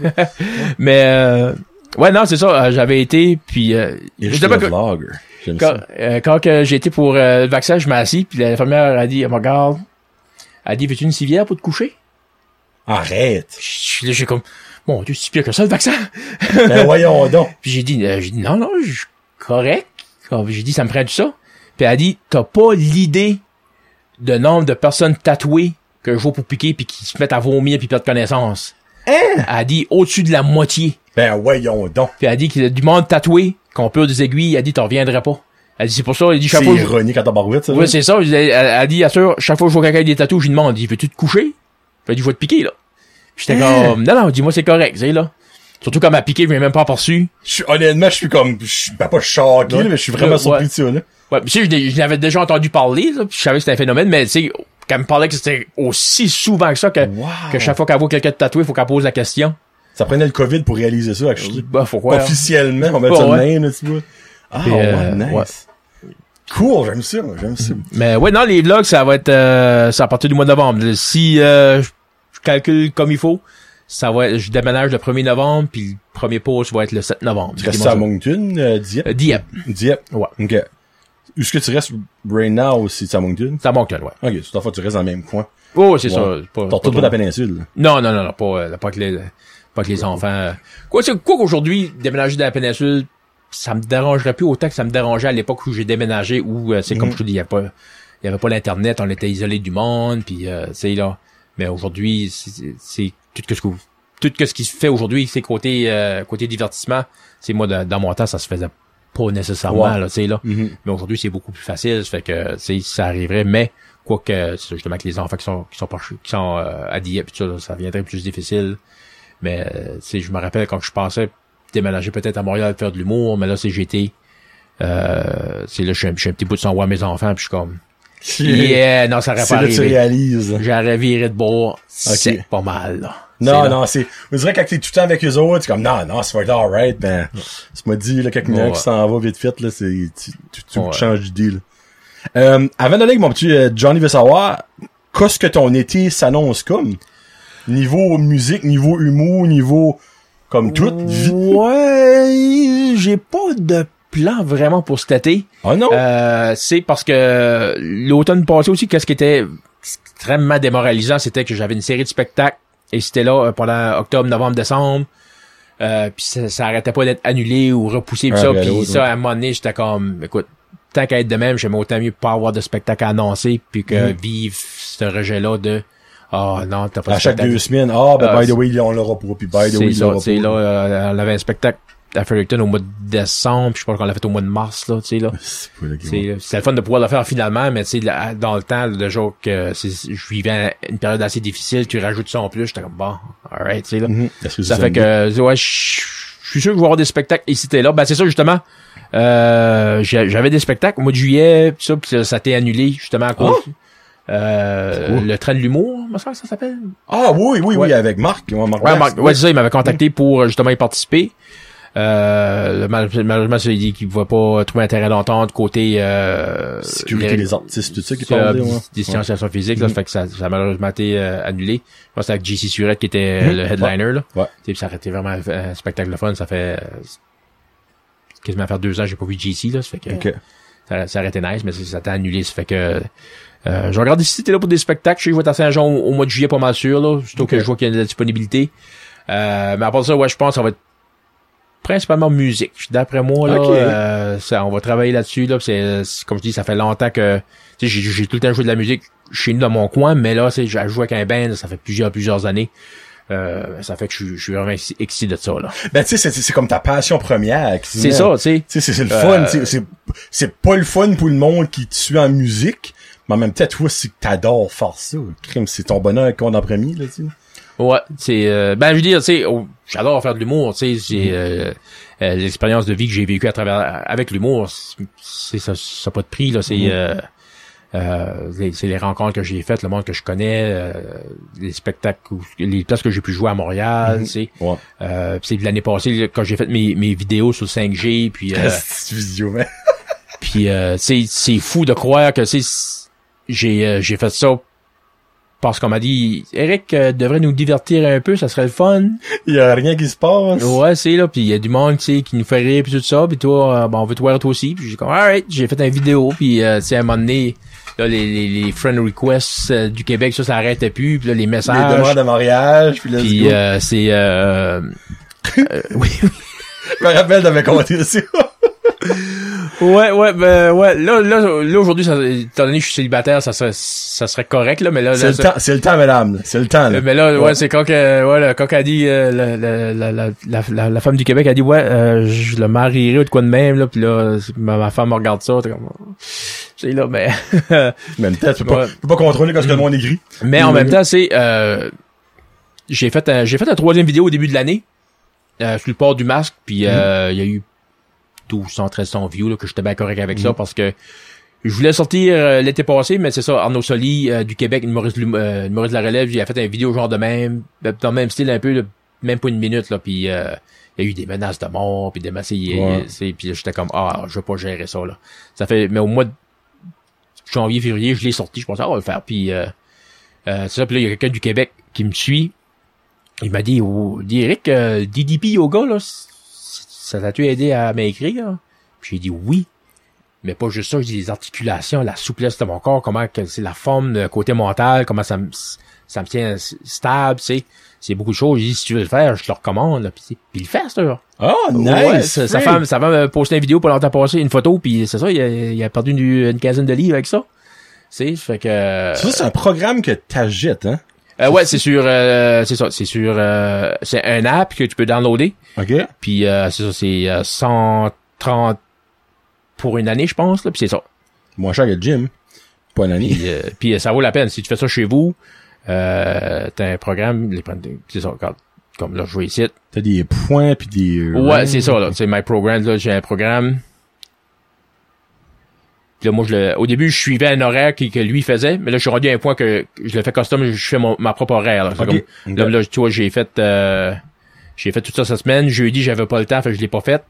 Mais, ouais, non, c'est ça, j'avais été, puis justement vlogger. Quand j'ai été pour le vaccin, je m'ai assis, puis l'infirmière a dit, elle me regarde, elle a dit, veux-tu une civière pour te coucher? Arrête! J'ai comme, mon Dieu, c'est pire que ça, le vaccin! Ben voyons donc! Puis j'ai dit, non, je suis correct. J'ai dit, ça me prend du ça. Puis elle a dit, t'as pas l'idée de nombre de personnes tatouées que je vois pour piquer puis qui se mettent à vomir puis perdre connaissance. Hein? Elle a dit, au-dessus de la moitié. Ben voyons donc! Puis elle a dit qu'il y a du monde tatoué, qu'on peut des aiguilles, elle a dit, t'en reviendrais pas. Elle dit, c'est pour ça, elle dit, chaque fois... C'est ironique à ta barouette, ça. Oui, c'est ça. Elle a dit, assure, chaque fois que je vois quelqu'un avec des tatous, je lui demande, dit, veux-tu te coucher? Puis elle dit, je vais te piquer, là. J'étais comme, non, dis-moi, c'est correct, c'est là. Surtout quand elle m'a piqué, je m'ai même pas aperçu. Honnêtement, je suis comme, pas choqué, mais je suis vraiment surpris de ça, là. Ouais, tu sais, je l'avais déjà entendu parler, là, puis je savais que c'était un phénomène, mais tu sais, quand elle me parlait que c'était aussi souvent que ça, que chaque fois qu'elle voit quelqu'un de tatoué, il faut qu'elle pose la question. Ça prenait le COVID pour réaliser ça, actually. Bah, faut quoi? Officiellement, on va mettre ça de même, là, tu vois. Nice. Ouais. Cool, j'aime ça. Mais ouais, non, les vlogs, ça va être, c'est à partir du mois de novembre. Si, je calcule comme il faut, ça va être, je déménage le 1er novembre, puis le premier post va être le 7 novembre. Tu restes à Moncton, Dieppe? Dieppe. Ouais. OK. Où est-ce que tu restes right now aussi, à Moncton? C'est à Moncton, ouais. OK, toute fois, tu restes dans le même coin. Oh, c'est ça. T'en retournes pas dans la péninsule, là. Non, pas que les enfants. Quoi qu'aujourd'hui, déménager dans la péninsule, ça me dérangerait plus autant que ça me dérangeait à l'époque où j'ai déménagé, où c'est comme je te dis, il y a y avait pas l'internet, on était isolé du monde, puis tu sais là. Mais aujourd'hui, c'est tout ce qui se fait aujourd'hui, c'est côté divertissement. C'est moi dans mon temps, ça se faisait pas nécessairement là, tu sais là. Mm-hmm. Mais aujourd'hui, c'est beaucoup plus facile, ça fait que ça arriverait, mais quoique c'est justement que les enfants qui sont adillés puis tout ça viendrait plus difficile. Mais tu sais, je me rappelle quand je pensais déménager peut-être à Montréal faire de l'humour, mais là j'étais c'est là je suis un petit bout de sang voir mes enfants puis je suis comme yeah, non, ça aurait pas arrivé. C'est là que tu réalises. J'aurais viré de bord. Okay. C'est pas mal, là. Non, on dirait que quand t'es tout le temps avec eux autres, c'est comme, non, ça va être alright, ben, tu m'as dit, là, quelques minutes qui s'en va vite fait, là, tu changes d'idée, là. Avant d'aller avec mon petit Johnny veut savoir, qu'est-ce que ton été s'annonce comme? Niveau musique, niveau humour, niveau, comme tout? Ouais, j'ai pas de plan vraiment pour cet été. Ah non? C'est parce que l'automne passé aussi, qu'est-ce qui était extrêmement démoralisant, c'était que j'avais une série de spectacles et c'était là pendant octobre, novembre, décembre. Puis ça arrêtait pas d'être annulé ou repoussé pis ça. Puis ça, à un moment donné, j'étais comme, écoute, tant qu'à être de même, j'aimais autant mieux pas avoir de spectacle à annoncer puis que vivre ce rejet-là de non, t'as pas de spectacle. À chaque 2 semaines, by the way, on l'aura pas, puis by the way, on l'aura pas. C'est là, on avait un spectacle à Fredericton au mois de décembre, puis je pense qu'on l'a fait au mois de mars, là, tu sais, là. C'est le fun de pouvoir le faire finalement, mais tu sais, dans le temps, le jour que je vivais une période assez difficile, tu rajoutes ça en plus, j'étais comme, bon, alright, tu sais, là. Ça fait que, ouais, je suis sûr que je vais avoir des spectacles ici et là. Ben, c'est ça, justement. J'avais des spectacles au mois de juillet, pis ça a été annulé, justement, à cause. Le train de l'humour, ça s'appelle? Ah, oui, avec Marc. Marc, c'est ça, il m'avait contacté pour, justement, y participer. Malheureusement, ça, il dit qu'il ne va pas trouver un terrain d'entente côté sécurité des artistes, tout ça qui parlait, distanciation physique, là, ça fait que ça a malheureusement été annulé. Je pense que c'est avec JC Surette qui était le headliner, là. Ouais. Ça aurait été vraiment un spectacle de fun. Ça fait quasiment faire 2 ans que j'ai pas vu JC, là. Ça fait que ça aurait été nice, mais ça a été annulé. Ça fait que je regarde si t'es là pour des spectacles. Je vais être à Saint-Jean au mois de juillet, pas mal sûr, là. Surtout que je vois qu'il y a de la disponibilité. Mais à part de ça, ouais, je pense que ça va être principalement musique. D'après moi, là, on va travailler là-dessus, là. C'est comme je dis, ça fait longtemps que, tu sais, j'ai tout le temps joué de la musique chez nous dans mon coin, mais là, j'ai joué avec un band, ça fait plusieurs années. Ça fait que je suis vraiment excité de ça, là. Ben, tu sais, c'est comme ta passion première. C'est ça, tu sais. Tu sais, c'est le fun. C'est pas le fun pour le monde qui te suit en musique, mais en même temps, toi, c'est que t'adores faire ça. C'est ton bonheur qu'on a premier, là, tu sais. Ouais, c'est ben je veux dire, tu sais, j'adore faire de l'humour, tu sais, j'ai l'expérience de vie que j'ai vécue à travers avec l'humour, ça a pas de prix là, c'est les rencontres que j'ai faites, le monde que je connais, les spectacles, les places que j'ai pu jouer à Montréal, tu sais. Ouais. C'est de l'année passée quand j'ai fait mes vidéos sur le 5G, puis puis c'est fou de croire que j'ai fait ça parce qu'on m'a dit, Eric devrait nous divertir un peu, ça serait le fun. Il y a rien qui se passe. Ouais, c'est là, puis il y a du monde, tu sais, qui nous fait rire puis tout ça, puis toi, on veut te voir toi aussi, puis j'ai comme, alright, j'ai fait une vidéo, puis tu sais, à un moment donné, là, les friend requests du Québec, ça arrêtait plus, puis là, les messages. Les demandes de mariage, puis là, puis c'est oui. Je me rappelle d'avoir compté ça. Ouais, là, aujourd'hui, étant donné que je suis célibataire, ça serait correct, là, mais là, c'est le temps, madame, c'est le temps, là. Mais là, ouais, c'est quand a dit, la femme du Québec a dit, je le marierai ou de quoi de même, là, pis là, ma femme me regarde ça, t'es comme, c'est là, mais. Même temps, tu peux pas contrôler quand ce que le monde écrit. Mais en même temps, j'ai fait un 3e vidéo au début de l'année, sur le port du masque, puis il y a eu 1200, 1300 views, là, que j'étais bien correct avec ça, parce que je voulais sortir l'été passé, mais c'est ça, Arnaud Soli, du Québec, humoriste de la relève, il a fait une vidéo genre de même, dans le même style un peu, là, même pas une minute, là, puis il y a eu des menaces de mort, puis des menaces, puis là, j'étais comme, je veux pas gérer ça, là. Ça fait, mais au mois de janvier, février, je l'ai sorti, je pensais, on va le faire, puis c'est ça, puis là, il y a quelqu'un du Québec qui me suit, il m'a dit, Eric, DDP Yoga, là, ça t'a-tu aidé à m'écrire? Puis j'ai dit oui. Mais pas juste ça, j'ai dit les articulations, la souplesse de mon corps, comment que c'est la forme, le côté mental, comment ça me tient stable, tu sais. C'est beaucoup de choses. J'ai dit, si tu veux le faire, je te le recommande, là. Puis il le fait, ça. Oh, nice! Ouais, sa femme me posté une vidéo pour longtemps passé, une photo, puis c'est ça, il a perdu une quinzaine de livres avec ça. sais, fait que... Ça, c'est un programme que t'agites, hein? Ouais, c'est sur, c'est ça, c'est sur, c'est un app que tu peux downloader. OK. Puis, c'est ça, c'est 130 pour une année, je pense, là, puis c'est ça. Moins cher que le gym. Pas une année. Puis ça vaut la peine. Si tu fais ça chez vous, t'as un programme, c'est ça, comme là, je vois ici. T'as des points puis des... Ouais, c'est ça, là. C'est My Program, là, j'ai un programme. Puis là, moi, au début, je suivais un horaire que lui faisait, mais là, je suis rendu à un point que je le fais custom, je fais ma propre horaire, là. C'est Okay. comme, là, tu vois, j'ai fait tout ça cette semaine. Jeudi, j'avais pas le temps, fait que je l'ai pas fait.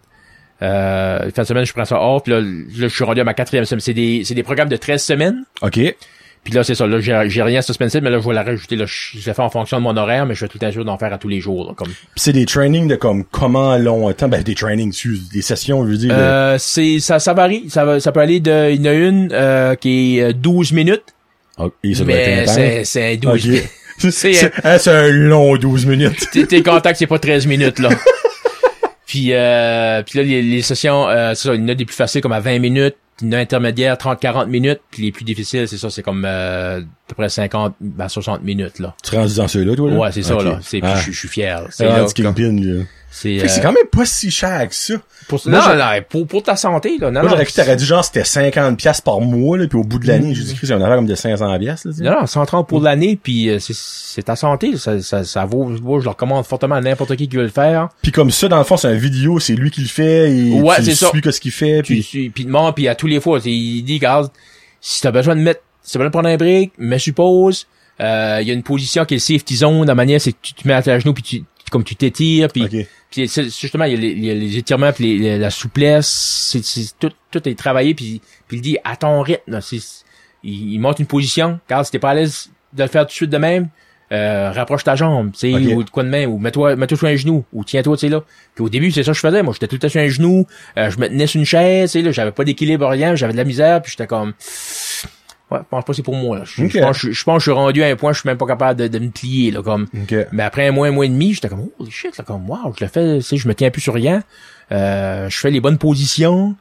Fin de semaine, je prends ça off, puis là, je suis rendu à ma 4e semaine. C'est des programmes de 13 semaines. OK. Puis là, c'est ça. Là, j'ai rien cette semaine-ci, mais là, je vais la rajouter. Là, je l'ai fait en fonction de mon horaire, mais je vais tout à d'en faire à tous les jours. Là, comme. Pis c'est des trainings de comme comment longtemps? Ben, des trainings, des sessions, je veux dire. Ça varie. Ça peut aller il y en a une, qui est 12 minutes. Okay, ça doit mais être c'est 12 minutes. Okay. C'est un long 12 minutes. Tes contacts, c'est pas 13 minutes, là. Puis là, les sessions, c'est ça, il y en a des plus faciles comme à 20 minutes. Il y en a intermédiaires, 30-40 minutes, puis les plus difficiles, c'est ça, c'est comme à peu près 50, 60 minutes, là. Tu es rendu dans ceux-là, toi, là? Ouais, c'est ça, okay. là. Je suis fier. C'est là, Kingpin, là. C'est quand même pas si cher que ça. Pour ta santé, là. Moi, j'aurais cru que t'aurais dit genre c'était 50$ par mois, là, puis au bout de l'année, j'ai dit que c'est un affaire comme de 500$, là. Non, 130 pour l'année, puis c'est ta santé, ça vaut, je le recommande fortement à n'importe qui veut le faire. Puis comme ça, dans le fond, c'est une vidéo, c'est lui qui le fait, et ouais, tu suis ce qu'il fait, puis à tous les fois, il dit, regarde, si t'as besoin de prendre un break, mets sur pause, il y a une position qui est le safety zone, la manière, c'est que tu te mets à tes genoux, puis comme tu t'étires, puis okay. Puis justement, il y a les étirements, puis la souplesse, tout est travaillé, puis il dit à ton rythme. Là, il monte une position. Car si t'es pas à l'aise de le faire tout de suite de même, rapproche ta jambe, tu sais, okay. ou de quoi de même, ou mets-toi sur un genou, ou tiens-toi, tu sais là. Puis au début, c'est ça que je faisais. Moi, j'étais tout le temps sur un genou, je me tenais sur une chaise, tu sais là, j'avais pas d'équilibre rien, j'avais de la misère, puis j'étais comme. Ouais, je pense pas que c'est pour moi, là. Je pense que je suis rendu à un point, je suis même pas capable de me plier, là, comme. Okay. Mais après un mois et demi, j'étais comme, holy shit, là, comme, wow, je le fais, tu sais, je me tiens plus sur rien. Je fais les bonnes positions.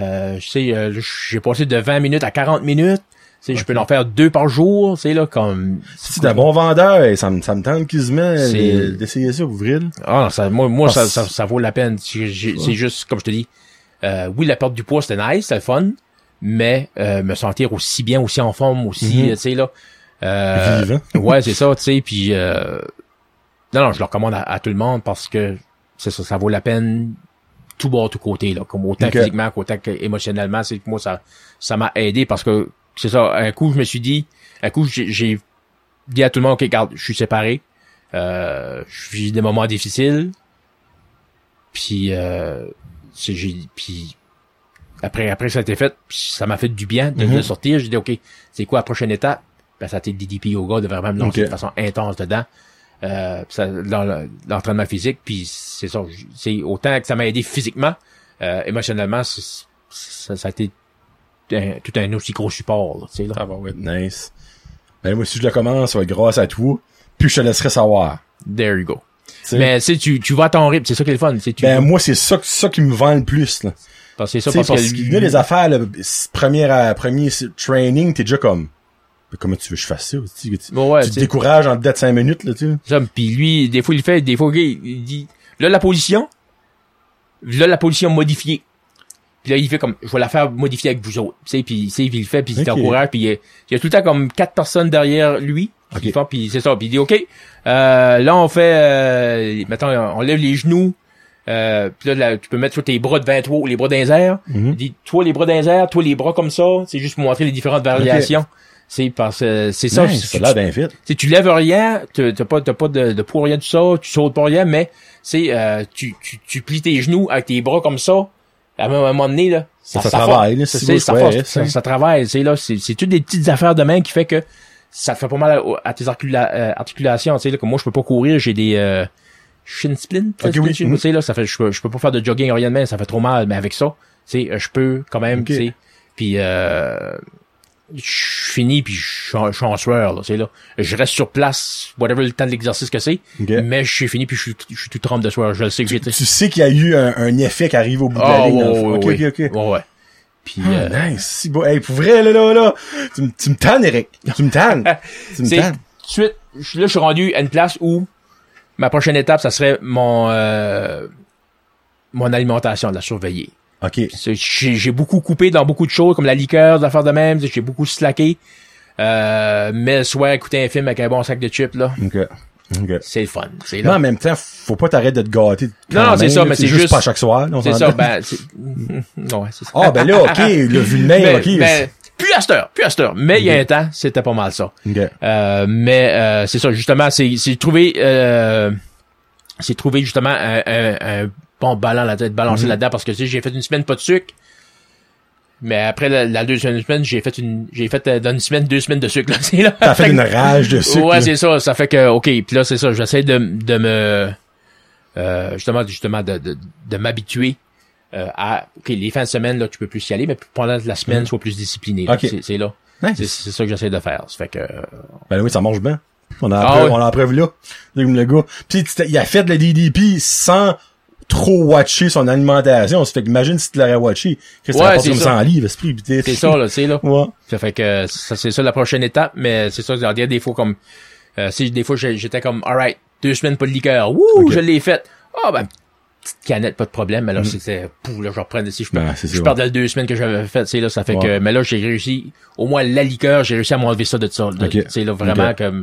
J'ai passé de 20 minutes à 40 minutes. Tu sais, je peux en faire 2 par jour, tu sais, là, comme. Si t'es un bon vendeur, ça me tente quasiment d'essayer ça, ouvrir. Ah, ça vaut la peine. C'est juste, comme je te dis, oui, la perte du poids, c'était nice, c'était fun. Mais me sentir aussi bien, aussi en forme, aussi, tu sais là. Vivant. Ouais, c'est ça, tu sais. Puis non, je le recommande à tout le monde parce que c'est ça vaut la peine tout bord, tout côté là, comme autant physiquement qu'autant émotionnellement. C'est que moi ça m'a aidé parce que c'est ça. Un coup, j'ai dit à tout le monde, ok, regarde, je suis séparé, je vis des moments difficiles. Puis après ça a été fait, ça m'a fait du bien de sortir. J'ai dit, OK, c'est quoi la prochaine étape? Ben, ça a été le DDP Yoga, de vraiment me lancer de façon intense dedans. Dans l'entraînement physique, puis c'est ça. C'est autant que ça m'a aidé physiquement, émotionnellement, ça a été tout un aussi gros support, tu sais, là. Ça va être nice. Ben, moi, si je le commence, ça va être grâce à toi, puis je te laisserai savoir. There you go. T'sais. Mais, tu vas à ton rythme, c'est ça qui est le fun, moi, c'est ça qui me vend le plus, là. C'est ça, parce qu'il y a des affaires, là, premier training, t'es déjà comme, comment tu veux que je fasse ça? Tu te décourages en dedans de 5 minutes, là, tu sais. Puis lui, des fois, il fait, il dit, là, la position modifiée. Puis là, il fait comme, je vais la faire modifier avec vous autres. Tu sais, puis il le fait, puis il t'encourage, puis il y a tout le temps comme 4 personnes derrière lui. Puis c'est ça. Puis il dit, OK, là, on fait, mettons, on lève les genoux. Puis là, tu peux mettre sur tes bras devant toi ou les bras dans les airs. Il dit, toi les bras dans les airs, toi les bras comme ça. C'est juste pour montrer les différentes variations. C'est parce que c'est ça. C'est là d'un fit. Tu lèves rien, t'as pas de poids, rien de ça, tu sautes pas rien, mais tu plies tes genoux avec tes bras comme ça. À un moment donné, là, ça travaille, là, ça travaille, là, c'est toutes des petites affaires de main qui fait que ça te fait pas mal à tes articulations, tu sais, là, comme moi, je peux pas courir, j'ai des, shin splint, tu sais, là, ça fait, je peux pas faire de jogging, rien de main, ça fait trop mal, mais avec ça, tu sais, je peux quand même, tu sais, puis je finis puis je suis en sueur, là, tu sais, là. Je reste sur place, whatever le temps de l'exercice que c'est, mais je suis fini puis je suis tout trempe de sueur, je le sais que j'étais. Tu sais qu'il y a eu un effet qui arrive au bout de la ligne. Ouais. Puis, nice. Si bon. Hey, pour vrai, là. Tu me tannes, Eric. Tu me tannes. Tout de suite, je suis rendu à une place où ma prochaine étape, ça serait mon alimentation, de la surveiller. OK. J'ai beaucoup coupé dans beaucoup de choses, comme la liqueur, des affaires de même. J'ai beaucoup slacké. Mais le soir, écouter un film avec un bon sac de chips, là. OK. C'est le fun. C'est là. Non, en même temps, faut pas t'arrêter de te gâter. Non, c'est ça, mais c'est juste pas chaque soir. C'est ça, ben, ouais, c'est ça. Ah, ben là, OK, le vu de même, OK. Ben, plus à cette heure. Mais il y a un temps, c'était pas mal ça. Okay. Mais c'est ça, justement, c'est trouver justement un bon balancer là-dedans, parce que tu sais, j'ai fait une semaine pas de sucre. Mais après la deuxième semaine, j'ai fait dans une semaine 2 semaines de sucre, là. C'est là. T'as fait une rage de sucre. Ouais, là. c'est ça. Ça fait que, OK. Puis là, c'est ça. J'essaie de me, justement, de m'habituer, à, OK, les fins de semaine, là, tu peux plus y aller, mais pendant la semaine, sois plus discipliné. Là. Okay. C'est là. Nice. C'est ça que j'essaie de faire. Ça fait que, ben oui, ça marche bien. On a la preuve là. Le gars. Puis il a fait de la DDP sans trop watcher son alimentation. Ça fait qu'imagine si tu l'aurais watché. Que ça comme 100 livres, esprit. C'est ça, là, c'est là. Ouais. Ça fait que, c'est ça la prochaine étape, mais c'est ça, il y a des fois comme, si des fois j'étais comme, alright, 2 semaines pas de liqueur. Wouh, okay. Je l'ai faite. Ah, ben, petite canette, pas de problème. Mais là, c'était, là, je reprends si je perdais les 2 semaines que j'avais faites, c'est là, ça fait que, mais là, j'ai réussi, au moins la liqueur, j'ai réussi à m'enlever ça de ça. C'est là, vraiment comme,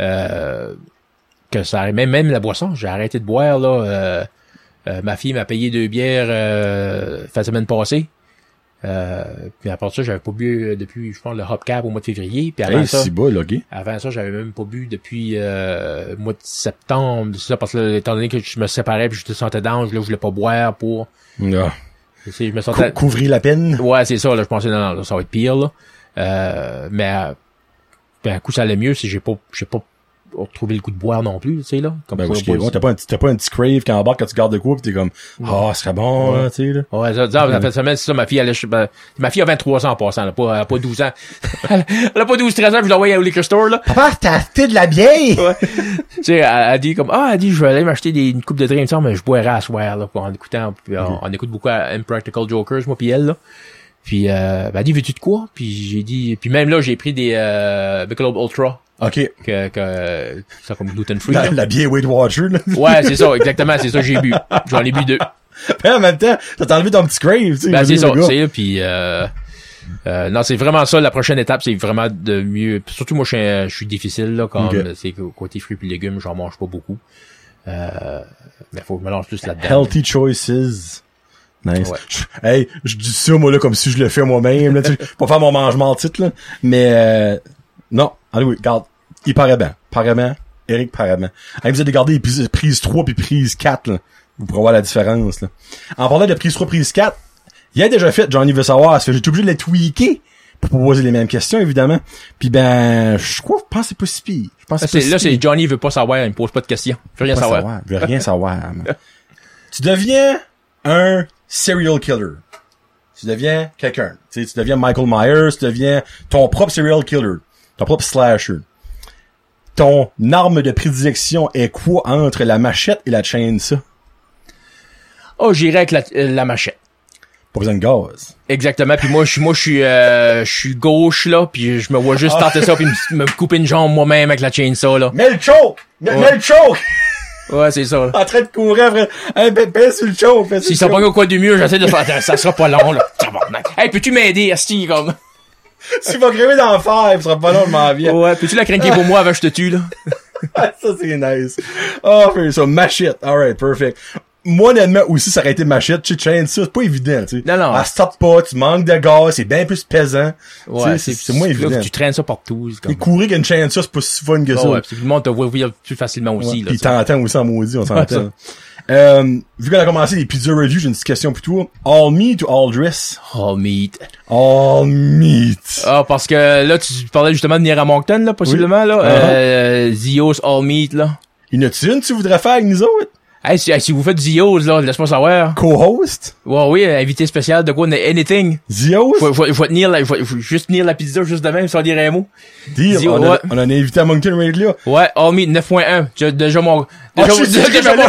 que ça, même la boisson, j'ai arrêté de boire, là, ma fille m'a payé 2 bières fin de semaine passée. Puis après ça, j'avais pas bu depuis, je pense, le Hopcap au mois de février. Puis avant ça, avant ça, j'avais même pas bu depuis le mois de septembre. C'est ça, parce que là, étant donné que je me séparais puis je te sentais d'ange, là, je voulais pas boire pour... Non. Je me sentais... Couvrir la peine. Ouais, c'est ça, là, je pensais, non, ça va être pire, là. Mais un coup, ça allait mieux si j'ai pas retrouver le goût de boire non plus, tu sais, là. Comme ben, t'as pas un petit crave quand tu gardes de quoi pis t'es comme, ah, ce serait bon, là, tu sais, là. Ouais, ça, la fin de semaine, c'est ça, ma fille a 23 ans en passant, elle a pas 12 ans. Elle a pas 12, 13 ans, je l'envoie au liquor store, là. Papa, t'as acheté de la bière! Ouais. Tu sais, elle dit comme, je vais aller m'acheter une coupe de drink, mais je boirai à soir, là, en écoutant, on écoute beaucoup à Impractical Jokers, moi pis elle, là. Puis, elle dit, veux-tu de quoi? Puis j'ai dit, puis même là, j'ai pris des, Michelob Ultra. OK. Ça comme gluten free. La bière Weight Watcher, là. Ouais, c'est ça, exactement, c'est ça que j'ai bu. J'en ai bu 2. Mais en même temps, t'as enlevé ton petit crave, tu sais. Ben, c'est ça, c'est, puis non, c'est vraiment ça, la prochaine étape, c'est vraiment de mieux, surtout moi, je suis difficile, là, comme, c'est côté fruits et légumes, j'en mange pas beaucoup. Mais faut que je mélange plus là-dedans. Healthy choices. Nice. Ouais. Je dis ça, moi, là, comme si je le fais moi-même, là, tu sais, pas faire mon mangement de titre, là. Mais, non. Allez, oui, regarde. Il paraît bien. Eric paraît bien. Vous allez garder les prises 3 puis prise 4, là. Vous pourrez voir la différence, là. En parlant de prise 3, prise 4, il a déjà fait, Johnny veut savoir, est-ce que j'ai obligé de les tweaker pour poser les mêmes questions, évidemment. Puis ben, je pense que c'est pas si pire. Là, c'est Johnny veut pas savoir, il me pose pas de questions. Je veux rien savoir. Je veux rien savoir. Tu deviens un serial killer. Tu deviens quelqu'un. Tu sais, tu deviens Michael Myers, tu deviens ton propre serial killer. Ton propre slasher. Ton arme de prédilection est quoi entre la machette et la chainsaw? Oh, j'irais avec la machette. Pas besoin de gaz. Exactement. Puis moi, je suis gauche, là, puis je me vois juste tenter ça, puis me couper une jambe moi-même avec la chainsaw, là. Mets le choke! Mets le choke! Ouais, c'est ça, là. En train de courir, frère. Hey, pèse sur le choke, si ça pas au quoi du mieux, j'essaie de faire, ça sera pas long, là. Hey, peux-tu m'aider, Asti, comme? Tu vas crever dans le fer, ça sera pas long, je m'en viens. Ouais, peux-tu la craquer pour moi avant que je te tue, là? Ça, c'est nice. Oh, ça, machette. Alright, perfect. Moi, honnêtement, aussi, ça aurait été machette. Tu sais, ça, c'est pas évident, tu sais. Non. Elle starte pas, tu manques de gaz, c'est bien plus pesant. Ouais, c'est moins évident. Là, tu traînes ça partout. Et courir qu'une chaîne ça, c'est pas si fun que ça. Ouais, puis tout le monde te voit plus facilement aussi, là. Pis t'entends aussi en maudit, on s'entend. Vu qu'on a commencé les pizza reviews, j'ai une petite question pour toi. All meat ou all dress? All meat. All meat. Ah, parce que là, tu parlais justement de venir à Moncton, là, possiblement, là. Zios All Meat, là. Y en a-tu une que tu voudrais faire avec nous autres? Hey, si vous faites Zios, là, laisse-moi savoir. Co-host? Ouais, oui, invité spécial de quoi, anything. Zios? Je vais juste tenir la pizza juste de même, sans dire un mot. Deal. Zios, on a invité à Moncton Radio. Ouais, All Meat 9.1. Déjà mon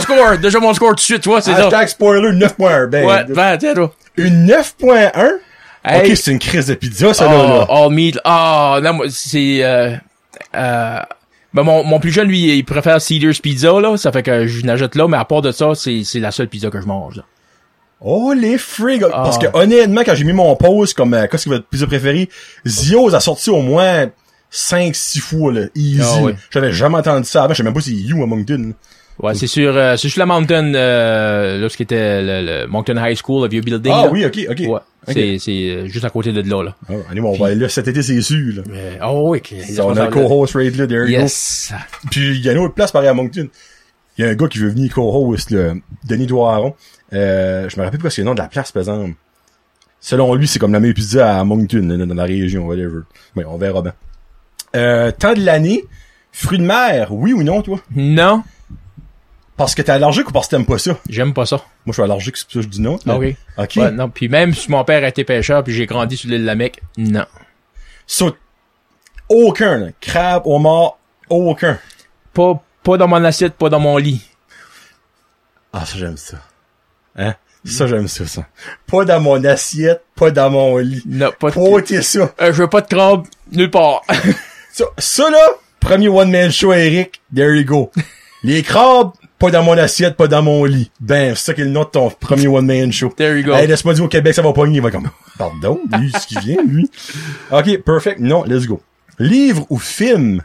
score tout de suite, tu vois, c'est ça. Hashtag spoiler 9.1. Ouais, tiens, toi. Une 9.1? Hey, ok, c'est une crise de pizza, ça, là. All meat. Non, moi, c'est, ben mon plus jeune, lui, il préfère Cedars Pizza, là. Ça fait que je n'ajoute là, mais à part de ça, c'est la seule pizza que je mange, là. Oh, les frigs! Parce que, honnêtement, quand j'ai mis mon pause comme, qu'est-ce qui va être pizza préférée, Zio's a sorti au moins 5-6 fois, là. Easy. Ouais. J'avais jamais entendu ça avant. Je sais même pas si c'est You à Moncton. Ouais, c'est sur la Mountain, là, ce qui était le Moncton High School, le vieux building. Ah là. oui, ok. Ouais. C'est juste à côté de là. Ah, allez, on va aller là cet été, c'est sûr, là. Oui, Ça, on a le co-host right là, there you yes. go. Puis, il y a une autre place pareil à Moncton. Il y a un gars qui veut venir co-host, là, Denis Doiron. Je me rappelle pas ce que c'est le nom de la place, par exemple. Selon lui, c'est comme la meilleure pizza à Moncton, là, dans la région, whatever. Ouais, on verra bien. Temps de l'année, fruits de mer, oui ou non, toi? Non. Parce que t'es allergique ou parce que t'aimes pas ça? J'aime pas ça. Moi, je suis allergique, c'est pour ça que je dis non. Mais... OK. OK. Ouais, non, puis même si mon père était pêcheur puis j'ai grandi sur l'île de la Mecque, non. So, aucun, là. Crabe, homard, aucun. Pas dans mon assiette, pas dans mon lit. Ah, ça, j'aime ça. Hein? Ça, j'aime ça. Pas dans mon assiette, pas dans mon lit. Non, pas Pôtez ça. Je veux pas de crabe nulle part. Ça, là, premier one-man show, Eric, there you go. Les crabes, pas dans mon assiette, pas dans mon lit. Ben, c'est ça qui est le nom de ton premier one-man show. There you go. Hey, laisse-moi dire au Québec, ça va pogner. Il va comme, pardon, lui, ce qui vient, lui. OK, perfect. Non, let's go. Livre ou film?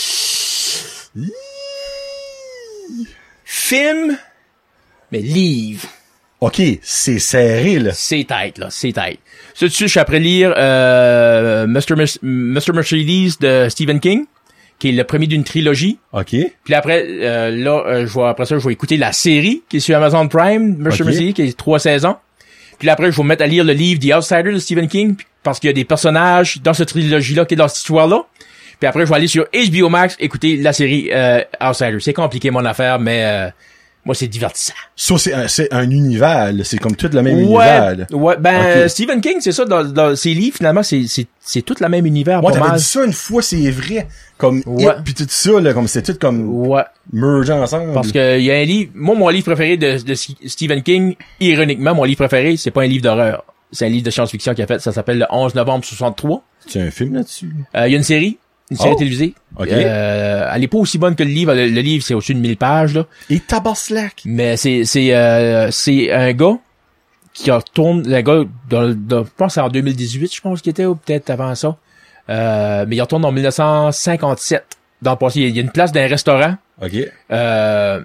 Film, mais livre. OK, c'est serré, là. C'est tête, là, c'est tête. Ça, dessus, je suis après lire Mr. Mercedes de Stephen King, qui est le premier d'une trilogie. OK. Puis après, je vais écouter la série qui est sur Amazon Prime, Mr. Mercedes, qui est 3 saisons. Puis après, je vais me mettre à lire le livre The Outsider de Stephen King, parce qu'il y a des personnages dans cette trilogie-là qui est dans cette histoire-là. Puis après, je vais aller sur HBO Max écouter la série Outsider. C'est compliqué, mon affaire, mais moi, c'est divertissant. Ça, c'est un univers, là. C'est comme tout le même univers, là. Ouais, ben, Okay. Stephen King, c'est ça, dans ses livres, finalement, c'est tout le même univers, Moi, pas t'avais mal. dit ça une fois, c'est vrai. Comme Ouais. It, pis tout ça, là, comme c'est tout comme Ouais. mergé ensemble. Parce que il y a un livre, moi, mon livre préféré de Stephen King, ironiquement, mon livre préféré, c'est pas un livre d'horreur. C'est un livre de science-fiction qu'il a fait, ça s'appelle le 11 novembre 63. Tu as un film là-dessus? Il y a une série télévisée. OK. Elle est pas aussi bonne que le livre. Le livre, c'est au-dessus de 1000 pages, là. Et Tabarslack. Mais c'est un gars qui retourne, je pense que c'est en 2018, je pense qu'il était, ou peut-être avant ça. Mais il retourne en 1957. Dans le passé, il y a une place d'un restaurant. OK. Dans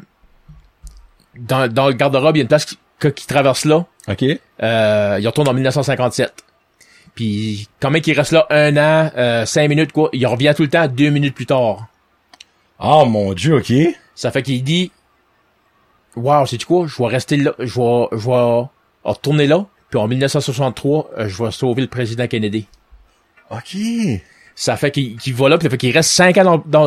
le garde-robe, il y a une place qui traverse là. OK. Il retourne en 1957. Puis, quand même qu'il reste là 1 an, 5 minutes, quoi, il revient tout le temps 2 minutes plus tard. Ah, mon Dieu, OK. Ça fait qu'il dit, wow, sais-tu quoi, je vais rester là, je vais retourner là, puis en 1963, je vais sauver le président Kennedy. OK. Ça fait qu'il va là, puis ça fait qu'il reste 5 ans dans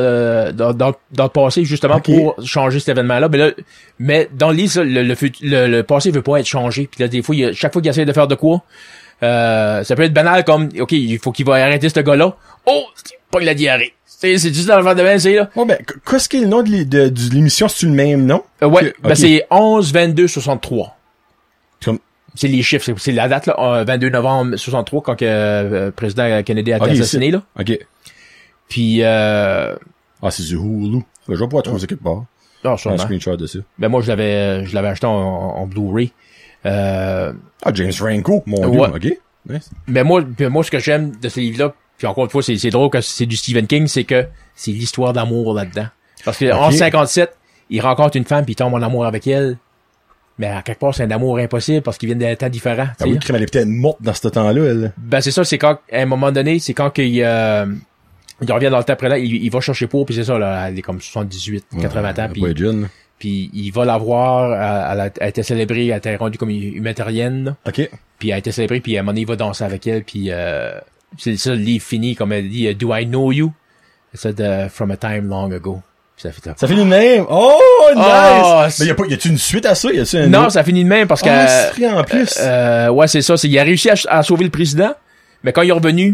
le passé, justement, OK. pour changer cet événement-là. Mais dans le livre, le passé veut pas être changé. Puis là, des fois, chaque fois qu'il essaie de faire de quoi, ça peut être banal comme, OK, il faut qu'il va arrêter ce gars-là. Oh, pas la diarrhée. C'est juste dans le ventre de bain, c'est là. Oh, ben, qu'est-ce qui est le nom de l'émission? C'est-tu le même nom? Ouais, OK. c'est 11-22-63. Comme... C'est les chiffres, c'est la date, là, 22 novembre 63, quand le président Kennedy a été assassiné, là. OK. Puis, Ah, c'est du Hulu. Je vais pas trouver ça quelque part. non, Un sûrement. screenshot de ça. Ben, moi, je l'avais acheté en Blu-ray. Ah, James Franco, mon Ouais. Dieu. OK. Nice. Mais moi, ce que j'aime de ce livre-là, puis encore une fois, c'est drôle que c'est du Stephen King, c'est que c'est l'histoire d'amour là-dedans. Parce que en 57, il rencontre une femme puis il tombe en amour avec elle. Mais à quelque part, c'est un amour impossible parce qu'ils viennent d'un temps différent. Ah oui, crème, elle est peut-être morte dans ce temps-là, elle. Ben c'est ça, c'est quand à un moment donné, c'est quand il revient dans le temps présent, il va chercher pour, puis c'est ça, là, elle est comme 78, 80 ans, puis Ouais, jeune. puis il va la voir, elle a été célébrée, elle a été rendue comme humanitarienne, là. OK. Puis elle a été célébrée, puis à un moment donné, il va danser avec elle, puis c'est ça, le livre fini, comme elle dit, Do I Know You? C'est ça, From a Time Long Ago. Puis ça fait Ça finit de même. Oh, nice! Oh, Mais y a-tu une suite à ça? Y a-tu un non, autre? ça finit de même parce que... Ah, c'est vrai, en plus. ouais, c'est ça. Il a réussi à sauver le président, mais quand il est revenu,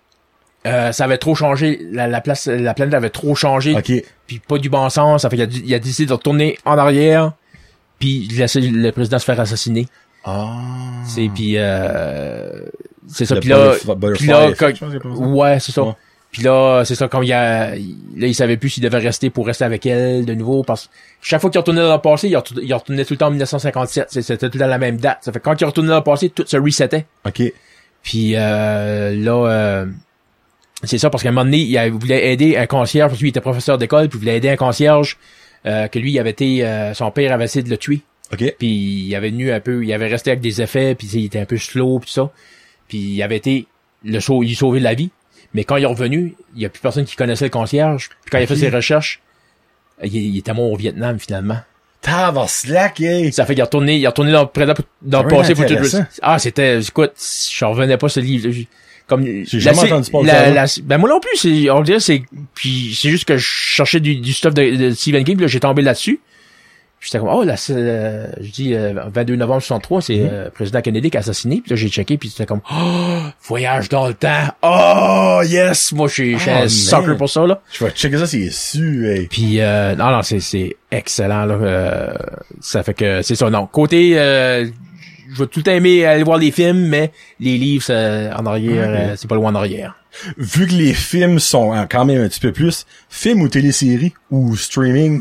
ça avait trop changé. La planète avait trop changé. OK. Puis pas du bon sens. Ça fait qu'il a décidé de retourner en arrière, puis laisser le président se faire assassiner. C'est puis c'est ça. Puis là, ouais, c'est ça. Ouais. Puis là, c'est ça, comme il savait plus s'il devait rester pour rester avec elle de nouveau, parce que chaque fois qu'il retournait dans le passé, il retournait tout le temps en 1957. C'était tout le temps la même date. Ça fait que quand il retournait dans le passé, tout se resetait. OK. Puis là, c'est ça, parce qu'à un moment donné, il voulait aider un concierge, parce que lui, il était professeur d'école, puis il voulait aider un concierge, que lui, il avait été, son père avait essayé de le tuer. OK. Puis il avait venu un peu, il avait resté avec des effets, puis il était un peu slow, puis ça. Puis il avait été, il sauvait la vie. Mais quand il est revenu, il y a plus personne qui connaissait le concierge. Puis quand il a fait ses recherches, il était mort au Vietnam, finalement. Slack, hey! Ça fait qu'il est retourné dans le passé pour tout. C'était, écoute, je revenais pas ce livre. Comme, j'ai jamais entendu parler de ça. Ben, moi non plus, on dirait, puis c'est juste que je cherchais du stuff de Stephen King, puis là, j'ai tombé là-dessus. J'étais comme, je dis, 22 novembre 63, c'est président Kennedy qui a assassiné. Puis là, j'ai checké, puis c'était comme, voyage dans le temps. Oh, yes! Moi, je suis un sucker pour ça, là. Je vais checker ça, c'est sûr, hey. Puis, non, c'est excellent, là. Ça fait que, c'est ça, non. Côté, je vais tout le temps aimer aller voir les films, mais les livres, en arrière, c'est pas loin en arrière. Vu que les films sont quand même un petit peu plus, films ou téléséries ou streaming?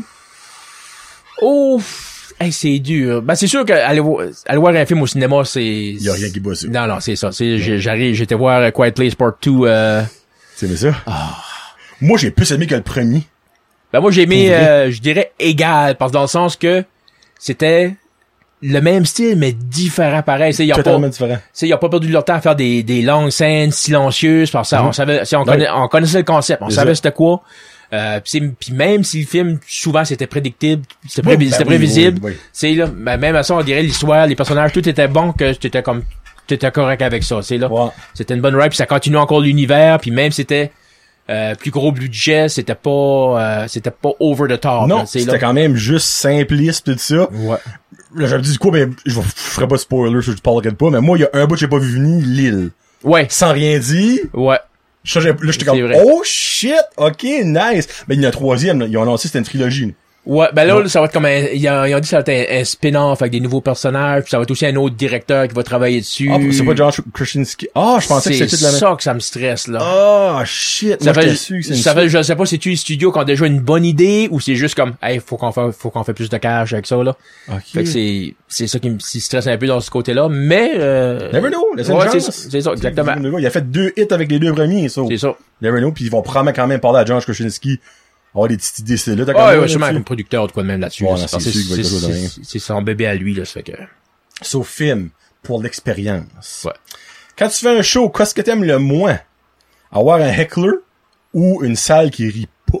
Oh, hey, c'est dur. Ben, c'est sûr qu'aller voir un film au cinéma, c'est... Il y a rien qui bat ça. Non, c'est ça. J'étais voir Quiet Place Part 2, C'est mais ça? Moi, j'ai plus aimé que le premier. Ben, moi, j'ai aimé, je dirais égal, parce que dans le sens que c'était le même style, mais différent pareil. Totalement différent. Ils ont pas perdu leur temps à faire des longues scènes silencieuses, parce que ça, on connaissait le concept, on savait c'était quoi. Puis même si le film souvent c'était prédictible, c'était prévisible, oui. C'est là, même à ça on dirait l'histoire, les personnages, tout était bon, que t'étais correct avec ça, c'est là. Ouais. C'était une bonne ride, puis ça continue encore l'univers, puis même c'était plus gros budget, c'était pas over the top. Non, là, c'était quand même juste simpliste tout ça. Ouais. Là, j'avais dit quoi, mais je ferai pas de spoiler, je parlerai pas, mais moi il y a un bout que j'ai pas vu venir, Lille. Ouais. Sans rien dire. Ouais. Là, j'étais comme, vrai. oh shit, ok, nice. Mais il y a un troisième, là. Ils ont annoncé que c'était une trilogie. Ouais, ben là, ça va être comme ils ont dit que ça va être un spin-off avec des nouveaux personnages, puis ça va être aussi un autre directeur qui va travailler dessus. Ah, c'est pas Josh Krasinski. Ah, je pensais que c'était tout la même. C'est ça que ça me stresse, là. Ah, shit. Je sais pas si tu les studios qui ont déjà une bonne idée, ou c'est juste comme, hey, faut qu'on fait plus de cash avec ça, là. Okay. Fait que c'est ça qui me stresse un peu dans ce côté-là, mais, Never know, c'est ça, exactement. Il a fait 2 hits avec les 2 premiers, ça. C'est ça. Never know, puis ils vont probablement quand même parler à Josh Krasinski. Avoir des petites idées, c'est là. Ouais, sûrement comme producteur ou quoi de même là-dessus. Ouais, c'est son bébé à lui, là, ça fait que. Sauf film, pour l'expérience. Ouais. Quand tu fais un show, qu'est-ce que t'aimes le moins? Avoir un heckler ou une salle qui rit pas?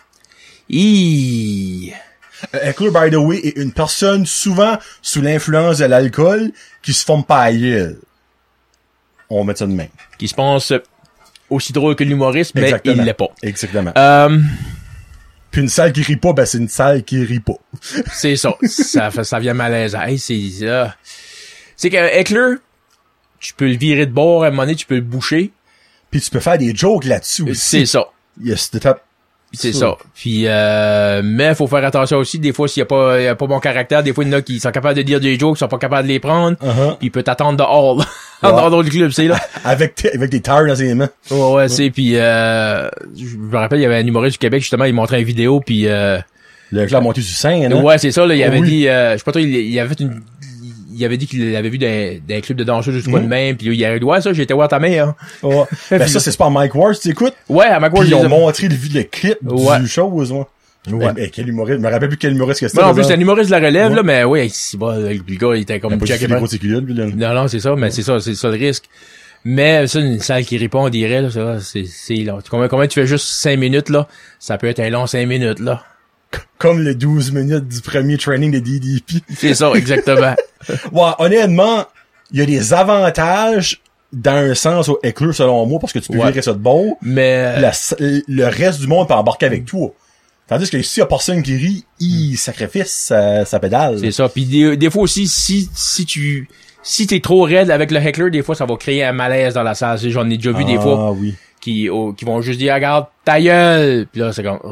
Un heckler, by the way, est une personne souvent sous l'influence de l'alcool qui se forme pas à gueule. On va mettre ça de même. Qui se pense aussi drôle que l'humoriste, mais exactement. Il l'est pas. Exactement. Puis une salle qui rit pas, ben c'est une salle qui rit pas. C'est ça. ça vient malaise. Hey, c'est qu'un heckler, tu peux le virer de bord, à un moment donné, tu peux le boucher. Puis tu peux faire des jokes là-dessus aussi. C'est ça. Yes, the top. C'est ça. Puis mais faut faire attention aussi, des fois s'il y a pas bon caractère, des fois il y en a qui sont capables de dire des jokes, qui sont pas capables de les prendre, puis il peut t'attendre dehors dans le club, c'est là. avec des tires dans ses mains. Ouais, c'est puis je me rappelle il y avait un humoriste du Québec justement, il montrait une vidéo puis le gars a monté sur scène, hein? Ouais, c'est ça là, il avait dit je sais pas trop, il avait fait il avait dit qu'il l'avait vu d'un club de danseurs juste de même, puis il a dit ouais ça j'ai été voir ta mère. Ouais. Ben ça c'est pas Mike Ward, tu écoutes? Ouais, à Mike Ward ils ont montré le clip du show, moi. Ouais. Ben, quel humoriste, je me rappelle plus quel humoriste que c'était. Non, en plus c'est un humoriste de la relève là, mais ouais, c'est bon, le gars il était comme Non, c'est ça, mais c'est ça le risque. Mais ça une salle qui répond on dirait là, ça c'est là. Combien tu fais juste 5 minutes là, ça peut être un long 5 minutes là. Comme les 12 minutes du premier training de DDP. C'est ça, exactement. Ouais, honnêtement, il y a des avantages dans un sens au heckler selon moi parce que tu peux virer ça de bord. Mais le reste du monde peut embarquer avec toi. Tandis que s'il y a personne qui rit, il sacrifice sa pédale. C'est ça. Puis des fois aussi, si t'es trop raide avec le heckler, des fois ça va créer un malaise dans la salle. J'en ai déjà vu des fois qui vont juste dire regarde ta gueule. Puis là c'est comme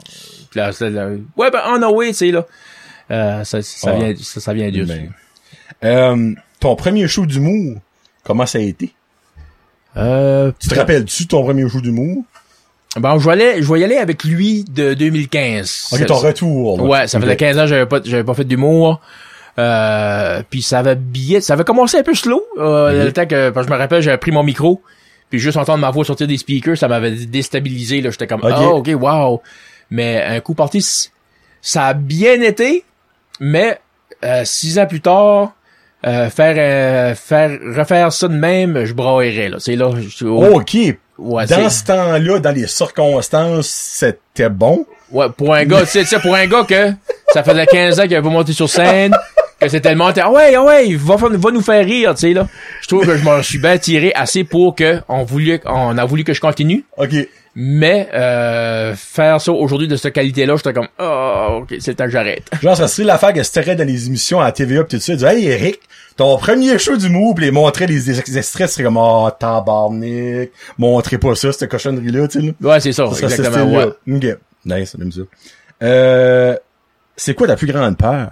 Puis là, ouais, ben, on a oui, tu sais, là. Ça vient dur. Ton premier show d'humour, comment ça a été? Tu te rappelles-tu ton premier show d'humour? Bon, je vais y aller avec lui de 2015. Ok, ton retour. Là. Ouais, ça faisait 15 ans que j'avais pas fait d'humour. Puis ça avait commencé un peu slow, le temps que, parce que je me rappelle, j'avais pris mon micro, puis juste entendre ma voix sortir des speakers, ça m'avait déstabilisé, là. J'étais comme, ok, wow. Mais un coup parti, ça a bien été, mais, 6 ans plus tard, refaire ça de même, je braillerais, là. C'est là, ok. Ouais, dans ce temps-là, dans les circonstances, c'était bon. Ouais, pour un gars, tu sais, pour un gars que ça faisait 15 ans qu'il avait pas monté sur scène, que c'était tellement, ouais, va nous faire rire, tu sais, là. Je trouve que je m'en suis bien tiré assez pour que on a voulu que je continue. OK. Mais, faire ça aujourd'hui de cette qualité-là, j'étais comme, ok, c'est le temps que j'arrête. Genre, ça serait l'affaire que c'était dans les émissions à la TVA pis tout ça, hey, Eric, ton premier show d'humour, pis les montrer les extraits, serait comme, tabarnak, montrez pas ça, cette cochonnerie-là, tu sais, là. Ouais, c'est ça, exactement, ouais. OK. Nice, on aime ça. C'est quoi ta plus grande peur?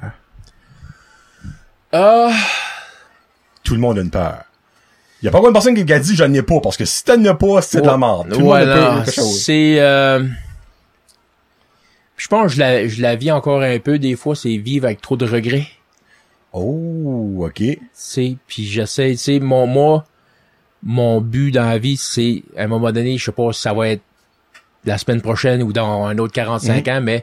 Tout le monde a une peur. Y a pas une personne qui a dit j'en ai pas, parce que si t'en as pas, c'est de la merde. Tout le monde a peur de quelque chose. C'est, je pense que je la vis encore un peu, des fois, c'est vivre avec trop de regrets. Oh, ok. C'est, puis j'essaie, tu sais, mon but dans la vie, c'est, à un moment donné, je sais pas si ça va être la semaine prochaine ou dans un autre 45 ans, mais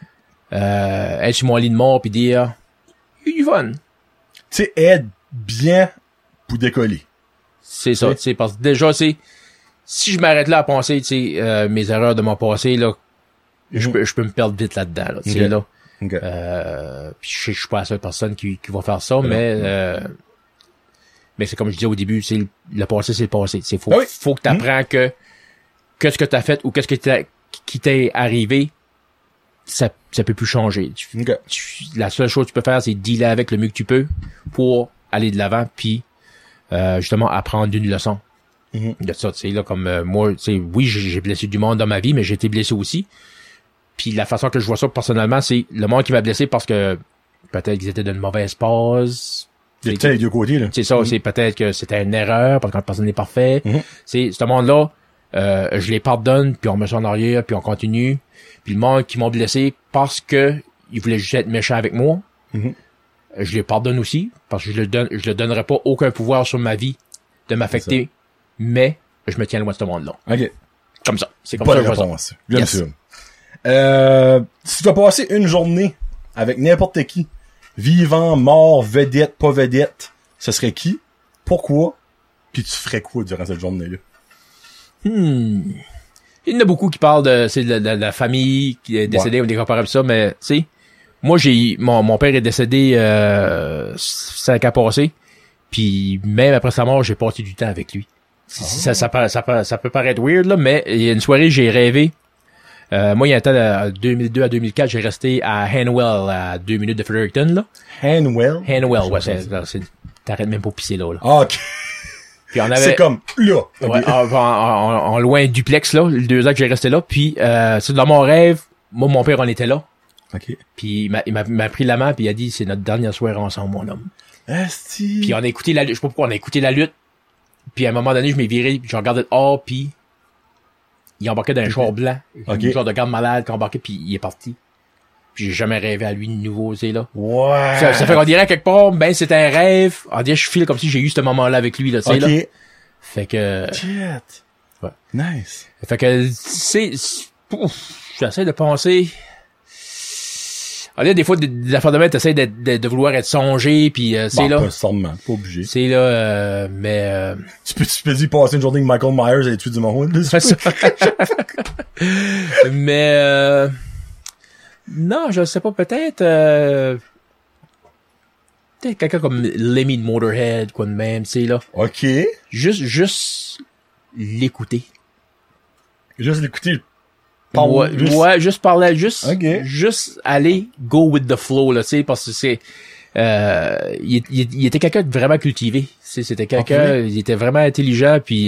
être sur mon lit de mort puis dire il y a du fun. Tu sais, aide bien pour décoller. C'est ça, tu sais, parce que déjà, c'est si je m'arrête là à penser, tu sais, mes erreurs de mon passé, là, je peux me perdre vite là-dedans, là, tu sais, là. Okay. Puis je suis pas la seule personne qui va faire ça, mais c'est comme je disais au début, c'est le passé, c'est le passé. C'est faut que t'apprennes que ce que t'as fait ou qu'est-ce qui t'est arrivé, ça peut plus changer. La seule chose que tu peux faire, c'est dealer avec le mieux que tu peux pour aller de l'avant, puis justement apprendre une leçon de ça. Tu sais, là, comme moi, tu sais, oui, j'ai blessé du monde dans ma vie, mais j'ai été blessé aussi. Puis la façon que je vois ça personnellement, c'est le monde qui m'a blessé parce que peut-être qu'ils étaient d'une mauvaise passe. Il y a les deux côtés, là. C'est ça, c'est peut-être que c'était une erreur parce que la personne n'est parfait. C'est ce monde-là. Je les pardonne, puis on me met ça en arrière, puis on continue. Puis le monde qui m'ont blessé parce que ils voulaient juste être méchants avec moi, je les pardonne aussi, parce que je le donnerai pas aucun pouvoir sur ma vie de m'affecter, mais je me tiens loin de ce monde-là. OK. Comme ça. C'est comme pas ça que je vois ça. J'aime ça. Si tu vas passer une journée avec n'importe qui, vivant, mort, vedette, pas vedette, ce serait qui? Pourquoi? Puis tu ferais quoi durant cette journée-là? Il y en a beaucoup qui parlent de la famille qui est décédée ou des comparables ça, mais tu sais, moi mon père est décédé 5 ans passés, puis même après sa mort, j'ai passé du temps avec lui. Ça peut paraître weird là, mais il y a une soirée j'ai rêvé. Moi, il y a un temps, de 2002 à 2004, j'ai resté à Hanwell, à 2 minutes de Fredericton, là. Hanwell, ouais, t'arrêtes même pas de pisser là. Ah, ok. Puis on avait, c'est comme, là. Ouais, en loin duplex, là, les 2 ans que j'ai resté là. Puis, c'est dans mon rêve, moi, mon père, on était là. Ok. Puis, il m'a pris la main, puis il a dit, c'est notre dernière soirée ensemble, mon homme. Asti. Puis, on a écouté la lutte, je sais pas pourquoi, on a écouté la lutte. Puis, à un moment donné, je m'ai viré, puis je regardais dehors, puis il embarquait dans un char blanc. Un genre de garde malade qui embarquait, puis il est parti. Puis j'ai jamais rêvé à lui de nouveau, tu sais, là. Ouais. Ça fait qu'on dirait quelque part, ben, c'était un rêve. On dirait, je file comme si j'ai eu ce moment-là avec lui, là, tu sais, là. Fait que... Shit. Ouais. Nice. Fait que, j'essaie de penser... Alors, des fois, des affaires de même, t'essaies de vouloir être songé, puis c'est là. Pas sûrement, pas obligé. C'est là, mais... Tu peux dire passer une journée avec Michael Myers et tuer du monde, là. C'est ça. Mais, non, je sais pas, peut-être quelqu'un comme Lemmy de Motorhead, quoi de même, tu sais, là. OK. Juste l'écouter. Juste l'écouter. Juste parler, juste aller go with the flow, là, tu sais, parce que c'est, il était quelqu'un de vraiment cultivé. C'était quelqu'un, il était vraiment intelligent, puis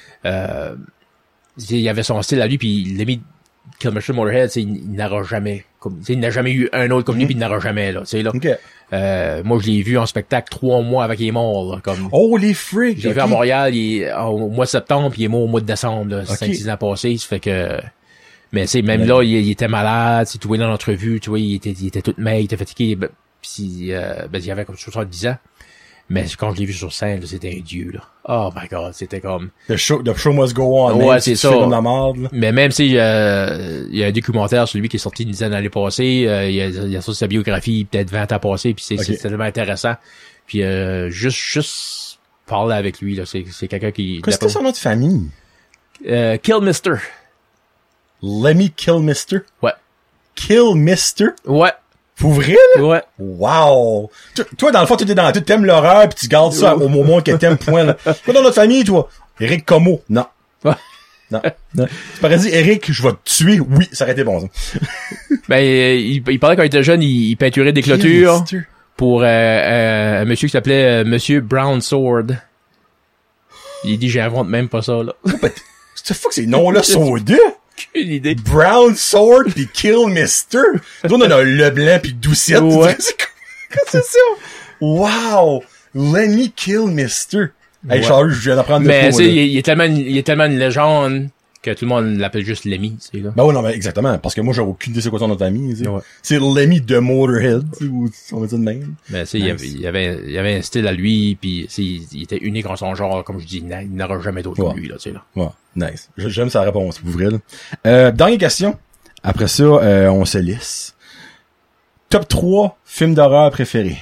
il avait son style à lui, puis Lemmy Kilmister Motorhead, il n'aura jamais comme, il n'a jamais eu un autre comme lui, puis il n'en aura jamais, là, tu sais, là. OK. Moi, je l'ai vu en spectacle 3 mois avant qu'il est mort, là, comme. Oh, les freaks! J'ai vu à Montréal, au mois de septembre, puis il est mort au mois de décembre, là, 5-6 ans passés, ça fait que, mais tu sais, même là, il était malade, tu vois, dans l'entrevue, tu vois, il était tout maigre, il était fatigué, puis, il avait comme 70 ans. Mais quand je l'ai vu sur scène, là, c'était un dieu, là. Oh my god, c'était comme... The show must go on. Ouais, c'est ça. Comme la marde, là. Mais même si, il y a un documentaire sur lui qui est sorti une dizaine d'années passées, il a sorti sa biographie peut-être 20 ans passés, puis c'est tellement intéressant. Puis, juste parler avec lui, là, c'est quelqu'un qui... Qu'est-ce que c'est son nom de famille? Killmister. Lemmy Kilmister? Ouais. Kilmister? Ouais. Pour vrai, là? Ouais. Wow! Toi, dans le fond, t'aimes l'horreur pis tu gardes ça au moment que t'aimes, point, là. Toi, dans notre famille, toi? Éric Como? Non. Ouais. Non. Tu m'aurais dit, Éric, je vais te tuer. Oui, ça aurait été bon, ça. Ben, il parlait quand il était jeune, il peinturait des clôtures pour, un monsieur qui s'appelait, Monsieur Brown Sword. Il dit, j'invente même pas ça, là. C'est fou que ces noms-là sont deux? Aucune idée. Brown Sword pis Killmister. Nous, on a Leblanc pis Doucette. Ouais. C'est ça? Wow! Lemmy Killmister. Hey, Ouais. Charles, je viens d'apprendre de Mais, quoi, tu sais, là. il est tellement une légende que tout le monde l'appelle juste Lemmy, tu sais, là. Ben oui, non, mais exactement. Parce que moi, j'ai aucune idée c'est quoi son autre ami, tu sais. Ouais. C'est Lemmy de Motorhead, tu sais, ou on va dire de même. Mais, tu sais, il y avait un style à lui, puis il était unique en son genre, comme je dis, il n'aura jamais d'autre comme lui, là, tu sais, là. Ouais, nice. J'aime sa réponse, pour vrai, là. Dernière question. Après ça, on se lisse. Top 3 films d'horreur préférés.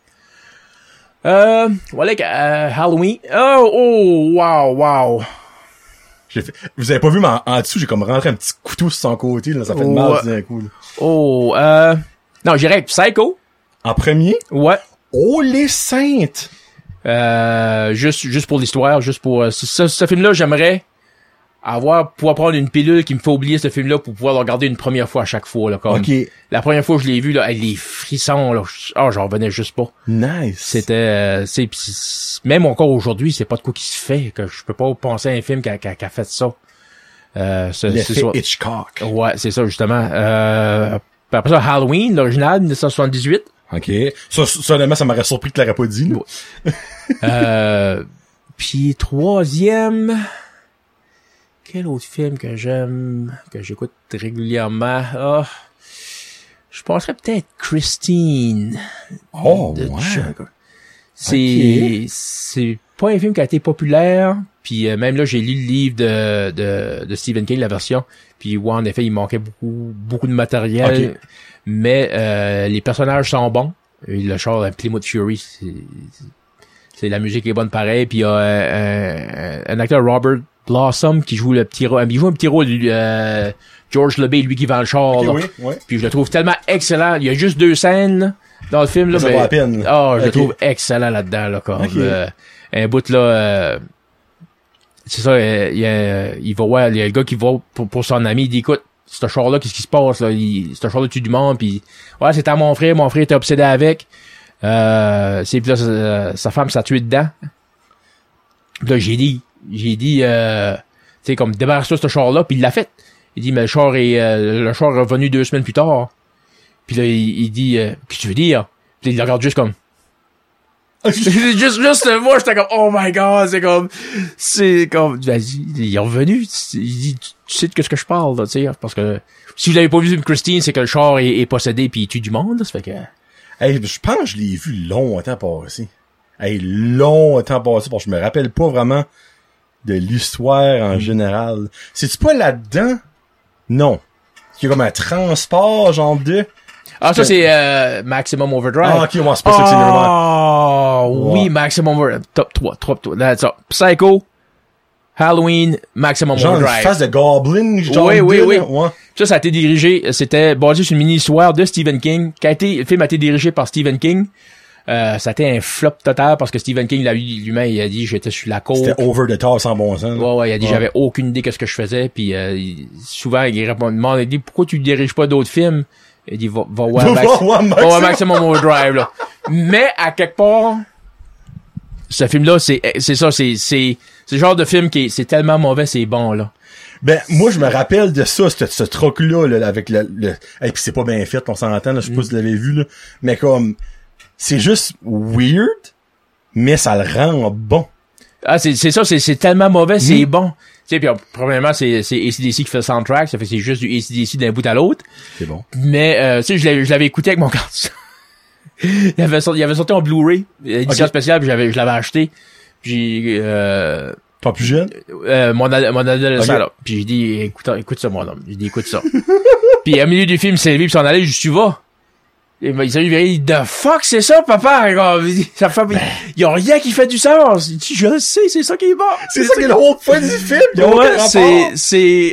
Voilà, Halloween. Wow. Vous avez pas vu, mais en dessous, j'ai comme rentré un petit couteau sur son côté, là. Ça fait mal d'un coup, là. Non, j'irais avec Psycho. En premier? Ouais. Oh, les saintes! Juste pour l'histoire, juste pour, ce film-là, j'aimerais pouvoir prendre une pilule qui me fait oublier ce film-là pour pouvoir le regarder une première fois à chaque fois, là, comme. OK. La première fois que je l'ai vu, là, avec les frissons, là, j'en revenais juste pas. Nice. C'était, même encore aujourd'hui, c'est pas de quoi qui se fait, que je peux pas penser à un film qui a fait ça. L'effet Hitchcock. Ouais, c'est ça, justement. Puis après ça, Halloween, l'original, 1978. OK. Ça, honnêtement, ça m'aurait surpris que tu l'aurais pas dit, là. Puis troisième, quel autre film que j'aime, que j'écoute régulièrement? Je penserais peut-être Christine. Oh, de ouais. Chuck. C'est pas un film qui a été populaire, puis même là, j'ai lu le livre de Stephen King, la version, puis ouais, en effet, il manquait beaucoup de matériel, OK. mais les personnages sont bons. Et le char Plymouth Fury, c'est la musique est bonne pareil, puis il y a un acteur, Robert Blossom, qui joue le petit rôle, il joue un petit rôle de George LeBay, lui qui vend le char, là. Oui, oui. Puis je le trouve tellement excellent. Il y a juste 2 scènes là, dans le film, là, Ça vaut la peine. je le trouve excellent là-dedans, là, comme un bout là. C'est ça, il va voir, il y a le gars qui va pour son ami, il dit écoute, ce char-là, qu'est-ce qui se passe là? Ce char-là tue du monde, puis ouais, c'était à mon frère était obsédé avec. Puis là, sa femme s'est tuée dedans. Puis là, j'ai dit, tu sais, comme débarrasse-toi de ce char-là, puis il l'a fait. Il dit, mais le char est revenu 2 semaines plus tard. Puis là, il dit, qu'est-ce que tu veux dire? Puis il le regarde juste comme. juste moi, j'étais comme, oh my god, c'est comme, vas-y, il est revenu. Il dit, tu sais de ce que je parle, là, tu sais, parce que si vous l'avez pas vu, Christine, c'est que le char est possédé puis il tue du monde, là, ça fait que. Hey, je pense que je l'ai vu longtemps passé. Hey, longtemps passé, parce que je me rappelle pas vraiment de l'histoire en général. C'est-tu pas là-dedans? Non. Il y a comme un transport, genre de... Ah, ça, c'est Maximum Overdrive. Ah, ok, moi, c'est pas ça que c'est vraiment. Ah, oui, Maximum Overdrive. Top 3. That's it. Psycho, Halloween, Maximum Genre une Overdrive. face de Goblin, genre Oui. Ouais. Ça a été dirigé, c'était basé sur une mini-histoire de Stephen King, le film a été dirigé par Stephen King. Ça a été un flop total parce que Stephen King, lui-même, il a dit, j'étais sur la côte. C'était over the top sans bon sens. Ouais, il a dit, j'avais aucune idée de ce que je faisais, puis souvent, il demande, il dit, pourquoi tu diriges pas d'autres films? Il dit, va voir Maximum Overdrive, là. Mais, à quelque part, Ce film-là, c'est ça, c'est le genre de film c'est tellement mauvais, c'est bon, là. Ben, moi, je me rappelle de ça, ce truc-là, là, avec le, et puis c'est pas bien fait, on s'entend, là, je sais pas si vous l'avez vu, là. Mais comme, c'est juste weird, mais ça le rend bon. Ah, c'est ça, c'est tellement mauvais, c'est bon. Tu sais, puis probablement, c'est AC/DC qui fait le soundtrack, ça fait c'est juste du AC/DC d'un bout à l'autre. C'est bon. Mais, tu sais, je l'avais écouté avec mon garçon. il avait sorti en Blu-ray, édition spéciale, puis je l'avais acheté. Puis Toi plus jeune? Mon adolescent, Okay. là. Puis j'ai dit, écoute ça, mon homme. J'ai dit, écoute ça. Puis au milieu du film, il s'est levé puis s'en allait, je dis, tu vas? Et ben, il s'est levé, il dit, the fuck, c'est ça, papa? Ça fait, y a rien qui fait du sens. Il dit, je le sais, c'est ça qui est bon. C'est ça qui est le whole point du film. Il y a aucun rapport. c'est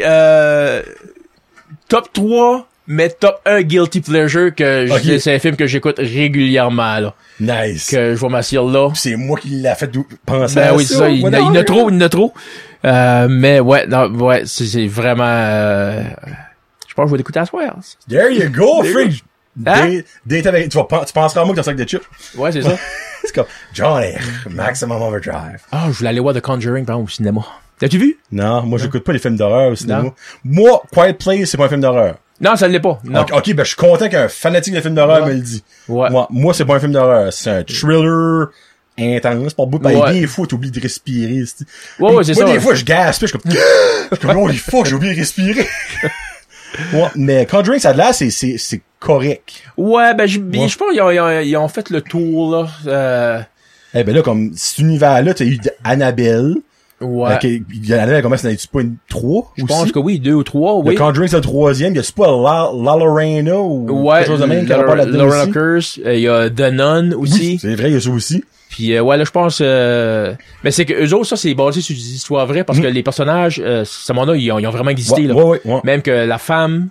top 3, mais top 1 guilty pleasure que c'est un film que j'écoute régulièrement, là. Nice. Que je vois ma cire là. C'est moi qui l'a fait penser Ben à oui, ça. c'est ça. Il y en a trop. Mais ouais, non, ouais, c'est vraiment, je pense que je vais l'écouter à soir. There you go, freak. Hein? Date avec, tu penseras à moi que t'as un sac de chips. Ouais, c'est ça. C'est comme, Johnny, Maximum Overdrive. Ah, je voulais aller voir The Conjuring, par exemple, au cinéma. T'as-tu vu? Non, moi, j'écoute pas les films d'horreur au cinéma. Non. Moi, Quiet Place, c'est pas un film d'horreur. Non, ça ne l'est pas. Non. Ok, ben, je suis content qu'un fanatique de films d'horreur me le dit. Ouais. Moi, c'est pas un film d'horreur. C'est un thriller intense. Pour bout, ben, Ouais. des fois, t'oublies de respirer. Ouais, c'est ça. Moi, des fois, je gaspe, je suis comme, holy fuck, j'ai oublié de respirer. Ouais, mais Conjuring, ça a de l'air, c'est correct. Ouais, ben, je pense qu'ils ont fait le tour, là. Eh ben là, comme, cet univers-là, t'as eu Annabelle. Ouais. Annabelle, comment ça n'as-tu pas une 3? Je pense que oui, 2 ou 3, oui. Le Conjuring, c'est le 3e. Y'a-tu pas La Lorena ou quelque chose de même qui a rapport là-dedans Laura aussi? Curse, il y a The Nun aussi. Oui, c'est vrai, il y a ça aussi. Puis ouais, là, je pense... mais c'est que eux autres, ça, c'est basé sur des histoires vraies, parce que les personnages, ce moment-là, ils ont vraiment existé, là. Ouais. Même que la femme,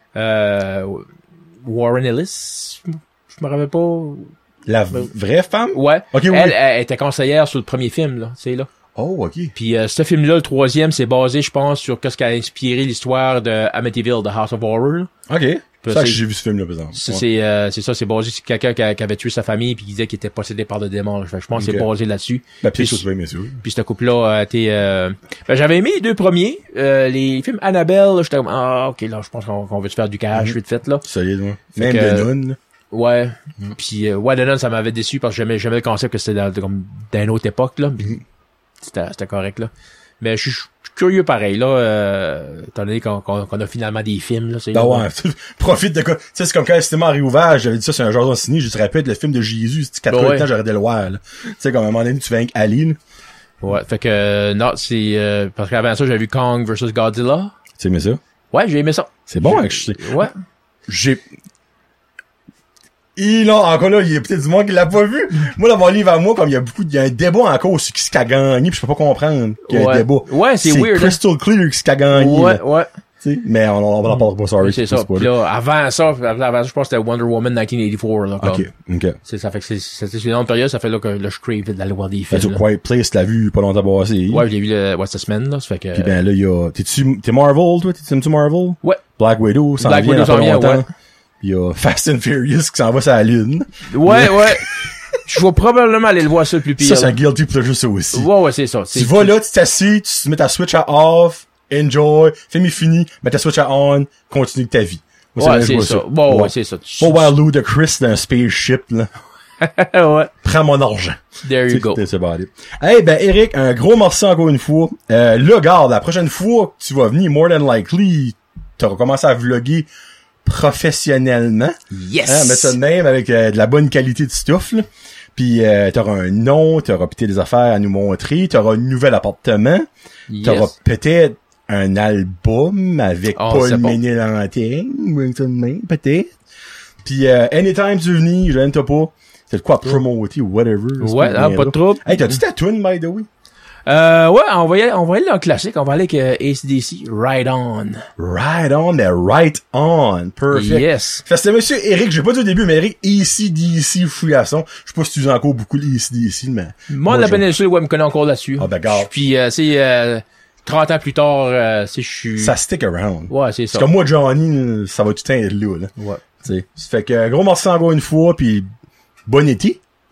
Warren Ellis, je me rappelle pas... La vraie femme? Ouais. Ok, oui. Elle était conseillère sur le premier film, là, tu sais, là. Oh, ok. Puis ce film-là, le 3e, c'est basé, je pense, sur qu'est-ce qui a inspiré l'histoire de Amityville, de House of Horror. Ok. C'est ça que c'est- j'ai vu ce film-là, par exemple. C'est ça, c'est basé sur quelqu'un qui avait tué sa famille puis qui disait qu'il était possédé par le démon. Je pense que c'est Ok. basé là-dessus. Ben, puis Puis- ça, tu vas aimer ça. Puis ce couple-là a été... ben, j'avais aimé les deux premiers. Les films Annabelle, là, j'étais comme, ah, ok, là, je pense qu'on veut se faire du cash, vite fait, là. Solide, ouais. Fait Même que- de Nun. Ouais. Puis, ouais, The Nun, ça m'avait déçu parce que j'aimais le concept que c'était comme d'une autre époque, là. Puis c'était correct, là. Mais je suis curieux pareil, là, étant donné qu'on a finalement des films, là. Ah ouais, profite de quoi. Tu sais, c'est comme quand le cinéma a réouvert, j'avais dit ça, c'est un genre de ciné, je te rappelle le film de Jésus, c'était 4 Ouais. temps, j'aurais dû le voir, là. Tu sais, comme à un moment donné, tu fais avec Ali, là. Ouais, fait que, non, c'est, parce qu'avant ça, j'avais vu Kong vs Godzilla. Tu aimais ça? Ouais, j'ai aimé ça. C'est bon, hein, que je sais. Ouais. Encore là, il y a peut-être du monde qui l'a pas vu. Moi, dans mon livre à moi, comme il y a un débat encore sur qui a gagné, puis je peux pas comprendre qu'il y a un Ouais. débat. Ouais, c'est weird, hein. Crystal Clear qui a gagné. Ouais, là. ouais. Tu sais, mais on va en parler pas, sorry. C'est ça. Puis là, avant ça, je pense que c'était Wonder Woman 1984, là, comme. Ok. Ça fait que c'est une longue période, ça fait là que là, je crave d'aller voir des Ben, films. tu Quiet Place, t'as vu pas longtemps passé. Ouais, je l'ai vu cette semaine, là, ça fait que... Puis ben là, il y a, t'es Marvel, toi? T'aimes-tu Marvel? Ouais. Black Widow, ça Black vient Widow dans pas s'en vient, longtemps. ouais. Puis il y a Fast and Furious qui s'en va sur la Lune. Ouais. Je vais probablement aller le voir ça le plus pire. Ça, c'est un guilty pleasure, ça aussi. Ouais, c'est ça. Tu vas là, tu t'assis, tu mets ta Switch à off, enjoy, film est fini, mets ta Switch à on, continue ta vie. Moi, Ouais, je c'est vois ça. Bon, ouais, c'est ça. Pas voir Lou de Chris dans un spaceship, là. Ouais. Prends mon argent. There you go. C'est about it. Hey, ben, Eric, un gros merci encore une fois. Là, garde, la prochaine fois que tu vas venir, more than likely, t'auras commencé à vlogger professionnellement. Yes! Hein, mettre ça de même avec de la bonne qualité de stuff, là. Puis t'auras un nom, t'auras peut-être des affaires à nous montrer, t'auras un nouvel appartement, t'auras Yes. peut-être un album avec Oh, Paul c'est bon. Ménélantine, ou ça de même, peut-être. Puis anytime tu veux venir, je n'aime pas. C'est de quoi à promoter ou whatever. Ouais, pas de trouble. Hey, t'as-tu ta tune, by the way? Ouais, on va y aller dans le classique. On va aller avec AC/DC, Ride On. Right on, mais right on. Perfect. Yes. Fait que c'était monsieur Eric, j'ai pas dit au début, mais Eric, AC/DC fouillasson. Je sais pas si tu uses encore beaucoup l'ACDC, mais... Moi, de la péninsule, ouais, me connaît encore là-dessus. Ah, ben, garde. Puis, c'est 30 ans plus tard, je suis... Ça stick around. Ouais, c'est ça. Parce que moi, Johnny, ça va tout être là, là. Ouais. T'sais. Fait que, gros merci encore une fois, puis bon été. Ben oui.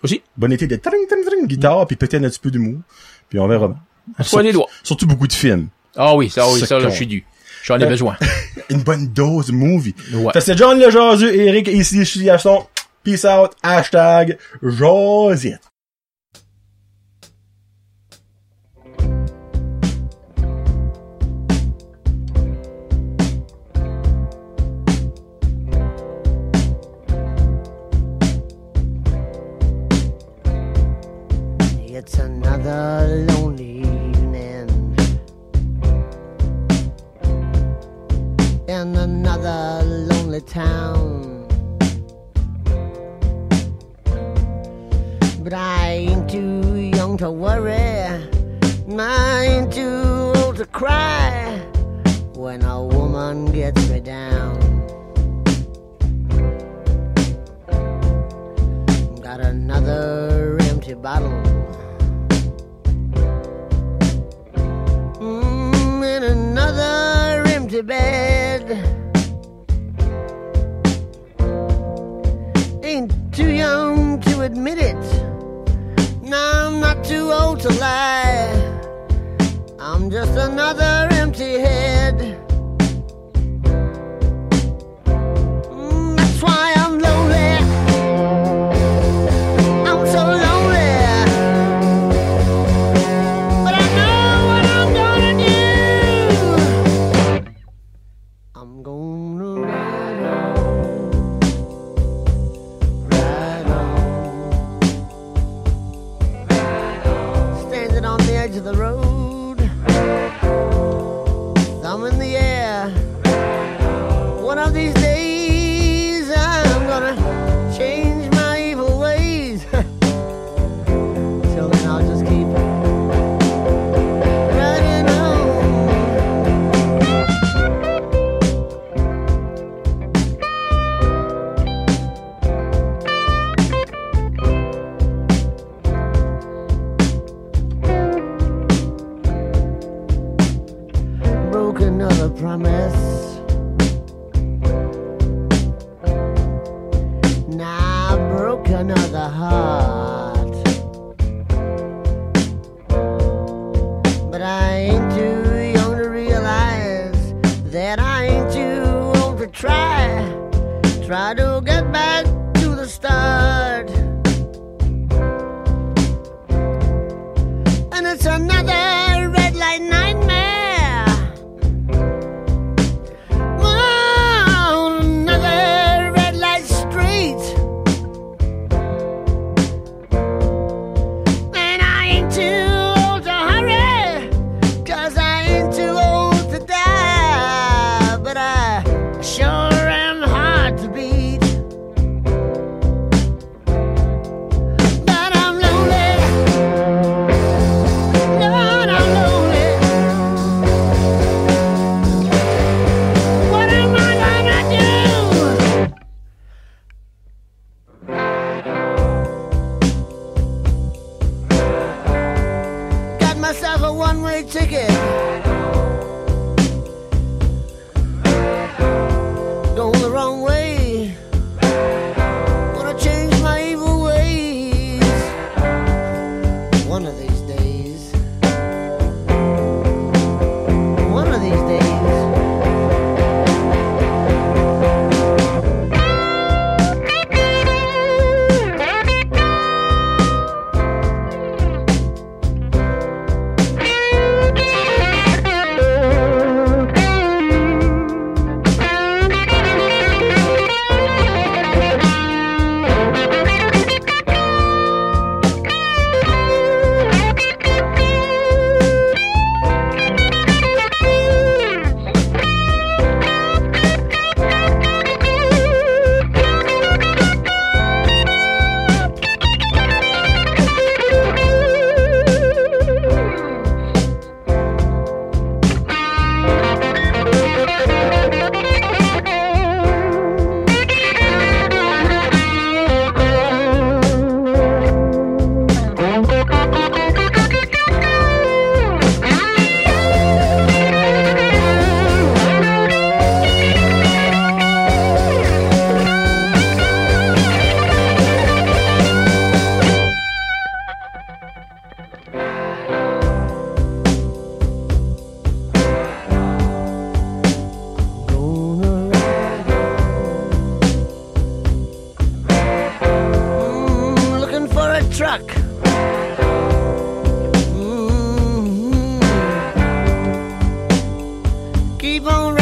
Aussi. Bon été de guitare, puis peut-être un petit peu d'humour. Puis on verra. Soit les doigts. Surtout beaucoup de films. Ah oui, ça, là, je suis dû. J'en ai besoin. Une bonne dose de movie. Ouais. Fait c'est John le Jaseux, Eric ici, je suis Gaston. Peace out, hashtag Josette. It's another lonely evening in another lonely town, but I ain't too young to worry, I ain't too old to cry when a woman gets me down. Got another empty bottle in another empty bed. Ain't too young to admit it. No, I'm not too old to lie. I'm just another empty head. That's why I'm lonely. I'm so lonely. But I know what I'm gonna do. I'm gonna ride on, standing on the edge of the road, thumb in the air. One of these days I'm gonna change my evil ways. Till then I'll just keep riding on. Broke another promise. Now I broke another heart. But I ain't too young to realize that I ain't too old to try to get back to the start. And it's another red light nightmare. On another red light street. keep on